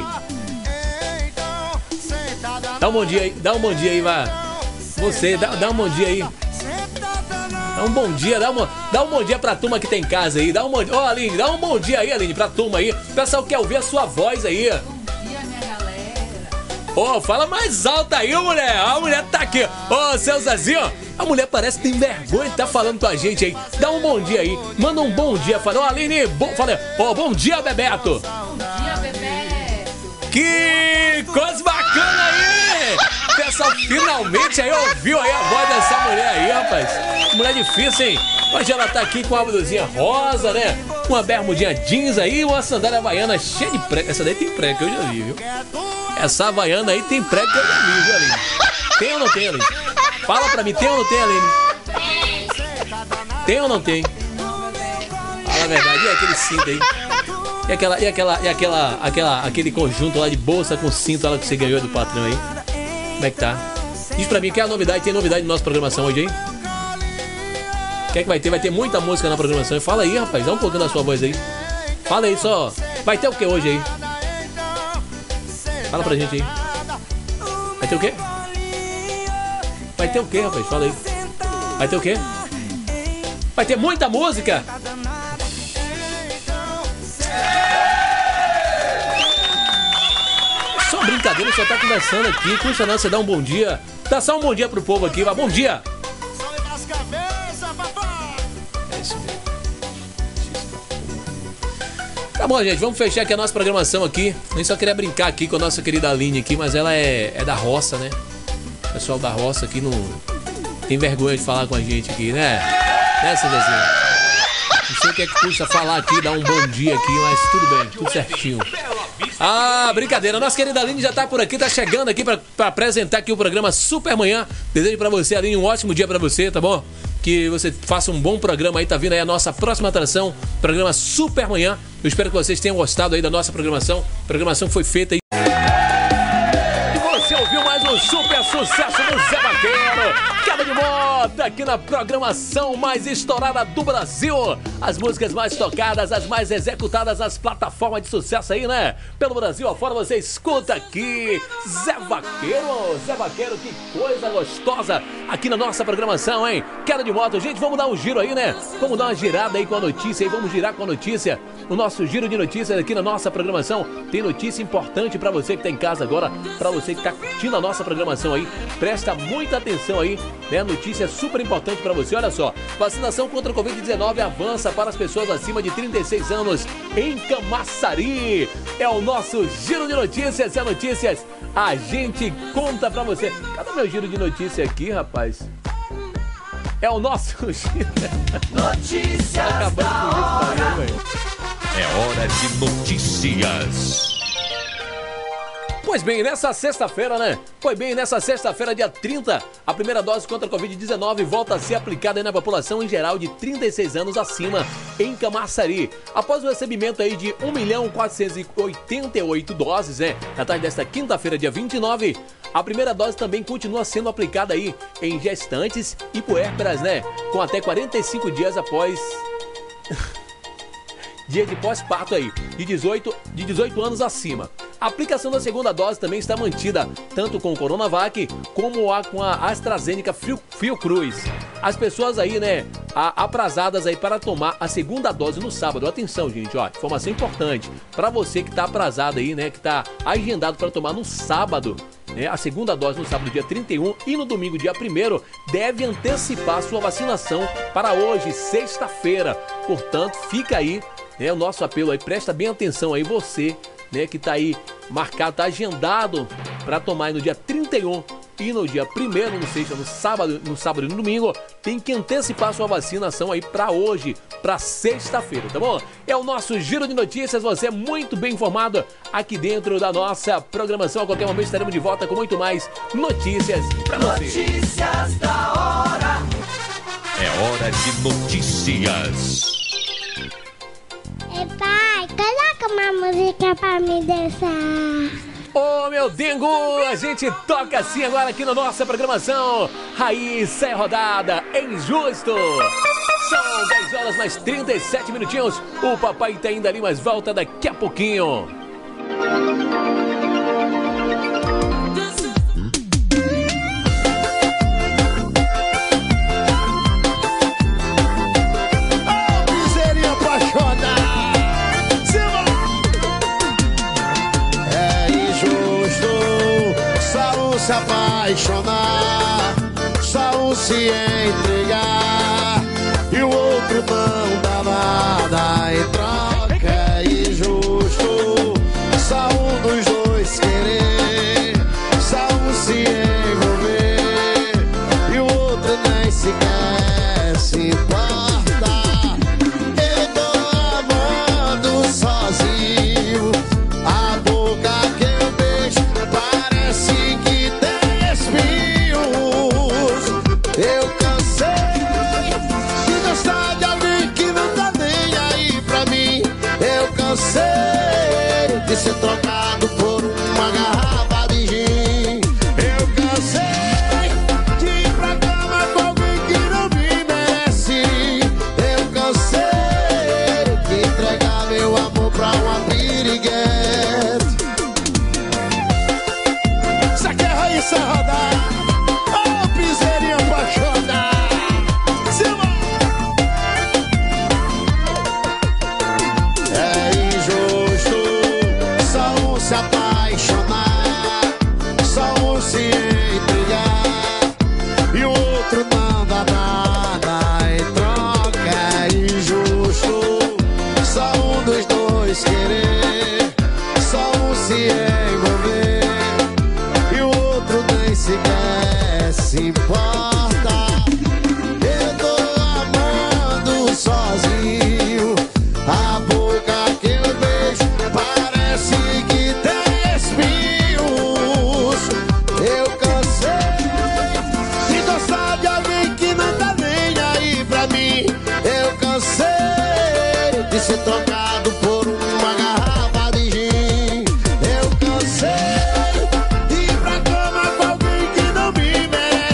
Dá um bom dia aí, dá um bom dia aí, vai. Você, dá, dá um bom dia aí. Dá um bom dia, dá, uma, dá um bom dia pra turma que tem em casa aí. Dá um bom dia. Ó, oh, Aline, dá um bom dia aí, Aline, pra turma aí. O pessoal quer ouvir a sua voz aí. Bom dia, minha galera. Ô, oh, fala mais alto aí, mulher. Ó, a mulher tá aqui. Ô, oh, seu Zezinho, a mulher parece que tem vergonha de tá falando com a gente aí. Dá um bom dia aí. Manda um bom dia. Fala, ó, oh, Aline, bom, fala, ó, oh, bom dia, Bebeto. Bom dia, Bebeto. Que coisa bacana aí. Pessoal, finalmente aí ouviu aí a voz dessa mulher aí, rapaz. Mulher difícil, hein? Hoje ela tá aqui com uma blusinha rosa, né? Uma bermudinha jeans aí e uma sandália havaiana cheia de prego. Essa daí tem prego, que eu já vi, viu? Essa havaiana aí tem prego que eu já vi, viu, Aline? Tem ou não tem, Aline? Fala pra mim, tem ou não tem, Aline? Tem ou não tem? Fala a verdade, e aquele cinto aí? E aquela, e aquela, e aquela, aquela, aquele conjunto lá de bolsa com cinto lá que você ganhou do patrão aí? Como é que tá? Diz pra mim, que é a novidade? Tem novidade na nossa programação hoje, hein? O que é que vai ter? Vai ter muita música na programação. Fala aí, rapaz, dá um pouquinho da sua voz aí. Fala aí só. Vai ter o que hoje aí? Fala pra gente aí. Vai ter o quê? Vai ter o quê, rapaz? Fala aí. Vai ter o quê? Vai ter muita música? Só brincadeira, só tá conversando aqui. Custa não, você dá um bom dia. Dá só um bom dia pro povo aqui, vai. Bom dia. É isso mesmo. Tá bom, gente, vamos fechar aqui a nossa programação aqui. A gente só queria brincar aqui com a nossa querida Aline aqui, mas ela é, é da roça, né? O pessoal da roça aqui não tem vergonha de falar com a gente aqui, né? Né, seu Zezinho? Não sei o que é que custa falar aqui, dar um bom dia aqui, mas tudo bem, tudo certinho. Ah, brincadeira. Nossa querida Aline já tá por aqui, tá chegando aqui pra, pra apresentar aqui o programa Super Manhã. Desejo pra você, Aline, um ótimo dia pra você, tá bom? Que você faça um bom programa aí, tá vindo aí a nossa próxima atração, programa Super Manhã. Eu espero que vocês tenham gostado aí da nossa programação. A programação foi feita aí. E você ouviu mais um super sucesso do Zé Vaqueiro, Queda de Moto, aqui na programação mais estourada do Brasil. As músicas mais tocadas, as mais executadas nas plataformas de sucesso aí, né? Pelo Brasil afora, você escuta aqui Zé Vaqueiro. Zé Vaqueiro, que coisa gostosa aqui na nossa programação, hein? Queda de Moto. Gente, vamos dar um giro aí, né? Vamos dar uma girada aí com a notícia aí, vamos girar com a notícia. O nosso giro de notícias aqui na nossa programação. Tem notícia importante pra você que tá em casa agora, pra você que tá curtindo a nossa programação aí. Presta muita atenção aí, né? Notícia super importante pra você. Olha só, vacinação contra o covid dezenove avança para as pessoas acima de trinta e seis anos em Camaçari. É o nosso giro de notícias. É notícias, a gente conta pra você. Cadê o meu giro de notícia aqui, rapaz? É o nosso giro. Notícias da hora. É hora de notícias. Pois bem, nessa sexta-feira, né? Pois bem, nessa sexta-feira, dia trinta, a primeira dose contra a covid dezenove volta a ser aplicada aí na população em geral de trinta e seis anos acima em Camaçari. Após o recebimento aí de um milhão quatrocentos e oitenta e oito doses, né? Na tarde desta quinta-feira, dia vinte e nove, a primeira dose também continua sendo aplicada aí em gestantes e puérperas, né? Com até quarenta e cinco dias após... dia de pós-parto aí, de dezoito, de dezoito anos acima. A aplicação da segunda dose também está mantida, tanto com o Coronavac como a, com a AstraZeneca Fiocruz. As pessoas aí, né, a, aprazadas aí para tomar a segunda dose no sábado. Atenção, gente, ó, informação importante. Para você que tá atrasado aí, né, que tá agendado para tomar no sábado, né, a segunda dose no sábado, dia trinta e um, e no domingo, dia primeiro, deve antecipar sua vacinação para hoje, sexta-feira. Portanto, fica aí, né, o nosso apelo aí, presta bem atenção aí, você, né, que tá aí marcado, tá agendado para tomar aí no dia trinta e um e no dia primeiro, no sexta, no sábado, no sábado e no domingo, tem que antecipar sua vacinação aí para hoje, para sexta-feira, tá bom? É o nosso giro de notícias, você é muito bem informado aqui dentro da nossa programação. A qualquer momento estaremos de volta com muito mais notícias para você. Notícias da hora. É hora de notícias. Ei, pai, coloca uma música pra me dançar. Ô, meu dengo, a gente toca assim agora aqui na nossa programação. Raiz é rodada, é injusto. São dez horas mais trinta e sete minutinhos. O papai tá indo ali, mas volta daqui a pouquinho. Se apaixonar, só um se entregar e o outro não dá nada em troca. É injusto, só um dos dois querer, só um se envolver e o outro nem sequer se importa. Eu tô amando sozinho, a boca que eu beijo parece que eu cansei de gostar de alguém que não tá nem aí pra mim. Eu cansei de ser trocado por uma garrafa de gin. Eu cansei de ir pra cama com alguém que não me merece. Eu cansei de entregar meu amor pra uma piriguete. Isso aqui é Raiz é rodada. Se apaixonar, só um se entregar e o outro não dá nada em troca. É injusto, só um dos dois querer, só um se envolver e o outro nem sequer se importa. Eu tô amando sozinho, a boca que eu beijo parece que eu cansei de gostar de alguém que não tá nem aí pra mim. Eu cansei de ser trocado por uma garrafa de gin. Eu cansei de ir pra cama com alguém que não me merece.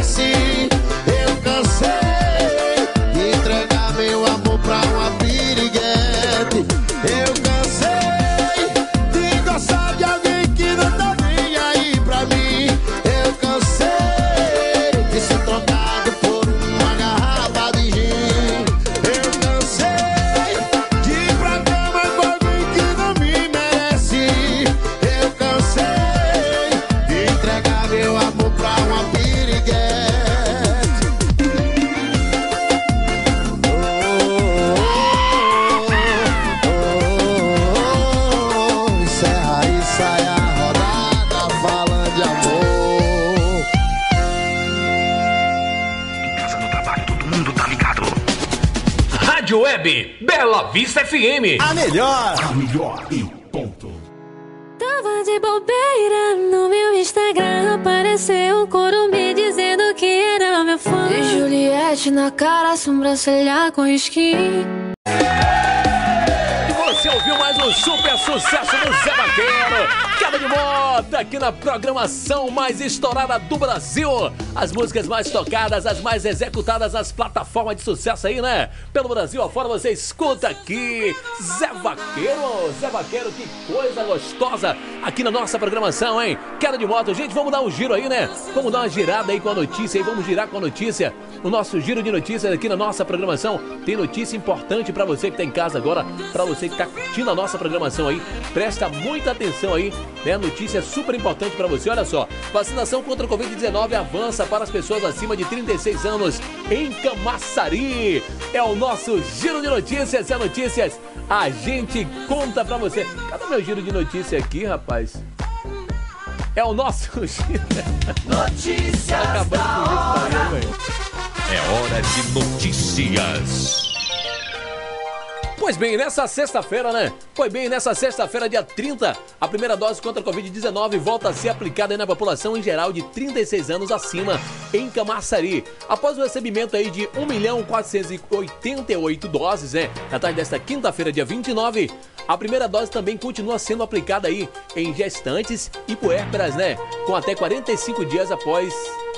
de ser trocado por uma garrafa de gin. Eu cansei de ir pra cama com alguém que não me merece. Eu cansei de entregar meu amor pra uma piriguete. Encerra e sai a rodada falando de amor. Em casa, no trabalho, todo mundo tá ligado. Rádio Web Bela Vista F M. A melhor. A melhor e ponto. Tava de bobeira no meu Instagram, apareceu um coro me dizendo que era meu fã. De Juliette na cara, sobrancelha com risquinho. Você ouviu mais um super sucesso do Zé Vaqueiro, Queda de Moto, aqui na programação mais estourada do Brasil. As músicas mais tocadas, as mais executadas nas plataformas de sucesso aí, né? Pelo Brasil afora, você escuta aqui Zé Vaqueiro, Zé Vaqueiro, que coisa gostosa aqui na nossa programação, hein? Queda de Moto, gente, vamos dar um giro aí, né? Vamos dar uma girada aí com a notícia aí, vamos girar com a notícia. O nosso giro de notícias aqui na nossa programação tem notícia importante pra você que tá em casa agora, pra você que tá curtindo a nossa programação aí, presta muita atenção aí, né? Notícia super importante pra você, olha só. Vacinação contra o covid dezenove avança para as pessoas acima de trinta e seis anos em Camaçari. É o nosso giro de notícias, é notícias a gente conta pra você. Cadê o meu giro de notícia aqui, rapaz? É o nosso giro. Notícias tá da hora. É hora de notícias. Pois bem, nessa sexta-feira, né? Pois bem, nessa sexta-feira, dia trinta, a primeira dose contra a covid dezenove volta a ser aplicada aí na população em geral de trinta e seis anos acima em Camaçari. Após o recebimento aí de um milhão quatrocentos e oitenta e oito doses, né? Na tarde desta quinta-feira, dia vinte e nove, a primeira dose também continua sendo aplicada aí em gestantes e puérperas, né? Com até quarenta e cinco dias após...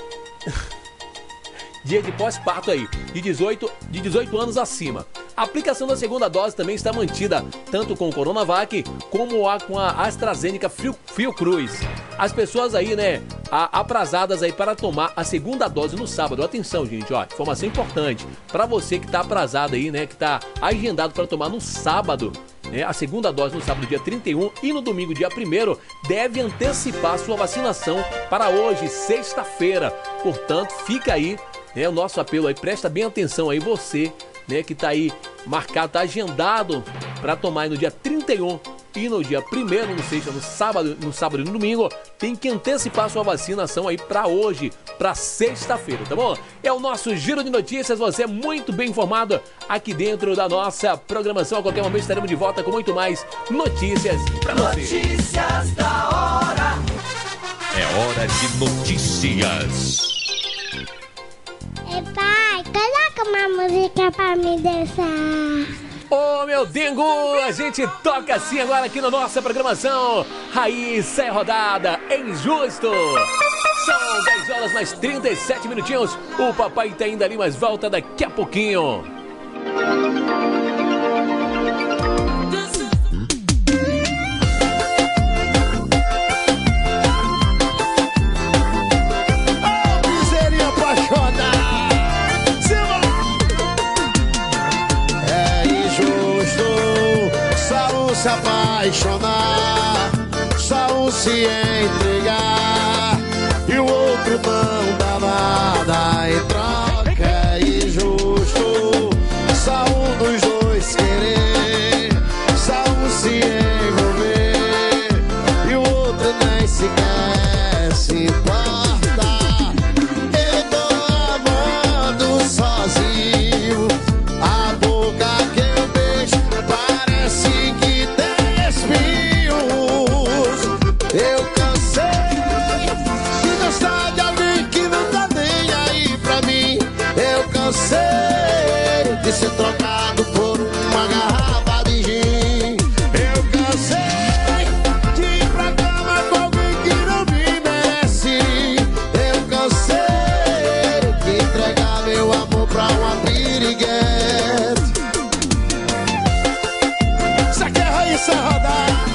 dia de pós-parto aí, de dezoito, de dezoito anos acima. A aplicação da segunda dose também está mantida, tanto com o Coronavac como a, com a AstraZeneca Fiocruz. As pessoas aí, né, a, aprazadas aí para tomar a segunda dose no sábado. Atenção, gente, ó, informação importante. Para você que tá aprazado aí, né, que tá agendado para tomar no sábado, né, a segunda dose no sábado, dia trinta e um, e no domingo, dia primeiro, deve antecipar sua vacinação para hoje, sexta-feira. Portanto, fica aí, né, o nosso apelo aí, presta bem atenção aí, você, né, que tá aí marcado, tá agendado para tomar aí no dia trinta e um e no dia primeiro, no sexta, no sábado, no sábado e no domingo, tem que antecipar sua vacinação aí para hoje, para sexta-feira, tá bom? É o nosso giro de notícias, você é muito bem informado aqui dentro da nossa programação. A qualquer momento estaremos de volta com muito mais notícias para você. Notícias da hora. É hora de notícias. Ei, pai, coloca uma música pra me dançar. Ô, meu dengo, a gente toca assim agora aqui na nossa programação. Raiz é rodada, é injusto. São dez horas mais trinta e sete minutinhos. O papai tá indo ali, mas volta daqui a pouquinho. Se apaixonar, só um se entregar e o outro não dá nada em troca. É injusto, só um dos dois querer, só um se envolver e o outro nem sequer se importa. Eu tô amando sozinho, a boca que eu beijo parece que eu cansei de gostar de alguém que não tá nem aí pra mim. Eu cansei de ser trocado por uma garrafa de gin. Eu cansei de ir pra cama com alguém que não me merece. Eu cansei de entregar meu amor pra uma piriguete. Isso aqui é Raiz é rodada.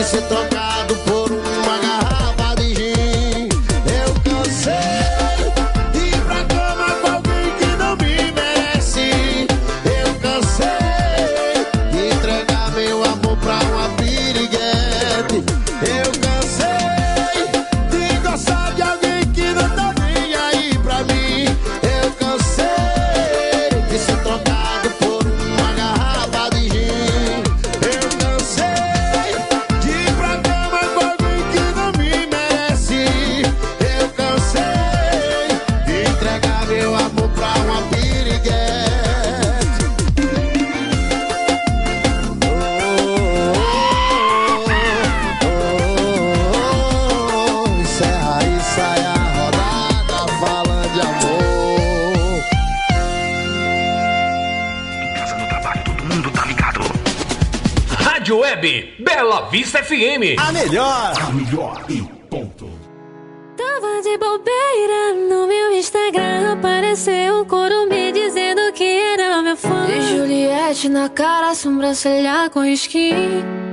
de ser trocado por uma garrafa de gin. Eu cansei de ir pra cama com alguém que não me merece. Eu cansei de entregar meu amor pra uma piriguete. Eu cansei de gostar de alguém que não tá nem aí pra mim. Eu cansei de ser trocado por uma garrafa de gin. Eu cansei de ir pra cama com alguém que não me merece. Eu cansei de entregar meu amor pra uma piriguete. Encerra e sai a rodada falando de amor. Casa, no trabalho, todo mundo tá ligado. Rádio Web Bela Vista F M. A melhor. A melhor e ponto. Tava de bobeira no meu Instagram, apareceu um coro me dizendo que era meu fã. De Juliette na cara, sobrancelha com risquinho.